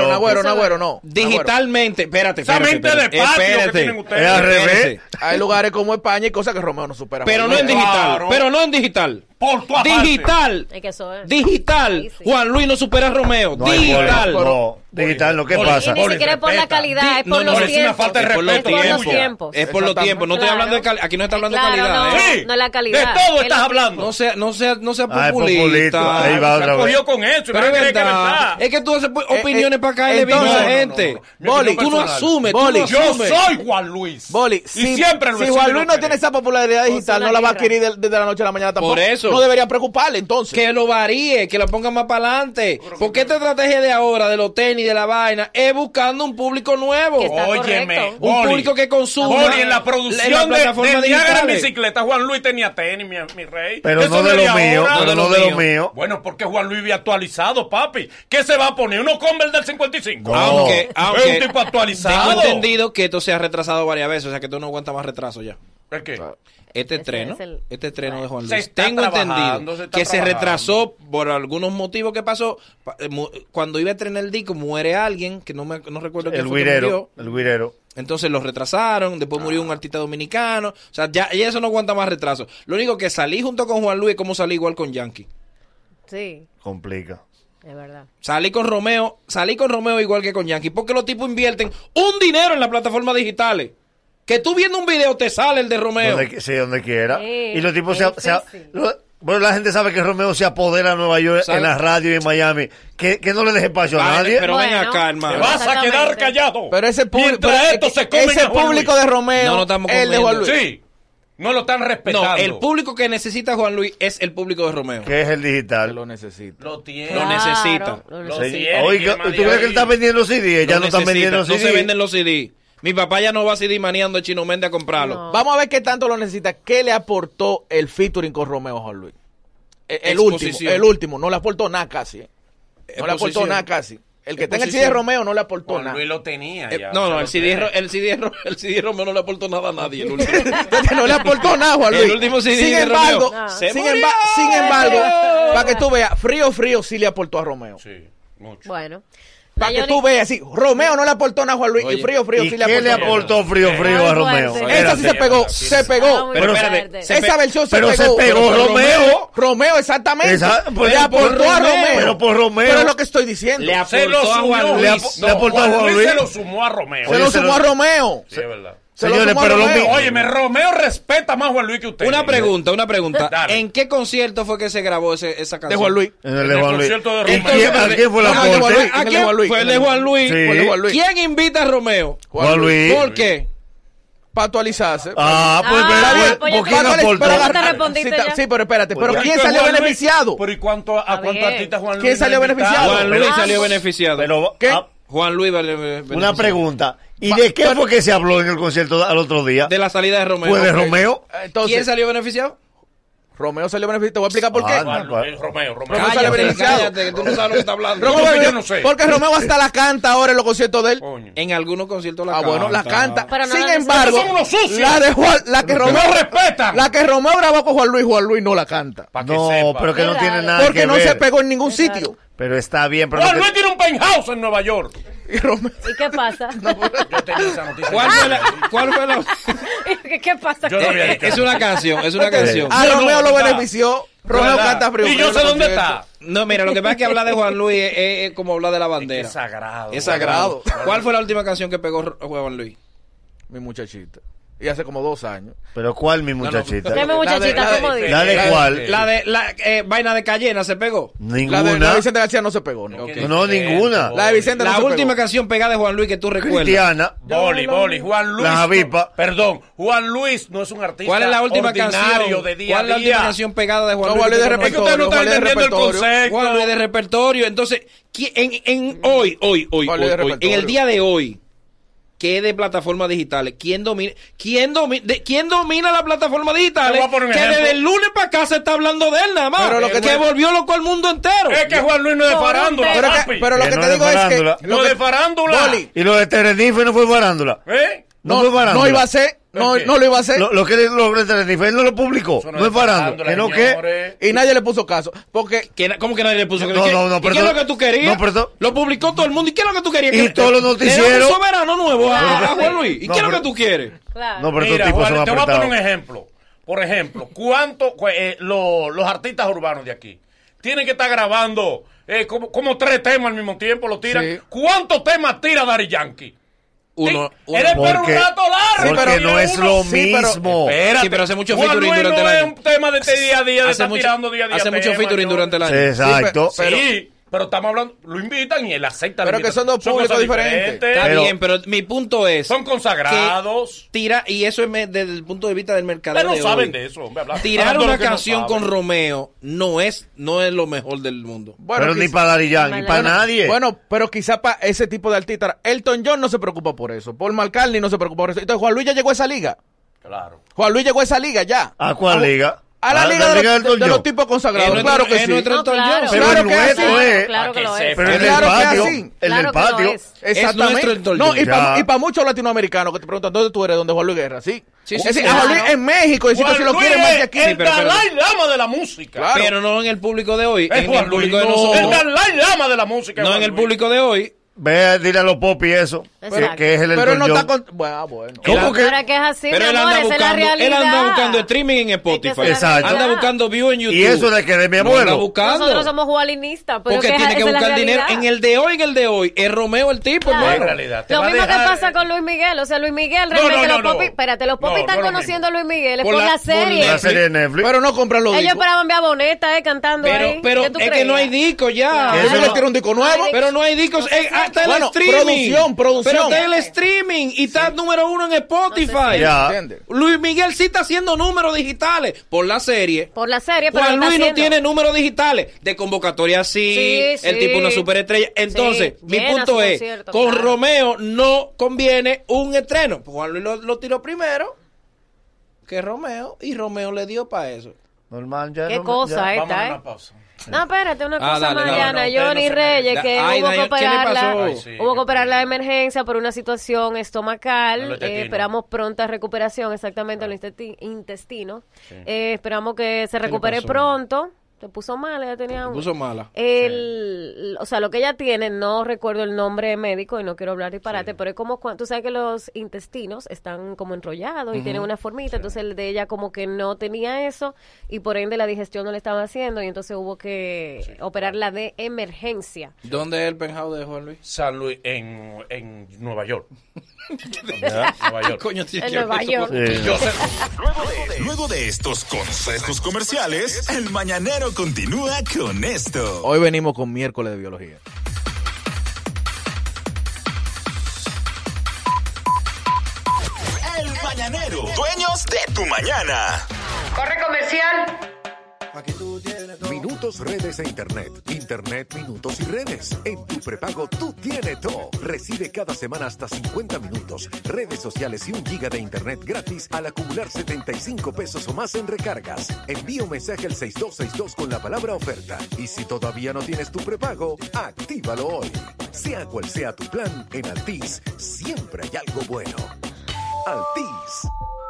No. Digitalmente, espérate. Esa mente de patio que tienen ustedes. Es al revés. Hay lugares como España y cosas que Romeo no supera. Pero no en digital. Por tu aparte. Digital. Es que eso es. Digital. Sí. Juan Luis no supera a Romeo. Digital. Digital, ¿no? ¿Qué pasa? Y ni siquiera es por la calidad, es por los es una tiempos. falta de respeto. Es por los tiempos. Es por los tiempos. No estoy hablando de calidad. Aquí no está hablando de calidad. Sí, no la calidad. De todo estás hablando. No sea populista. populista. Ahí va otra vez. Cogió con eso. Pero es verdad. Es que tú haces opiniones para caerle bien a la gente. Boli, tú no asumes. Yo soy Juan Luis. Boli, y siempre lo si Juan Luis no tiene esa popularidad digital, no la va a adquirir desde la noche a la mañana tampoco. Por eso. No debería preocuparle, entonces. Que lo varíe, que lo ponga más para adelante. Porque esta estrategia de ahora, de los tenis, de la vaina, es buscando un público nuevo. Óyeme, un público que consuma. Boli, en la producción de Niagara bicicleta, Juan Luis tenía tenis, mi rey. Pero no de lo mío, pero no de lo mío. Bueno, porque Juan Luis había actualizado, papi. ¿Qué se va a poner? ¿Uno Converse del 55? No. Aunque es un tipo actualizado. Tengo entendido que esto se ha retrasado varias veces, o sea que tú no aguantas más retraso ya. ¿Por qué? Este estreno de Juan Se Luis. está Tengo trabajando, entendido que se retrasó por algunos motivos que pasó. Cuando iba a estrenar el disco, muere alguien, que no recuerdo quién fue que murió. El guirero. Entonces lo retrasaron, después murió un artista dominicano. O sea, ya eso no aguanta más retraso. Lo único que salí junto con Juan Luis es como salí igual con Yankee. Sí. Complica. Es verdad. Salí con Romeo igual que con Yankee, porque los tipos invierten un dinero en las plataformas digitales. Que tú viendo un video te sale el de Romeo. Donde quiera. Y los tipos bueno, la gente sabe que Romeo se apodera a Nueva York en la radio y en Miami. Que no le deje espacio a nadie. Pero ven acá, hermano. Te vas a quedar callado. Pero ese público de Romeo, no estamos el de Juan Luis. Sí. No lo están respetando. No, el público que necesita a Juan Luis es el público de Romeo. Que es el digital. Lo necesita. Lo tiene. Lo necesita. Oiga, ¿tú crees que él está vendiendo CD? Ya no están vendiendo CD. No se venden los CD. Mi papá ya no va a CD maneando el Chino Méndez a comprarlo. No. Vamos a ver qué tanto lo necesita. ¿Qué le aportó el featuring con Romeo a Juan Luis? El último. No le aportó nada casi. No le aportó nada casi. El que tenga el CD de Romeo no le aportó nada. Luis lo tenía ya. No, el CD de Romeo no le aportó nada a nadie. El último. No le aportó nada, Juan Luis. El último CD sin de embargo, Romeo. Sin embargo, para que tú veas, Frío sí le aportó a Romeo. Sí, mucho. Bueno. Para que tú veas, sí, Romeo no le aportó nada a Juan Luis. Oye, y Frío ¿y sí qué le aportó Frío a Romeo? Esa sí se pegó. Pero espérate. Esa versión se pegó. Pero se pegó Romeo. Romeo, exactamente. Le aportó a Romeo. Pero por Romeo. Pero es lo que estoy diciendo. Le aportó a Juan Luis. Le aportó a Juan Luis. Se lo sumó a Romeo. Se lo sumó a Romeo. Sí, es verdad. Señores, pero óyeme, Romeo respeta más a Juan Luis que usted. Una pregunta. ¿En qué concierto fue que se grabó esa canción? De Juan Luis. En el de Juan Luis. concierto de Romeo. ¿A quién fue la aporte? ¿A quién fue el de Juan Luis? Sí. ¿Quién invita a Romeo? Juan Luis. ¿Por qué? Para actualizarse. ¿Por quién aportó? Sí, pero espérate. ¿Pero quién salió beneficiado? ¿Pero y cuántos artistas Juan Luis? ¿Quién salió beneficiado? Juan Luis salió beneficiado. ¿Qué? Juan Luis beneficiado. Una pregunta. ¿Y de qué fue que se habló en el concierto al otro día? De la salida de Romeo. ¿Fue de Romeo? Entonces, ¿quién salió beneficiado? Romeo salió beneficiado. Te voy a explicar por qué. Romeo. Sale beneficiado. Cállate, que tú no sabes lo que está hablando. Yo no sé. Porque Romeo hasta la canta ahora en los conciertos de él. En algunos conciertos la canta. Bueno, la canta. Pero no sin la embargo, la que Romeo grabó con Juan Luis no la canta. No, pero que no tiene nada que ver. Porque no se pegó en ningún sitio. Pero está bien. Pero Juan Luis tiene un penthouse en Nueva York. ¿Y qué pasa? Yo tenía esa noticia. ¿Cuál fue la? ¿Qué pasa? Es una canción. A Romeo lo benefició. Romeo canta Frío. ¿Y yo sé dónde está? No, mira, lo que pasa es que hablar de Juan Luis es como hablar de la bandera. Es sagrado. Es sagrado. ¿Cuál fue la última canción que pegó Juan Luis? Mi muchachita. Y hace como 2 años. ¿Pero cuál, mi muchachita? ¿Qué mi muchachita? ¿Cómo dice? ¿La de cuál? La de vaina de Cayena se pegó. Ninguna. La de Vicente García no se pegó. ¿No? No, ninguna. La de Vicente no La se última pegó. canción pegada de Juan Luis que tú recuerdas. Cristiana. Boli, Juan Luis. La Javipa. Perdón, Juan Luis no es un artista ¿Cuál es la última ordinario canción? de día ¿Cuál es la a última día? canción pegada de Juan No, Luis? Juan Luis de que tú Es que usted no está Juan Luis de entendiendo el repertorio. concepto. Juan Luis de repertorio. Entonces, hoy, Juan Luis de en repertorio. el día de hoy, que es de plataformas digitales, ¿quién domina las plataformas digitales? Te voy a poner un Que ejemplo. desde el lunes para acá se está hablando de él nada más. Pero lo que volvió loco al mundo entero. Es que Juan Luis no es de farándula, papi. Pero lo Que que no te es digo de es farándula. que... No de farándula. Boli, Y lo de Tenerife no fue farándula. ¿Eh? No fue farándula. no iba a ser, no lo iba a hacer. Lo que lo de Tenerife, él no lo publicó. Eso No es farándula. ¿Que no qué? señores. Y nadie le puso caso. Porque ¿Cómo que nadie le puso? No, ¿Qué- no, no, ¿Y pero qué es lo eso- que tú querías? no, pero eso- Lo publicó todo el mundo. ¿Y qué es lo que tú querías? Y Que- todos los le noticieros- damos un soberano nuevo a Juan Luis. ¿Y No, qué es lo que pero- tú quieres? Claro. No, pero Mira, estos tipos Juan, son te voy a poner un apretados. ejemplo. Por ejemplo, ¿cuánto los artistas urbanos de aquí tienen que estar grabando como 3 temas al mismo tiempo? ¿Lo tiran? Sí. ¿Cuántos temas tira Daddy Yankee? Uno. Él espera un rato largo. Porque no es lo sí, pero- mismo. Espérate. Sí, pero hace mucho Juan featuring Luis durante no el es año. un tema de este día a día, de Hace estar mucho- tirando día a día. Hace mucho temas, featuring señor. durante el año. Sí, exacto. Sí, pero estamos hablando, lo invitan y él acepta. la Pero que invitación. son dos públicos cosas diferentes. Está Pero- bien, pero mi punto es... Son consagrados. Tira, y eso es desde el punto de vista del mercado Ustedes no de saben hoy. de eso, hombre. Tirar Hablando de una lo que no canción saben. con Romeo no es lo mejor del mundo. Bueno, Pero ni quizá- para Daddy Yankee, ni para nadie. Bueno, pero quizá para ese tipo de artistas, Elton John no se preocupa por eso, Paul McCartney no se preocupa por eso. Entonces Juan Luis ya llegó a esa liga. Claro. Juan Luis llegó a esa liga ya. ¿A cuál liga? A la liga del de Elton los John. tipos consagrados. Es Claro nuestro- que es sí. nuestro Elton claro. John. Pero Claro el que nuestro sí. es. Claro que lo es. Pero el del Claro que patio. así. El Claro del que lo patio. es. Exactamente. Es nuestro Elton No, John. y para muchos latinoamericanos que te preguntan, ¿dónde tú eres? ¿Dónde Juan Luis Guerra? Sí. Sí, Es sí, decir, sí. a Juan Luis Claro. en México, y si Juan lo Luis quieren más que es aquí. el pero- Dalai Lama de la música. Claro. Pero no en el público de hoy. Es En Juan el Luis, público de no. nosotros. El Dalai Lama de la música. No Juan en el Luis. público de hoy. Ve, dile a los popis eso. Exacto. Que es el Pero Elton no John. está con... Bueno, bueno. ¿Cómo que? Ahora que es así, Pero mi él amor, anda esa es la buscando, él realidad. anda buscando streaming en Spotify. Es que esa es la Exacto. realidad. Anda buscando view en YouTube. Y eso de que de mi No anda abuelo. buscando. Nosotros somos jualinistas, pero Porque que tiene que esa es la buscar dinero. realidad. En el de hoy, es Romeo el tipo, Claro. hermano. En realidad. te Lo va a mismo que dejar- pasa con Luis Miguel, o sea, Luis Miguel No, realmente no, los no, popis, no. espérate, los popis No, están no lo conociendo a Luis Miguel, es Por por la- la serie. La serie de Netflix. Pero no compran los Ellos discos. esperaban ver a Boneta cantando ahí. Pero ¿Qué tú es que creías? no hay disco ya. Eso Eso no- le tiene un disco nuevo. Pero no hay discos. Hasta el Bueno, streaming. producción. Pero está el streaming y está número 1 en Spotify. Ya. ¿Entiendes? Luis Miguel sí está haciendo números digitales por la serie. Por la serie, pero Juan lo está Luis no haciendo. tiene números digitales de convocatoria sí, Sí, el sí. tipo una superestrella. Entonces, Sí, mi llena punto su es, concierto, con claro. Romeo no conviene un estreno. Pues Juan Luis lo tiró primero que Romeo y Romeo le dio para eso. Normal, ya. Qué no- cosa ya. Vamos a esta, una pausa. No, espérate, una Ah, cosa dale, más, dale. Diana. No, ustedes Johnny no se Reyes, merecen. que Ay, hubo que Daniel, ¿qué le operarla, pasó? Ay, sí, hubo que qué operarla de emergencia por una situación estomacal. No lo intestino. Esperamos pronta recuperación, exactamente, en el intestino. Esperamos que se recupere pasó? pronto. Se puso mala, ella tenía Se puso mala. o sea, lo que ella tiene, no recuerdo el nombre médico y no quiero hablar disparate, pero es como tú sabes que los intestinos están como enrollados y tienen una formita, entonces el de ella como que no tenía eso y por ende la digestión no le estaba haciendo y entonces hubo que operarla de emergencia. ¿Dónde es el penthouse de Juan Luis? San Luis, en Nueva York. Nueva York. Coño, tiene En que ver Nueva eso York. con- Sí. Yo sé. Luego de estos consejos comerciales, el mañanero continúa con esto. Hoy venimos con miércoles de biología. El mañanero, dueños de tu mañana. Corre comercial. Minutos, redes e internet. Internet, minutos y redes. En tu prepago tú tienes todo. Recibe cada semana hasta 50 minutos, redes sociales y 1 giga de internet gratis al acumular 75 pesos o más en recargas. Envía un mensaje al 6262 con la palabra oferta. Y si todavía no tienes tu prepago, actívalo hoy. Sea cual sea tu plan, en Altiz siempre hay algo bueno. Altiz.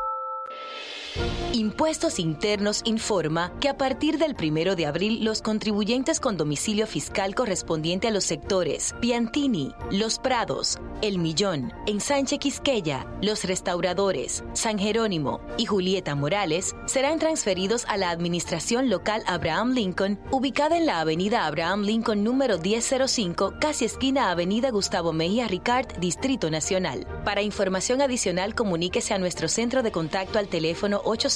Impuestos Internos informa que a partir del 1 de abril los contribuyentes con domicilio fiscal correspondiente a los sectores Piantini, Los Prados, El Millón, Ensanche Quisqueya, Los Restauradores, San Jerónimo y Julieta Morales serán transferidos a la Administración Local Abraham Lincoln, ubicada en la Avenida Abraham Lincoln número 1005, casi esquina Avenida Gustavo Mejía Ricard, Distrito Nacional. Para información adicional, comuníquese a nuestro centro de contacto al teléfono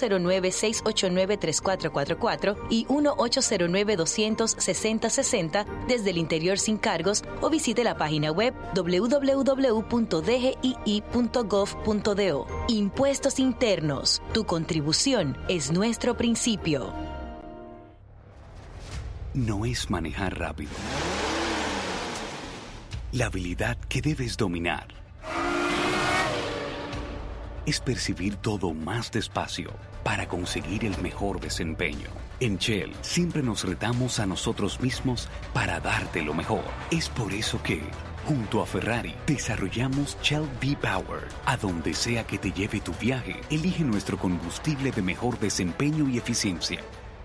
809-689-3444 y 1-809-200-6060 desde el interior sin cargos o visite la página web www.dgii.gov.do. Impuestos internos. Tu contribución es nuestro principio. No es manejar rápido. La habilidad que debes dominar es percibir todo más despacio para conseguir el mejor desempeño. En Shell siempre nos retamos a nosotros mismos para darte lo mejor. Es por eso que, junto a Ferrari, desarrollamos Shell V-Power. A donde sea que te lleve tu viaje, elige nuestro combustible de mejor desempeño y eficiencia.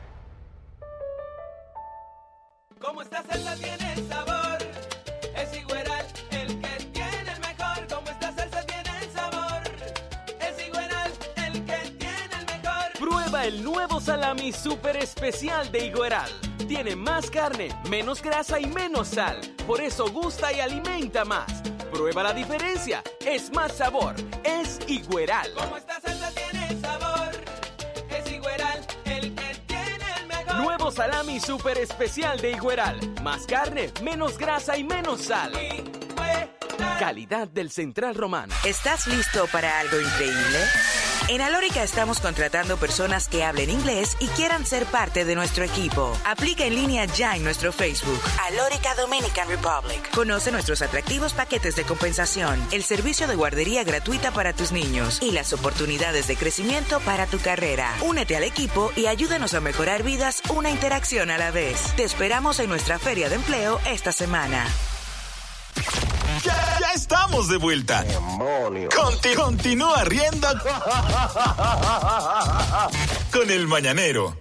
Como esta salsa tiene el sabor, es Igueral el que tiene el mejor. Como esta salsa tiene el sabor, es Igueral el que tiene el mejor. Prueba el nuevo salami super especial de Igueral. Tiene más carne, menos grasa y menos sal. Por eso gusta y alimenta más. Prueba la diferencia. Es más sabor. Es Igueral. Como esta salsa tiene el sabor, es Igueral el que tiene el mejor. Nuevo salami super especial de Igueral. Más carne, menos grasa y menos sal. Calidad del Central Romano. ¿Estás listo para algo increíble? En Alórica estamos contratando personas que hablen inglés y quieran ser parte de nuestro equipo. Aplica en línea ya en nuestro Facebook, Alórica Dominican Republic. Conoce nuestros atractivos paquetes de compensación, el servicio de guardería gratuita para tus niños y las oportunidades de crecimiento para tu carrera. Únete al equipo y ayúdanos a mejorar vidas una interacción a la vez. Te esperamos en nuestra feria de empleo esta semana. Ya estamos de vuelta. Continúa riendo con el Mañanero.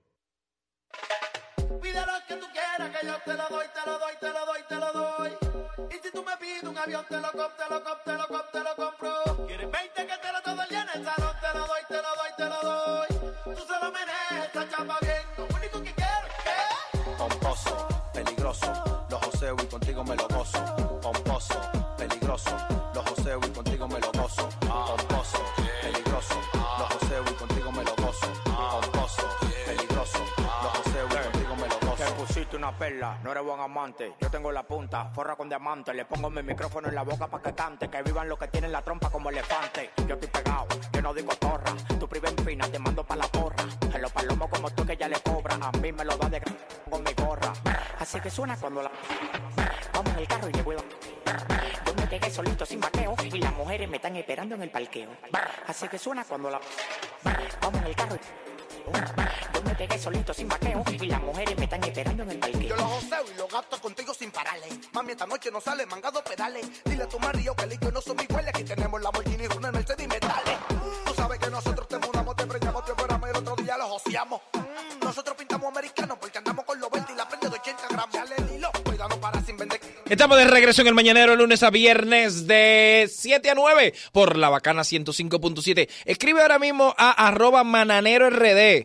Pide lo que tú quieras, que yo te lo doy, te lo doy, te lo doy, te lo doy. Y si tú me pides un avión, te lo compro, te lo compro, te lo compro, te lo compro. ¿Quieres 20 que te lo todo llena el salón? Te lo doy, te lo doy, te lo doy. Tú solo meneas esta chapa bien, lo único que quiero es que... Pomposo, peligroso, los joseo y contigo me lo gozo. Pomposo, peligroso, los joseo y contigo me lo gozo. Pomposo, peligroso, los joseo y contigo me lo gozo. Pomposo, peligroso, los joseo y contigo me lo gozo. Te pusiste una perla, no eres buen amante. Yo tengo la punta, forra con diamante. Le pongo mi micrófono en la boca pa' que cante. Que vivan los que tienen la trompa como elefante. Yo estoy pegado, yo no digo torra. Tu priva en fina, te mando pa' la porra. En los palomos como tú que ya le cobra. A mí me lo da de con mi gorra. Así que suena cuando la... Vamos en el carro y le vuelvo. Yo me pegué solito sin vaqueo y las mujeres me están esperando en el parqueo. Así que suena cuando la... Vamos en el carro y... Yo me pegué solito sin vaqueo y las mujeres me están esperando en el parqueo. Yo los joseo y los gasto contigo sin pararle. Mami, esta noche no sale mangado pedales. Dile a tu marido que el yo no somos iguales. Aquí tenemos la Lamborghini, Runa, Mercedes y metales. Tú sabes que nosotros te mudamos, te preñamos, te operamos y el otro día los joseamos. Nosotros pintamos americanos porque andamos con los 20 y la prende de 80 gramos. Dale el hilo, cuidado para sin vender. Estamos de regreso en el Mañanero, lunes a viernes de 7 a 9 por la Bacana 105.7. Escribe ahora mismo a @mananerord.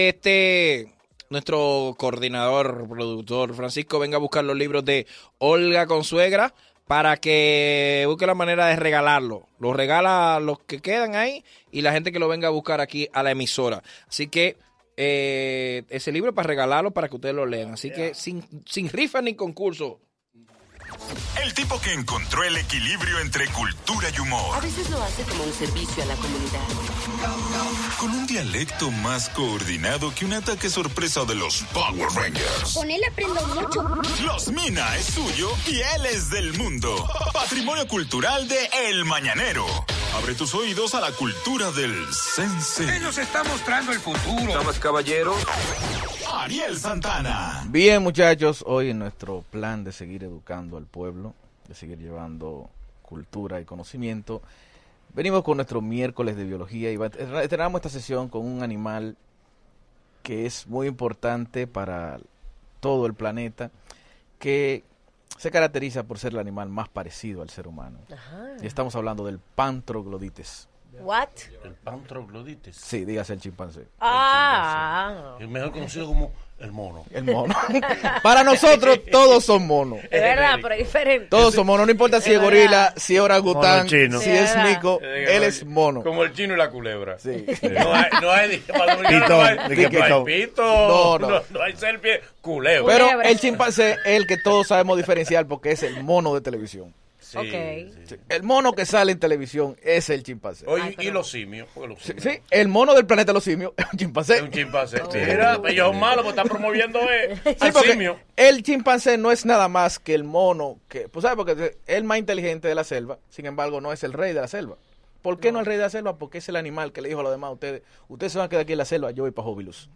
Nuestro coordinador, productor Francisco, venga a buscar los libros de Olga Consuegra para que busque la manera de regalarlo. Lo regala a los que quedan ahí y la gente que lo venga a buscar aquí a la emisora. Así que ese libro es para regalarlo para que ustedes lo lean. Así que sin rifa ni concurso. El tipo que encontró el equilibrio entre cultura y humor. A veces lo hace como un servicio a la comunidad. Con un dialecto más coordinado que un ataque sorpresa de los Power Rangers. Con él aprendo mucho. Los Mina es suyo y él es del mundo. Patrimonio cultural de El Mañanero. Abre tus oídos a la cultura del sense. Él nos está mostrando el futuro. Damas, caballeros. Ariel Santana. Bien, muchachos, hoy en nuestro plan de seguir educando al pueblo, de seguir llevando cultura y conocimiento, venimos con nuestro miércoles de biología y terminamos esta sesión con un animal que es muy importante para todo el planeta, que se caracteriza por ser el animal más parecido al ser humano. Ajá. Y estamos hablando del Pantroglodites. What? El pan troglodites. Sí, dígase el chimpancé. Ah. Es mejor conocido como el mono. El mono. Para nosotros, todos son monos. Es verdad, pero es diferente. Todos son monos, no importa si es gorila, si es orangután, Mono chino. si es mico, él es mono. Como el chino y la culebra. Sí. No hay para dominicano, Pitón, no hay, ¿de qué no hay pitón? pito, No. no hay serpiente, culebra. Pero Culebra. el chimpancé es el que todos sabemos diferenciar porque es el mono de televisión. Sí, Ok. Sí. El mono que sale en televisión es el chimpancé. Oye, y los simios. Porque los Sí, simios sí, el mono del planeta de los simios es un chimpancé. es un chimpancé. Mira, ellos son malos porque están promoviendo Sí, al porque simio. el chimpancé no es nada más que el mono que, pues sabes, porque es el más inteligente de la selva, sin embargo no es el rey de la selva. ¿Por qué no es el rey de la selva? Porque es el animal que le dijo a los demás, ustedes se van a quedar aquí en la selva, yo voy para Hobilus.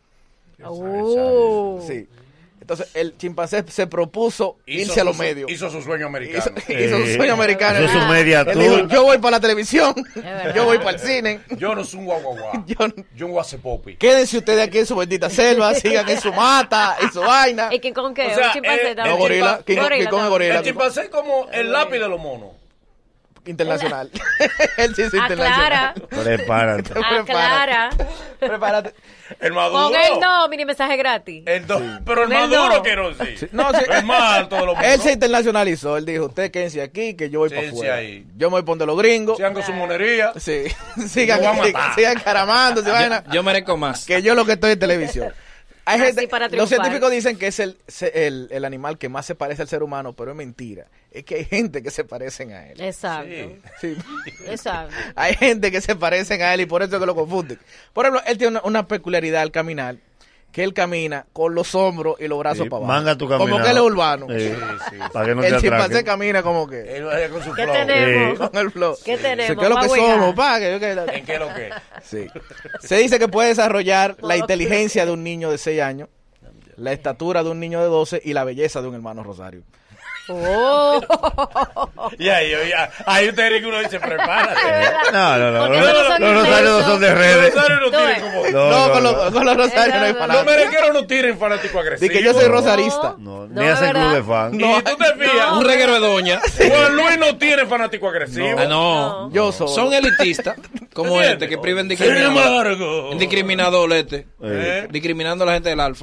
Sí. Entonces el chimpancé se propuso irse a los medios. Hizo su sueño americano. Hizo su sueño americano. Hizo su media Él dijo, tour. yo voy para la televisión, verdad. yo voy para el cine. Yo no soy un guaguaguá. Yo un guasepopi. Quédense ustedes aquí en su bendita selva, sigan en su mata, en su vaina. ¿Y King Kong qué? O sea, ¿Un chimpancé el también? No, gorila. King Kong es también. gorila. El chimpancé es como el lápiz de los monos. Internacional. Él sí es internacional. Aclara. Prepárate. Aclara. Prepárate. El maduro. Con él no, mini mensaje gratis. Pero el Con él maduro no. quiero decir. Sí, no, sí. Es más alto de los monos. Él se internacionalizó. Él dijo, ustedes quédense aquí, que yo voy para Quédense afuera. ahí. Yo me voy a poner los gringos. Sigan con su monería. Sí. Sigan, Lo voy a matar. sigan caramando, vaina. Yo merezco más. Que yo lo que estoy en televisión. Hay Así gente, para los triunfar. científicos dicen que es el animal que más se parece al ser humano, pero es mentira. Es que hay gente que se parecen a él. Exacto. Sí. Exacto. Hay gente que se parecen a él y por eso es que lo confunden. Por ejemplo, él tiene una peculiaridad al caminar, que él camina con los hombros y los brazos Sí, para abajo. manga tu caminado. Como que él es urbano. Para que no te El chimpancé atraquen. camina como que Él vaya con su ¿Qué flow. tenemos? con el flow. ¿Qué tenemos? ¿Qué es lo que Vamos a somos? jugar. ¿En qué es lo que? Sí. Se dice que puede desarrollar la inteligencia de un niño de 6 años, la estatura de un niño de 12 y la belleza de un hermano Rosario. Oh. Y ahí usted que uno dice, prepárate. No. Porque Los no son rosarios no son de Los redes. rosarios no Tú tienen ves. como... No, con los Rosarios no hay Los fanáticos. merengueros no tienen fanático agresivo. Di que yo soy rosarista. No, No, ni hace de club de verdad. fan. Y tú te fijas, Un reguero de doña. Juan Luis no tiene fanático agresivo. Ah, no. Yo soy. Son elitistas, como ¿Entiendes? este, que priven Sin discriminador. embargo. Discriminador este. ¿Eh? Discriminando a la gente del alfa.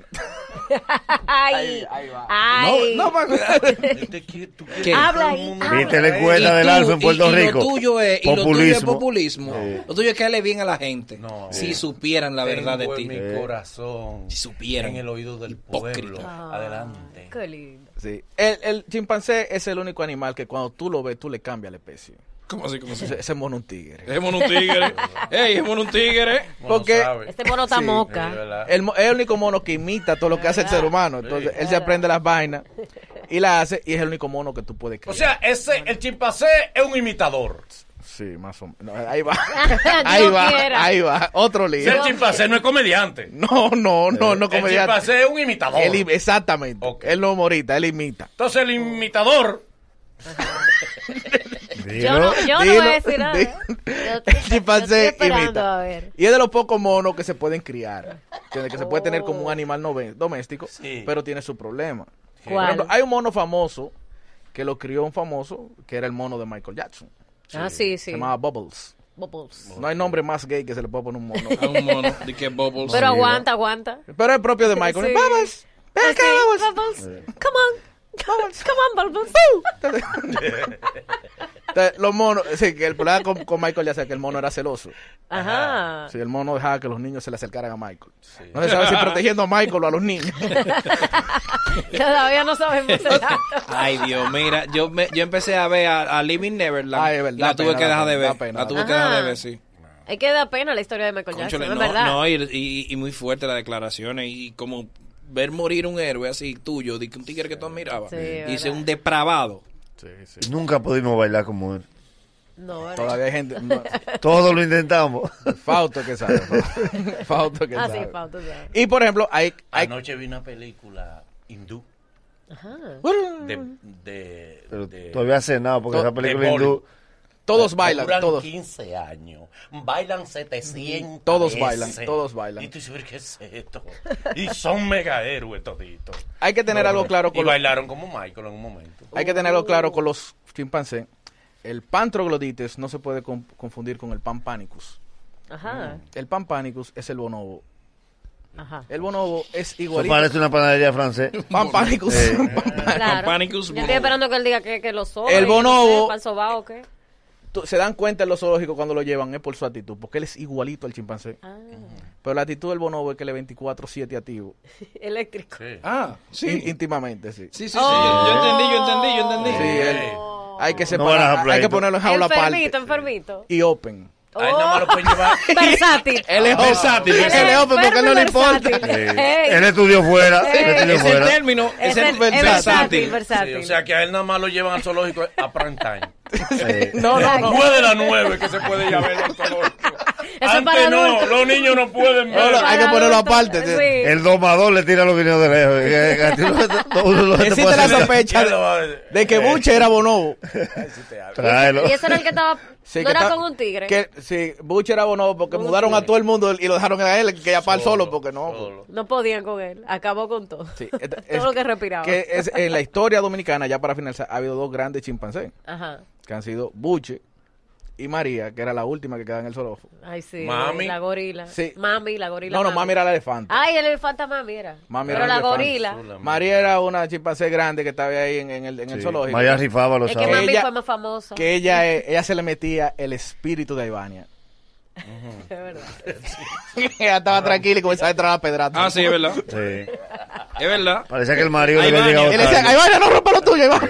Ay. va. Ay. No, ¿Qué? Habla ahí. Viste la encuesta del Alfa en Puerto Rico. Lo tuyo es Populismo. populismo. Lo tuyo es caerle bien a la gente. No. Si supieran la verdad de Tengo ti. en mi corazón. Si supieran. En el oído del pueblo. Ah, Adelante. Qué lindo. Sí. El chimpancé es el único animal que cuando tú lo ves, tú le cambias la especie. ¿Cómo así? ¿Cómo así? Ese mono un tigre. Es mono un tigre. Ey, es mono un tigre. Porque Este mono está moca. es el único mono que imita todo lo que hace el ser humano. Entonces, él se aprende las vainas y la hace y es el único mono que tú puedes O crear. sea, el chimpancé es un imitador. Sí, más o menos. Ahí va. Dios quiera. Ahí va. Otro lío. El chimpancé no es comediante. No El comediante. chimpancé es un imitador. Exactamente. Ok. Él no humorista, él imita. Entonces el imitador... Yo no voy a decir nada. El chimpancé estoy esperando, imita. a ver. Y es de los pocos monos que se pueden criar. Que se puede tener como un animal doméstico, Sí. pero tiene su problema. ¿Cuál? Por ejemplo, hay un mono famoso que lo crió un famoso, que era el mono de Michael Jackson. Ah, sí. Se llamaba Bubbles. Bubbles. No hay nombre más gay que se le pueda poner un mono. A un mono. De que Bubbles. Pero aguanta. Pero es propio de Michael. Sí. Bubbles. Ven acá, Sí, Bubbles. Bubbles. Come on, Bubbles. Entonces, los monos, sí, que el problema con Michael ya sea que el mono era celoso. Ajá. Sí, el mono dejaba que los niños se le acercaran a Michael. No se sabe si protegiendo a Michael o a los niños. Todavía no sabemos el dato. Ay, Dios, mira, yo empecé a ver a Living Neverland. Ay, es verdad, La tuve pena, que dejar da de ver. pena, La tuve da que dejar de pena. ver, sí. Es que da pena la historia de Michael Jackson, Cónchale, es verdad. no, y muy fuerte las declaraciones y como ver morir un héroe así tuyo, de que un tigre que tú admirabas. Sí, y ser verdad. un depravado. Nunca pudimos bailar como él. No, ¿verdad? Todavía hay gente. No, Todos lo intentamos. Fausto que sabe. Fausto que Ah, sabe. sí, Fausto sabe. Y por ejemplo, hay Anoche vi una película hindú. Ajá. Pero todavía hace nada porque esa película de hindú. todos bailan, Duran todos. 15 años. Bailan 700 Todos veces. bailan, todos bailan. Y tú dices, ¿qué es esto? Y son mega héroes toditos. Hay que tener algo claro Y con los, bailaron como Michael en un momento. hay que tener algo claro con los chimpancés. El pan troglodites no se puede confundir con el pan panicus. Ajá. El pan panicus es el bonobo. Ajá. El bonobo es Eso igualito. parece una panadería francés. Pan panicus. Claro. Panicus. Yo estoy esperando que él diga que lo soba. El bonobo. ¿Pan sobao o qué? Se dan cuenta en los zoológicos cuando lo llevan, es por su actitud, porque él es igualito al chimpancé. Pero la actitud del bonobo es que él es 24/7 activo. Eléctrico. Sí. Íntimamente, sí. Sí. Yo entendí. Sí, él, hay que separar, hay que ponerlo en jaula aparte. Enfermito. Y open. Ahí nada más lo pueden llevar. Versátil. Él es versátil. Él es open porque no le importa. Él estudió fuera. Ese término es versátil. Sí, o sea que a él nada más lo llevan al zoológico a prime time. No. No es de las 9 que se puede ir a ver al zoológico. Antes no, los niños no pueden ver. Hay que ponerlo aparte. Sí. El domador le tira los guineos de lejos. Existe la sospecha de que Buche era bonobo. Tráelo. Y ese era el que estaba... Sí, no era con un tigre. Sí, Buche era bonobo porque mudaron a todo el mundo y lo dejaron a él, que ya para el solo, porque no. No podían con él. Acabó con todo. Sí, todo lo que respiraba. Que es, en la historia dominicana, ya para finalizar, ha habido dos grandes chimpancés. Ajá. Que han sido Buche y María, que era la última que quedaba en el zoológico. Ay, sí. Mami. La gorila. Sí. Mami, la gorila. No, Mami era la elefante. Ay, el elefante Mami era. Mami Pero era la el elefante. gorila. María era una chimpancé grande que estaba ahí en el zoológico. María rifaba los Es que Mami fue más famosa. Que ella se le metía el espíritu de Aibania. Es verdad. Ella estaba tranquila y comenzaba a entrar a la pedrata. Sí, es verdad. Sí. Es verdad. Parecía que el marido le había Él llegado decía, tarde. Aibania, no rompa lo tuyo, Aibania.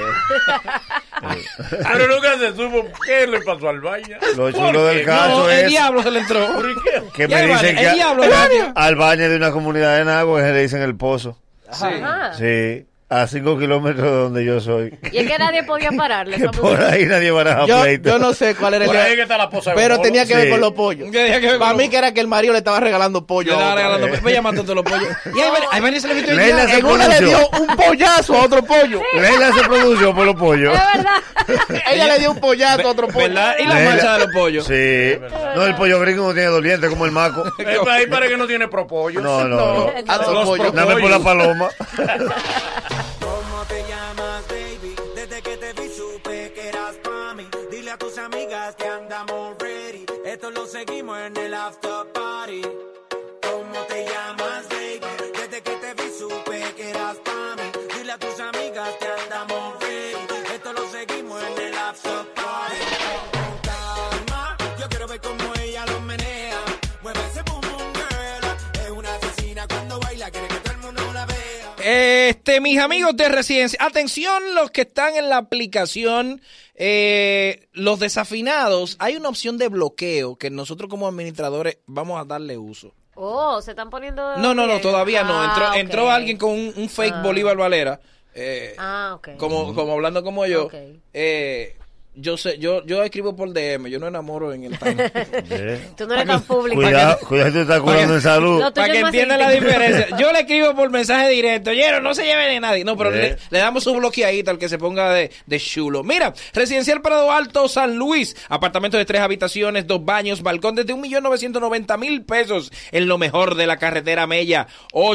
Pero nunca se supo qué le pasó al Baña. Lo chulo del caso No, el es diablo se le entró. que Ya, me dicen Iván, que el diablo le metió. al baño de una comunidad de Nagua se le dicen el pozo. Ajá. Sí, a 5 kilómetros de donde yo soy. Y es que nadie podía pararle. Que por ahí nadie baraja pleito. Yo no sé cuál era el Por ahí que está la posa de pero bolo. tenía que ver Sí. con los pollos. Tenía que ver Para con mí los- que era que el marido le estaba regalando pollo. Le a estaba otra. regalando. Voy llamando todos los pollos. Y ahí Vania se le metió el Leila diablo. se En una le dio pronunció. un pollazo a otro pollo. Leila se produjo por los pollos. Es verdad. Ella le dio un pollazo a otro pollo. ¿Verdad? Y la Leila- marcha de los pollos. Sí. No, el pollo gringo no tiene doliente como el maco. Ahí parece que no tiene propollo. No. A otro Los pollo. Dame por la paloma. ¿Cómo te llamas, baby? Desde que te vi supe que eras pa' mí. Dile a tus amigas que andamos ready. Esto lo seguimos en el after party. ¿Cómo te llamas, baby? Desde que te vi supe que eras pa' mí. Dile a tus amigas que andamos ready. Esto lo seguimos en el after party. Con calma, yo quiero ver cómo ella lo menea. Mueve ese boom boom girl. Es una asesina cuando baila, quiere que todo el mundo la vea. Mis amigos de Residencia, atención los que están en la aplicación, los desafinados, hay una opción de bloqueo que nosotros como administradores vamos a darle uso. Oh, se están poniendo... No, todavía no. Ah, Entró ok. alguien con un fake Bolívar Valera, Ok. como hablando como yo. Ok. Yo sé, yo escribo por DM, yo no enamoro en el time. Tú no eres tan público. Cuidado, si te estás curando en salud. Lo tuyo Para es que más entiendan la íntimo. diferencia. Yo le escribo por mensaje directo. Oye, no se lleve de nadie. No, pero ¿Eh? le damos su bloqueadita al que se ponga de chulo. Mira, Residencial Prado Alto, San Luis. Apartamento de 3 habitaciones, 2 baños, balcón desde 1.990.000 pesos. En lo mejor de la carretera Mella.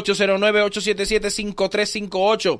809-877-5358.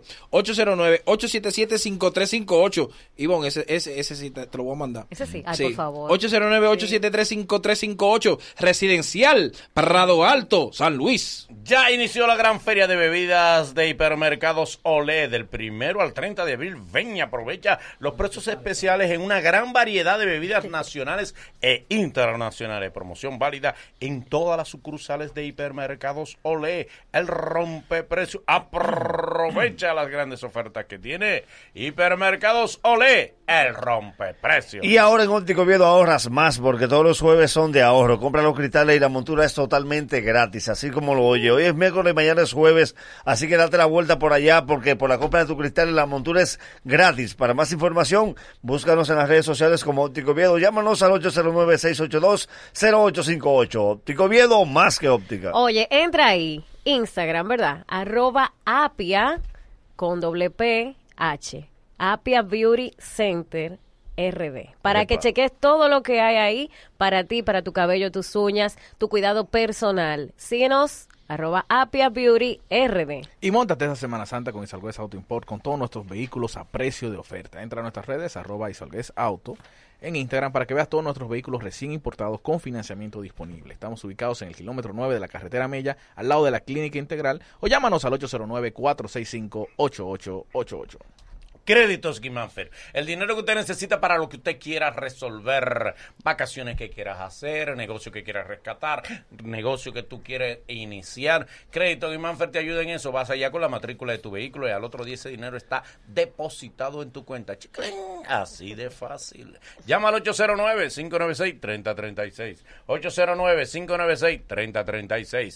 809-877-5358. Ivonne, ese sí te lo voy a mandar. Ese sí. Ay, por favor. 809-873-5358. Residencial Prado Alto, San Luis. Ya inició la gran feria de bebidas de Hipermercados Olé. Del 1 al 30 de abril. Ven y aprovecha los precios especiales en una gran variedad de bebidas nacionales e internacionales. Promoción válida en todas las sucursales de Hipermercados Olé. El rompeprecio. Aprovecha las grandes ofertas que tiene Hipermercados Olé. El rompeprecio. Y ahora en Óptico Oviedo ahorras más porque todos los jueves son de ahorro. Compra los cristales y la montura es totalmente gratis, así como lo oye. Hoy es miércoles y mañana es jueves, así que date la vuelta por allá porque por la compra de tu cristal la montura es gratis. Para más información, búscanos en las redes sociales como Óptico Oviedo. Llámanos al 809-682-0858. Óptico Oviedo, más que óptica. Oye, entra ahí, Instagram, ¿verdad? @apia con doble P H. Apia Beauty Center RD. Para que cheques todo lo que hay ahí para ti, para tu cabello, tus uñas, tu cuidado personal. Síguenos, @Apia Beauty RD. Y móntate esta Semana Santa con Isalgués Auto Import con todos nuestros vehículos a precio de oferta. Entra a nuestras redes, @Isalgués Auto. en Instagram para que veas todos nuestros vehículos recién importados con financiamiento disponible. Estamos ubicados en el kilómetro 9 de la carretera Mella, al lado de la Clínica Integral, o llámanos al 809-465-8888. Créditos Guimánfer. El dinero que usted necesita para lo que usted quiera resolver. Vacaciones que quieras hacer, negocio que quieras rescatar, negocio que tú quieres iniciar. Créditos Guimánfer te ayuda en eso. Vas allá con la matrícula de tu vehículo y al otro día ese dinero está depositado en tu cuenta. Chiclén, así de fácil. Llama al 809-596-3036. 809-596-3036.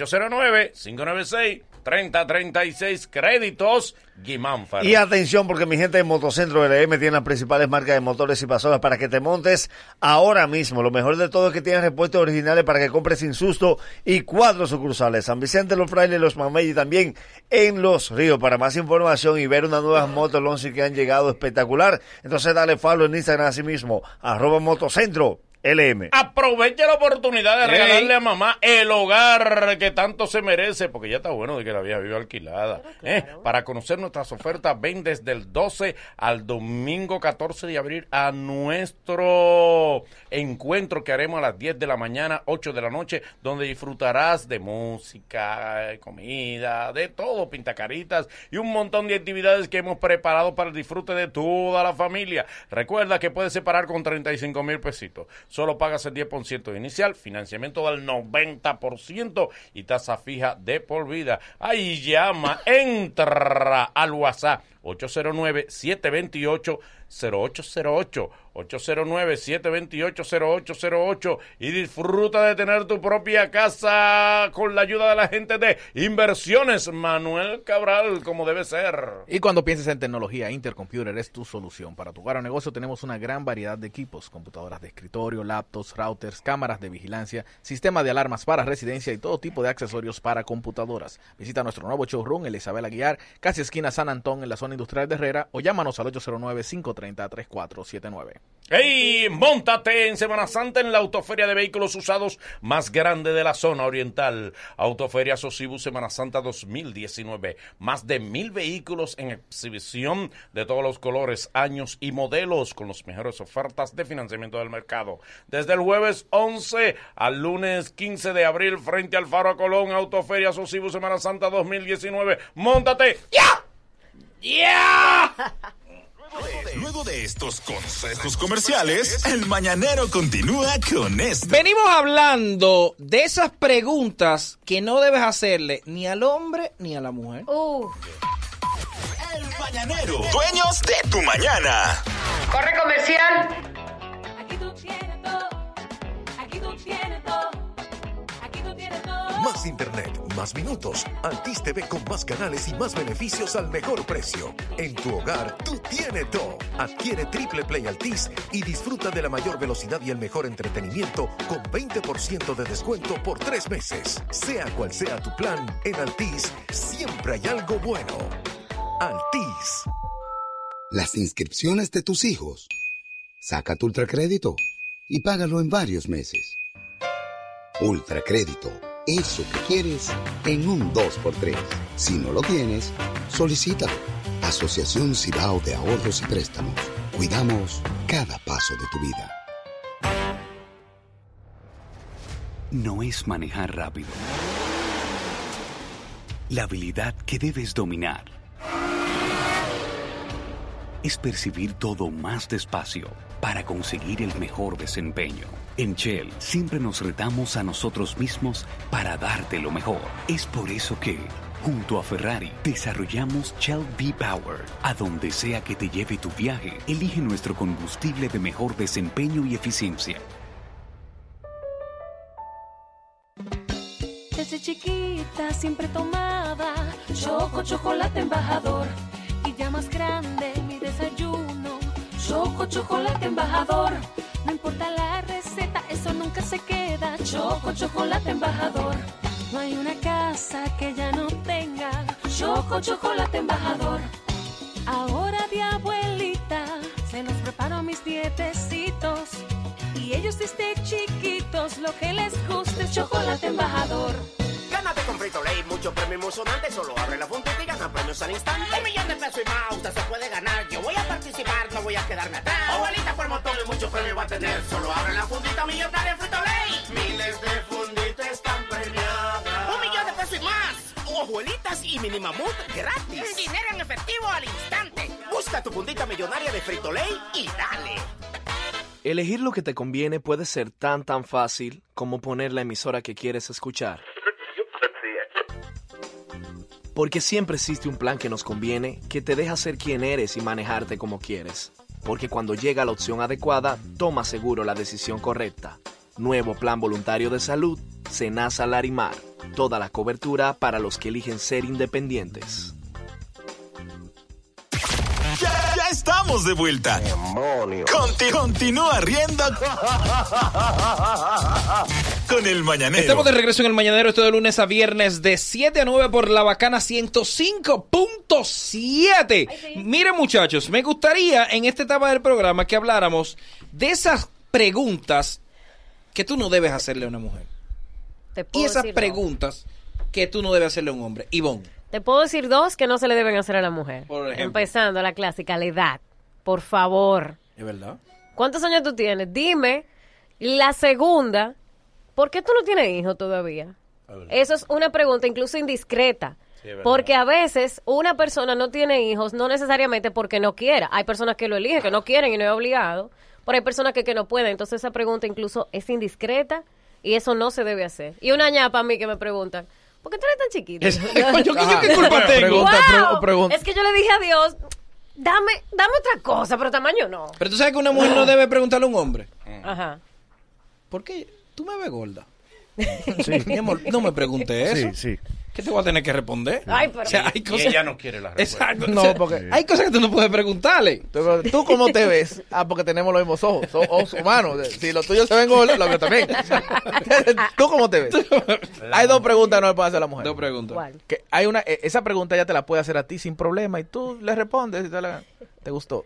809-596-3036. Créditos Guimánfer. Y atención, porque mi gente de Motocentro LM tiene las principales marcas de motores y pasolas para que te montes ahora mismo. Lo mejor de todo es que tienen repuestos originales para que compres sin susto y 4 sucursales: San Vicente, Los Frailes, Los Mamey y también en Los Ríos. Para más información y ver unas nuevas motos Lonzi que han llegado espectacular, entonces dale follow en Instagram así mismo, @Motocentro LM. Aprovecha la oportunidad de regalarle a mamá el hogar que tanto se merece, porque ya está bueno de que la vieja viva alquilada. Para conocer nuestras ofertas, ven desde el 12 al domingo 14 de abril a nuestro encuentro que haremos a las 10 de la mañana, 8 de la noche, donde disfrutarás de música, comida, de todo, pintacaritas y un montón de actividades que hemos preparado para el disfrute de toda la familia. Recuerda que puedes separar con 35,000 pesitos. Solo pagas el 10% inicial, financiamiento del 90% y tasa fija de por vida. Ahí llama, entra al WhatsApp 809-728-0808, 809-728-0808 y disfruta de tener tu propia casa con la ayuda de la gente de Inversiones Manuel Cabral, como debe ser. Y cuando pienses en tecnología, Intercomputer es tu solución. Para tu hogar o negocio tenemos una gran variedad de equipos: computadoras de escritorio, laptops, routers, cámaras de vigilancia, sistema de alarmas para residencia y todo tipo de accesorios para computadoras. Visita nuestro nuevo showroom en Isabel Aguiar, casi esquina San Antón, en la zona industrial de Herrera, o llámanos al 809-530-3479. ¡Hey! Móntate en Semana Santa en la autoferia de vehículos usados más grande de la zona oriental. Autoferia Sosibu Semana Santa 2019. Más de 1,000 vehículos en exhibición de todos los colores, años y modelos, con las mejores ofertas de financiamiento del mercado. Desde el jueves 11 al lunes 15 de abril, frente al Faro a Colón, Autoferia Sosibu Semana Santa 2019. ¡Móntate! ¡Ya! ¡Ya! Luego de estos consejos comerciales, el Mañanero continúa con esto. Venimos hablando de esas preguntas que no debes hacerle ni al hombre ni a la mujer. El Mañanero, dueños de tu mañana. Corre comercial. Aquí tú tienes todo. Aquí tú tienes todo. Aquí tú tienes todo. Más internet, más minutos. Altis TV con más canales y más beneficios al mejor precio. En tu hogar, tú tienes todo. Adquiere Triple Play Altis y disfruta de la mayor velocidad y el mejor entretenimiento con 20% de descuento por 3 meses. Sea cual sea tu plan, en Altis siempre hay algo bueno. Altis. Las inscripciones de tus hijos. Saca tu ultracrédito y págalo en varios meses. Ultracrédito. Eso que quieres en un 2x3. Si no lo tienes, solicítalo. Asociación Cibao de Ahorros y Préstamos. Cuidamos cada paso de tu vida. No es manejar rápido. La habilidad que debes dominar es percibir todo más despacio para conseguir el mejor desempeño. En Shell siempre nos retamos a nosotros mismos para darte lo mejor. Es por eso que, junto a Ferrari, desarrollamos Shell V-Power. A donde sea que te lleve tu viaje, elige nuestro combustible de mejor desempeño y eficiencia. Desde chiquita siempre tomaba chocolate embajador. Y ya más grande mi desayuno, chocolate embajador. No importa la receta, eso nunca se queda. Chocolate embajador. No hay una casa que ya no tenga chocolate embajador. Ahora de abuelita se los preparo a mis nietecitos. Y ellos desde chiquitos lo que les gusta es chocolate embajador. Gánate con Frito-Lay, muchos premios emocionantes. Solo abre la fundita y gana premios al instante. $1,000,000 y más, usted se puede ganar. Yo voy a participar, no voy a quedarme atrás. Abuelita por montón y muchos premios va a tener. Solo abre la fundita millonaria Frito-Lay. Miles de funditas están premiadas. $1,000,000 y más. Hojuelitas y mini mamut gratis. Dinero en efectivo al instante. Busca tu fundita millonaria de Frito-Lay y dale. Elegir lo que te conviene puede ser tan fácil como poner la emisora que quieres escuchar. Porque siempre existe un plan que nos conviene, que te deja ser quien eres y manejarte como quieres. Porque cuando llega la opción adecuada, toma seguro la decisión correcta. Nuevo Plan Voluntario de Salud, Senasa Larimar. Toda la cobertura para los que eligen ser independientes. Ya estamos de vuelta. Continúa riendo con El Mañanero. Estamos de regreso en El Mañanero, esto de lunes a viernes de 7 a 9 por La Bacana 105.7. Miren, muchachos, me gustaría en esta etapa del programa que habláramos de esas preguntas que tú no debes hacerle a una mujer. Y esas preguntas que tú no debes hacerle a un hombre. Ivonne. Te puedo decir dos que no se le deben hacer a la mujer. Por ejemplo. Empezando la clásica, la edad. Por favor. ¿Es verdad? ¿Cuántos años tú tienes? Dime. La segunda, ¿por qué tú no tienes hijos todavía? Eso es una pregunta incluso indiscreta. Sí, porque a veces una persona no tiene hijos, no necesariamente porque no quiera. Hay personas que lo eligen, que no quieren y no es obligado. Pero hay personas que no pueden. Entonces esa pregunta incluso es indiscreta y eso no se debe hacer. Y una ñapa a mí que me preguntan, ¿por qué tú eres tan chiquito? ¿Yo qué culpa tengo? Pregunta. Es que yo le dije a Dios, dame otra cosa, pero tamaño no. Pero tú sabes que una mujer no debe preguntarle a un hombre. Ajá. ¿Por qué tú me ves gorda? Sí. Mi amor, no me pregunte eso. Sí. ¿Qué te voy a tener que responder? Ay, pero... O sea, hay cosas... Y ella no quiere la respuesta. Exacto. No, porque hay cosas que tú no puedes preguntarle. ¿Tú cómo te ves? Porque tenemos los mismos ojos. Son ojos humanos. Si los tuyos se ven gordos, los míos también. ¿Tú cómo te ves? Hay dos preguntas que no le puede hacer a la mujer. Dos preguntas. ¿Cuál? Que hay una, esa pregunta ella te la puede hacer a ti sin problema y tú le respondes. Si te gustó.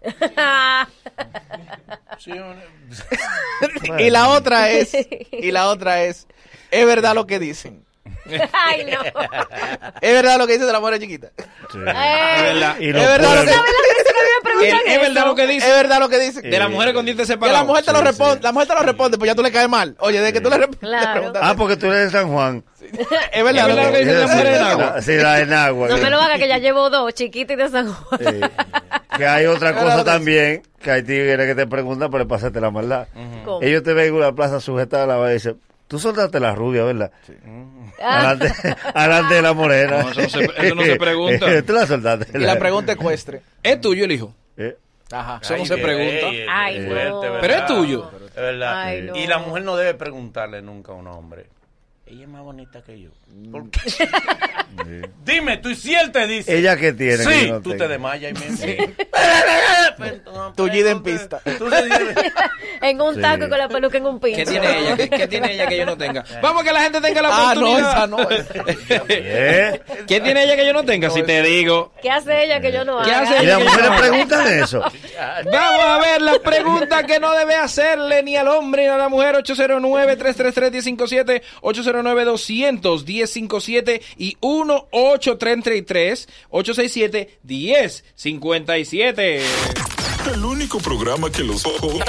Sí, Y la otra es, ¿es verdad lo que dicen? Ay, no. ¿Es verdad lo que dice de la mujer chiquita? Sí. Es verdad. Y Es no verdad lo puede. que Es verdad lo que dice. Es verdad lo que dice. De las mujeres con dientes Que separados. la mujer te lo responde, la mujer te lo responde, pues ya tú le caes mal. Oye, de que tú le Claro. preguntas. Porque tú eres de San Juan. Es verdad lo que dicen las mujeres en agua. Sí, la en agua. No me lo haga que ya llevo dos, chiquita y de San Juan. Que hay otra cosa también, que hay tigres que te preguntan, pero pasaste la maldad. ¿Cómo? Ellos te ven en una plaza sujetada a la base y dicen, tú soltaste la rubia, ¿verdad? Sí. Adelante de la morena. No, eso no se pregunta. Tú la soltaste. Y la pregunta ecuestre. ¿Es tuyo el hijo? Ajá. Eso no se pregunta. Ay, no. Pero es tuyo. Es verdad. Ay, no. Y la mujer no debe preguntarle nunca a un hombre. Ella es más bonita que yo. ¿Por qué? Dime, tú si él te dice. ¿Ella qué tiene? Sí, que yo no tú tengo? te desmayas y me... Tu Gida en pista. En un taco y con la peluca en un pincho. ¿Qué tiene ella? ¿Qué tiene ella que yo no tenga? Vamos, que la gente tenga la oportunidad. No, esa no. ¿Qué tiene ella que yo no tenga? Si te digo. ¿Qué hace ella que yo no ¿Qué haga? hace ¿Y ella las que yo mujeres no haga? preguntan eso? Vamos a ver la pregunta que no debe hacerle ni al hombre ni a la mujer. 809-333-1057, 809-200-1057 y 1-833-867-1057. El único programa que los popis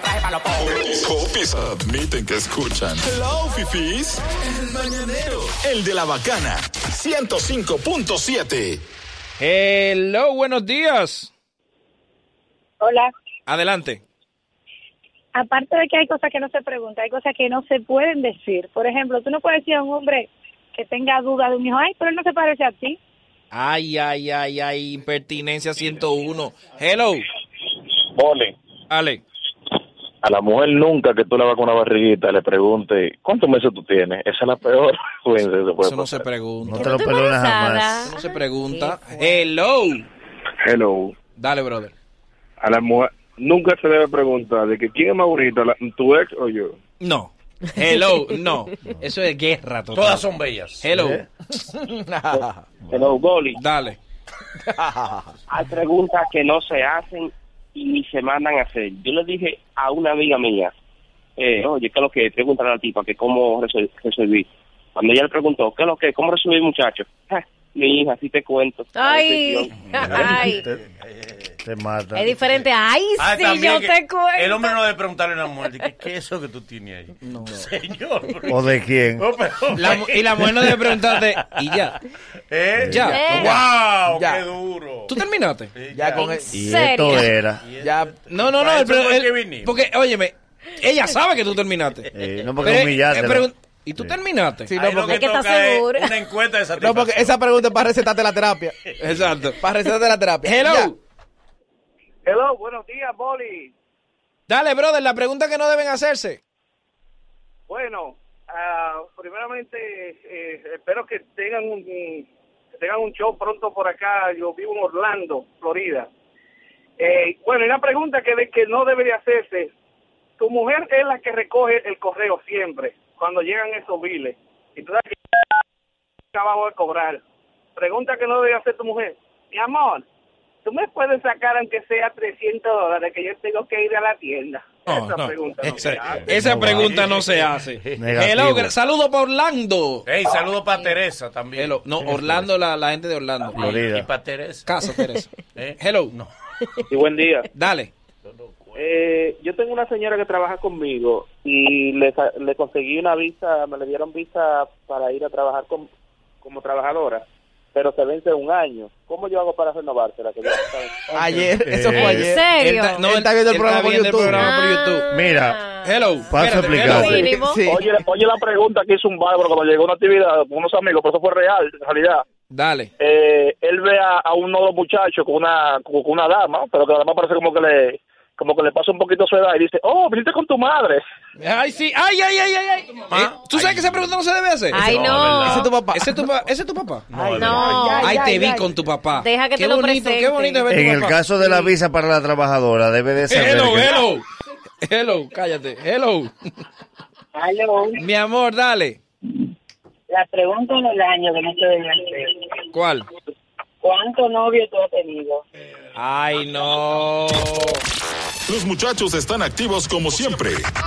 admiten que escuchan. Hello, fifis. El Mañanero. El de la Bacana. 105.7. Hello, buenos días. Hola. Adelante. Aparte de que hay cosas que no se preguntan, hay cosas que no se pueden decir. Por ejemplo, tú no puedes decir a un hombre que tenga duda de un hijo, ay, pero él no se parece a ti. Ay, impertinencia 101. Hello. Boli, Ale. a la mujer nunca que tú le vas con una barriguita le pregunte, ¿cuántos meses tú tienes? Esa es la peor. Eso no se pregunta. No te lo perdonas jamás. Eso no se pregunta. Hello. Hello. Dale, brother. A la mujer nunca se debe preguntar de que quién es más bonita, tu ex o yo. No. Hello, no. Eso es guerra total. Todas son bellas. Hello. Hello, Boli. Dale. Hay preguntas que no se hacen y ni se mandan a hacer. Yo le dije a una amiga mía, oye, ¿qué es lo que preguntan a la tipa? Que cómo resolví. Cuando ella le preguntó, ¿qué es lo que? ¿Cómo resolví el muchacho? Mi hija, así te cuento. Ay, ay. Te mata. Es diferente. Ay, sí, también yo que te cuento. El hombre no debe preguntarle a una mujer, ¿qué es eso que tú tienes ahí? No. Señor. ¿O de quién? No, pero- Y la mujer no debe preguntarte, y ya. Ya. ¡Wow! ¡Qué duro! ¿Tú terminaste? Ya con el... Y esto era. Ya. No, Para eso fue que vinimos. porque, óyeme, ella sabe que tú terminaste. No, porque humillártela. ¿Y tú terminaste? Sí, no, Ahí lo porque... que toca seguro. es una encuesta de No, satisfacción. porque esa pregunta es para recetarte la terapia. Exacto. Para recetarte la terapia. Hello. Ya. Hello, buenos días, Boli. Dale, brother, la pregunta que no deben hacerse. Bueno, primeramente espero que tengan un show pronto por acá. Yo vivo en Orlando, Florida. Bueno, y una pregunta que no debería hacerse. Tu mujer es la que recoge el correo siempre, cuando llegan esos biles. Y tú sabes que abajo de cobrar. Pregunta que no debería hacer tu mujer. Mi amor, tú me puedes sacar aunque sea $300 que yo tengo que ir a la tienda. Esa pregunta no se hace. Hello, saludo para Orlando. Hey, saludo para Teresa también. Hello. No, Orlando, la gente de Orlando. Y para Teresa. Casa, Teresa. Hello. No. Y buen día. Dale. Yo tengo una señora que trabaja conmigo y le conseguí una visa, me le dieron visa para ir a trabajar como trabajadora, pero se vence 1 año. ¿Cómo yo hago para renovársela? Ayer, eso fue ayer. ¿En serio? Él está viendo el programa por YouTube. Mira, Hello. paso a explicarte. Sí. Oye la pregunta que hizo un bárbaro cuando llegó a una actividad con unos amigos, pero eso fue real, en realidad. Dale. Él ve a uno de los muchachos con una dama, pero que la dama parece como que le pasa un poquito su edad y dice, oh, viniste con tu madre. Ay, sí. Ay. ¿Tú sabes que esa pregunta no se debe hacer? Ay, no. ¿Ese es tu papá? ¿Ese es tu papá? No. Ay, te vi con tu papá. Deja que Qué te lo bonito, presente. qué bonito es ver tu En el papá. caso de la visa para la trabajadora, debe de saber que... Hello, cállate. Hello. Aló. Mi amor, dale. La pregunta del año que no te deben hacer. ¿Cuál? ¿Cuántos novios tú has tenido? Ay, no. Los muchachos están activos como siempre.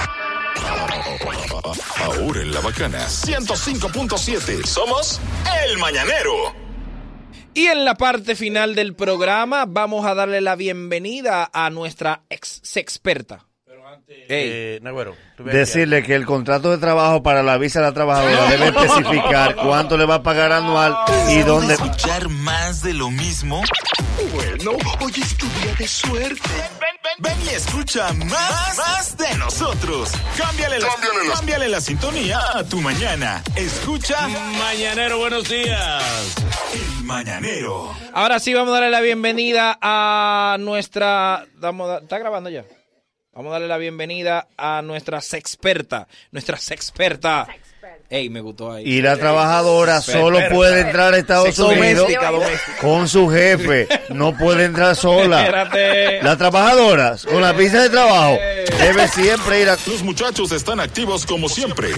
Ahora en La Bacana 105.7 somos El Mañanero. Y en la parte final del programa vamos a darle la bienvenida a nuestra experta. Nagüero, Decirle que el contrato de trabajo para la visa de la trabajadora debe especificar cuánto le va a pagar anual y dónde. ¿Escuchar más de lo mismo? Bueno, hoy es tu día de suerte. Ven y escucha más de nosotros. Cámbiale la sintonía a tu mañana. Escucha Mañanero, buenos días. El Mañanero. Ahora sí vamos a darle la bienvenida a nuestra... ¿Está grabando ya? Vamos a darle la bienvenida a nuestra sexperta. Ey, me gustó ahí. Y la trabajadora solo puede entrar a Estados Unidos con su jefe. No puede entrar sola. Espérate. Las trabajadoras con la visa de trabajo debe siempre ir a... Los muchachos están activos como siempre.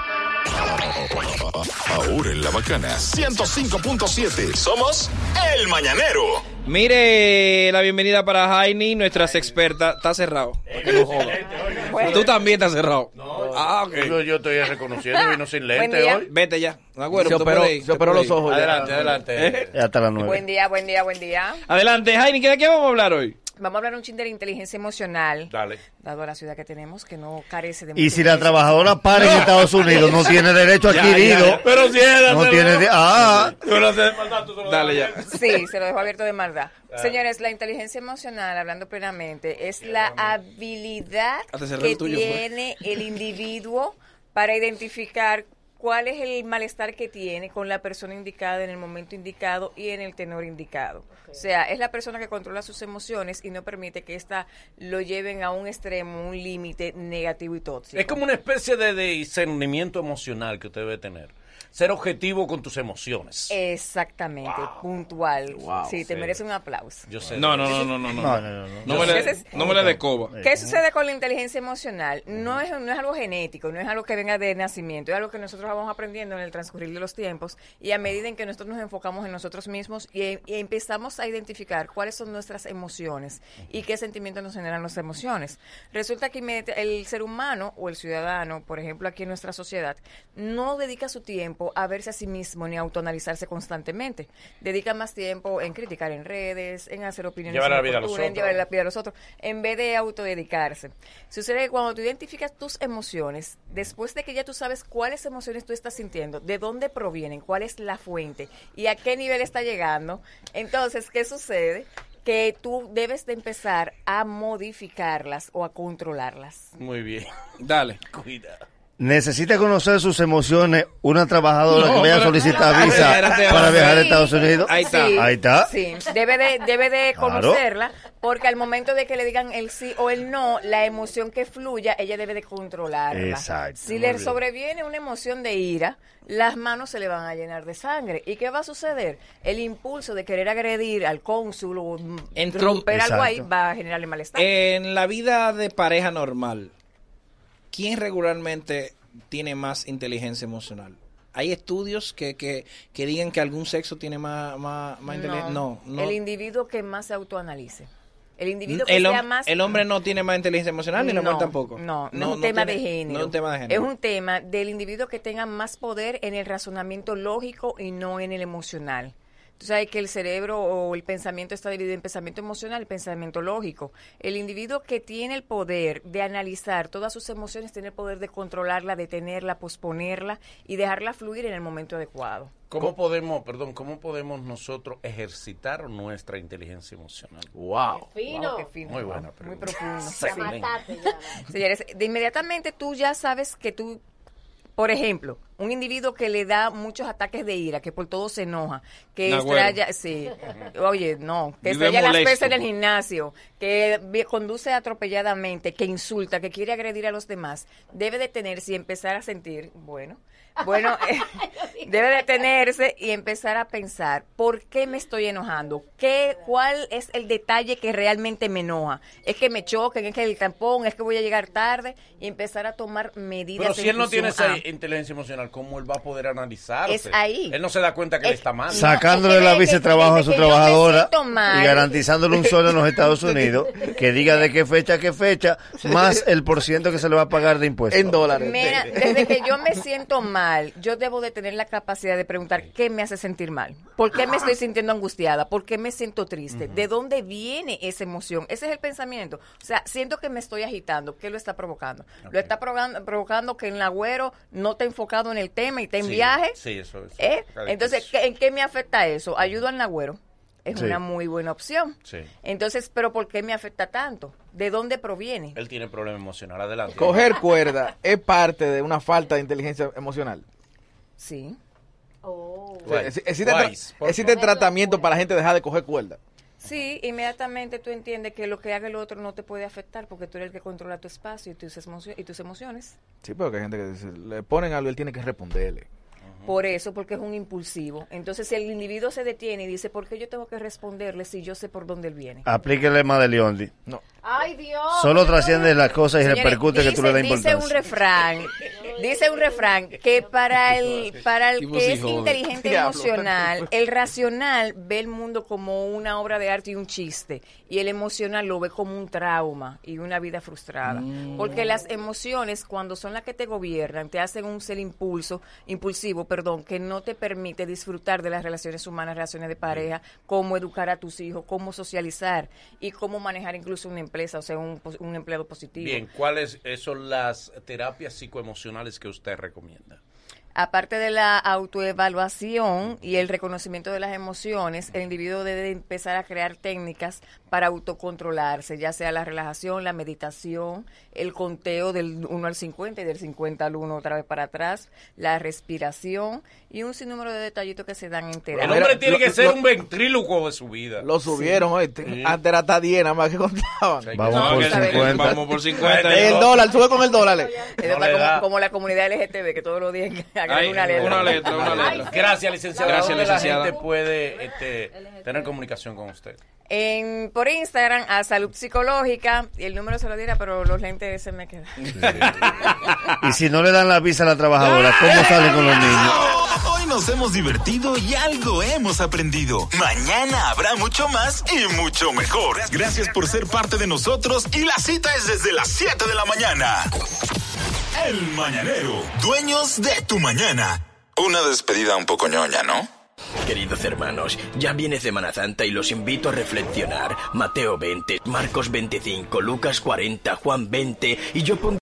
Ahora en La Bacana 105.7 somos El Mañanero. Mire, la bienvenida para Jaini, nuestra experta. Está cerrado. Para que no joda. Tú también estás cerrado. Ok. Yo estoy reconociendo, vino sin lente día. hoy. Vete ya. No acuerdo. Se operó los ojos. Adelante. Hasta las 9. Buen día. Adelante, Jaini, ¿de qué vamos a hablar hoy? Vamos a hablar un chin de la inteligencia emocional. Dale. Dado a la ciudad que tenemos, que no carece de... Y si la trabajadora para en Estados Unidos, no tiene derecho adquirido. Pero si era. No tiene... Dale ya. Sí, se lo dejo abierto de maldad. Señores, la inteligencia emocional, hablando plenamente, es la habilidad que tiene el individuo para identificar cuál es el malestar que tiene con la persona indicada en el momento indicado y en el tenor indicado. O sea, es la persona que controla sus emociones y no permite que ésta lo lleven a un extremo, un límite negativo y tóxico. Es como una especie de discernimiento emocional que usted debe tener. Ser objetivo con tus emociones. Exactamente, puntual. Sí, te merece un aplauso. Yo sé. No. No me le dé coba. ¿Qué sucede con la inteligencia emocional? No es algo genético, no es algo que venga de nacimiento, es algo que nosotros vamos aprendiendo en el transcurrir de los tiempos y a medida en que nosotros nos enfocamos en nosotros mismos y empezamos a identificar cuáles son nuestras emociones y qué sentimientos nos generan nuestras emociones. Resulta que el ser humano o el ciudadano, por ejemplo, aquí en nuestra sociedad, no dedica su tiempo tiempo a verse a sí mismo ni a autoanalizarse constantemente. Dedica más tiempo en criticar en redes, en hacer opiniones Llevar la vida a los inoportunas, en otros. llevar la vida a los otros, en vez de autodedicarse. Sucede que cuando tú identificas tus emociones, después de que ya tú sabes cuáles emociones tú estás sintiendo, de dónde provienen, cuál es la fuente y a qué nivel está llegando, entonces, ¿qué sucede? Que tú debes de empezar a modificarlas o a controlarlas. Muy bien. Dale. Cuidado. ¿Necesita conocer sus emociones una trabajadora No, que vaya a pero- solicitar visa para viajar a Estados Unidos? Ahí está. Sí, Ahí está. Sí, debe de Claro. conocerla, porque al momento de que le digan el sí o el no, la emoción que fluya, ella debe de controlarla. Exacto. Si Muy le bien. sobreviene una emoción de ira, las manos se le van a llenar de sangre. ¿Y qué va a suceder? El impulso de querer agredir al cónsul o romper algo ahí Exacto. va a generarle malestar. En la vida de pareja normal, ¿quién regularmente tiene más inteligencia emocional? ¿Hay estudios que digan que algún sexo tiene más inteligencia? No. El individuo que más se autoanalice. El individuo que El, sea más... el hombre no tiene más inteligencia emocional ni la mujer No, tampoco. No es un tema tiene- de género. No es un tema de género. Es un tema del individuo que tenga más poder en el razonamiento lógico y no en el emocional. Tú sabes que el cerebro o el pensamiento está dividido en pensamiento emocional y pensamiento lógico. El individuo que tiene el poder de analizar todas sus emociones tiene el poder de controlarla, detenerla, posponerla y dejarla fluir en el momento adecuado. ¿Cómo podemos nosotros ejercitar nuestra inteligencia emocional? Wow. Fino. Qué fino. Muy buena Muy pregunta. profundo. Ya Sí. mataste, ya. Señores, de inmediatamente tú ya sabes que tú, por ejemplo, un individuo que le da muchos ataques de ira, que por todo se enoja, que Nagüero. estrella, sí, oye, no, que Vive estrella las molesto. pesas en el gimnasio, que conduce atropelladamente, que insulta, que quiere agredir a los demás, debe detenerse y empezar a sentir, bueno, debe detenerse y empezar a pensar, ¿por qué me estoy enojando? ¿Cuál es el detalle que realmente me enoja? ¿Es que me choquen? ¿Es que el tampón? ¿Es que voy a llegar tarde? Y empezar a tomar medidas. Pero si él no tiene esa función a. inteligencia emocional, ¿cómo él va a poder analizarse? Es ahí. Él no se da cuenta que le está mal. Sacándole la visa de trabajo a su desde que yo me trabajadora siento mal. y garantizándole un sueldo en los Estados Unidos que diga de qué fecha, más el % que se le va a pagar de impuestos. En dólares. Mira, desde que yo me siento mal, yo debo de tener la capacidad de preguntar qué me hace sentir mal, por qué me estoy sintiendo angustiada, por qué me siento triste, de dónde viene esa emoción. Ese es el pensamiento. O sea, siento que me estoy agitando. ¿Qué lo está provocando? Lo está provocando que el agüero no está enfocado en el tema y está en viaje. Sí, eso. Entonces, ¿en qué me afecta eso? ¿Ayudo al agüero? Es Sí. una muy buena opción. Sí. Entonces, ¿pero por qué me afecta tanto? ¿De dónde proviene? Él tiene problema emocional. Adelante. Coger cuerda es parte de una falta de inteligencia emocional. Sí. Oh. O sea, existe tratamiento para gente dejar de coger cuerda. Sí, inmediatamente tú entiendes que lo que haga el otro no te puede afectar porque tú eres el que controla tu espacio y tus emociones. Sí, pero que hay gente que dice, le ponen algo, él tiene que responderle. Por eso, porque es un impulsivo. Entonces, si el individuo se detiene y dice, ¿por qué yo tengo que responderle si yo sé por dónde él viene? Aplíquele más de Leondi. No. Ay, Dios. Solo trasciende las cosas y Señores, repercute que tú le das dice importancia. Dice un refrán que para el Tipo que sí, es joder. inteligente Diablo. emocional, el racional ve el mundo como una obra de arte y un chiste, y el emocional lo ve como un trauma y una vida frustrada. Porque las emociones, cuando son las que te gobiernan, te hacen un ser impulsivo, que no te permite disfrutar de las relaciones humanas, relaciones de pareja, cómo educar a tus hijos, cómo socializar y cómo manejar incluso una empresa, o sea, un empleado positivo. Bien, ¿cuáles son las terapias psicoemocionales que usted recomienda? Aparte de la autoevaluación y el reconocimiento de las emociones, el individuo debe empezar a crear técnicas para autocontrolarse, ya sea la relajación, la meditación, el conteo del 1 al 50 y del 50 al 1 otra vez para atrás, la respiración y un sinnúmero de detallitos que se dan en terapia. El hombre tiene que ser un ventrílocuo de su vida. Lo subieron, oíste. Sí. Antes era hasta 10, nada más que contaban. Vamos por 50. El dólar, sube con el dólar. Eso está como la comunidad LGTB, que todos los días agregan una letra. Una letra. Gracias, licenciada. Gracias, ¿Dónde licenciada. la gente puede tener comunicación con usted? Por Instagram, a Salud Psicológica, y el número se lo diera, pero los lentes se me quedan. Y si no le dan la visa a la trabajadora, ¿cómo sale con los niños? Hoy nos hemos divertido y algo hemos aprendido. Mañana habrá mucho más y mucho mejor. Gracias por ser parte de nosotros y la cita es desde las 7 de la mañana. El Mañanero, dueños de tu mañana. Una despedida un poco ñoña, ¿no? Queridos hermanos, ya viene Semana Santa y los invito a reflexionar. Mateo 20, Marcos 25, Lucas 40, Juan 20 y yo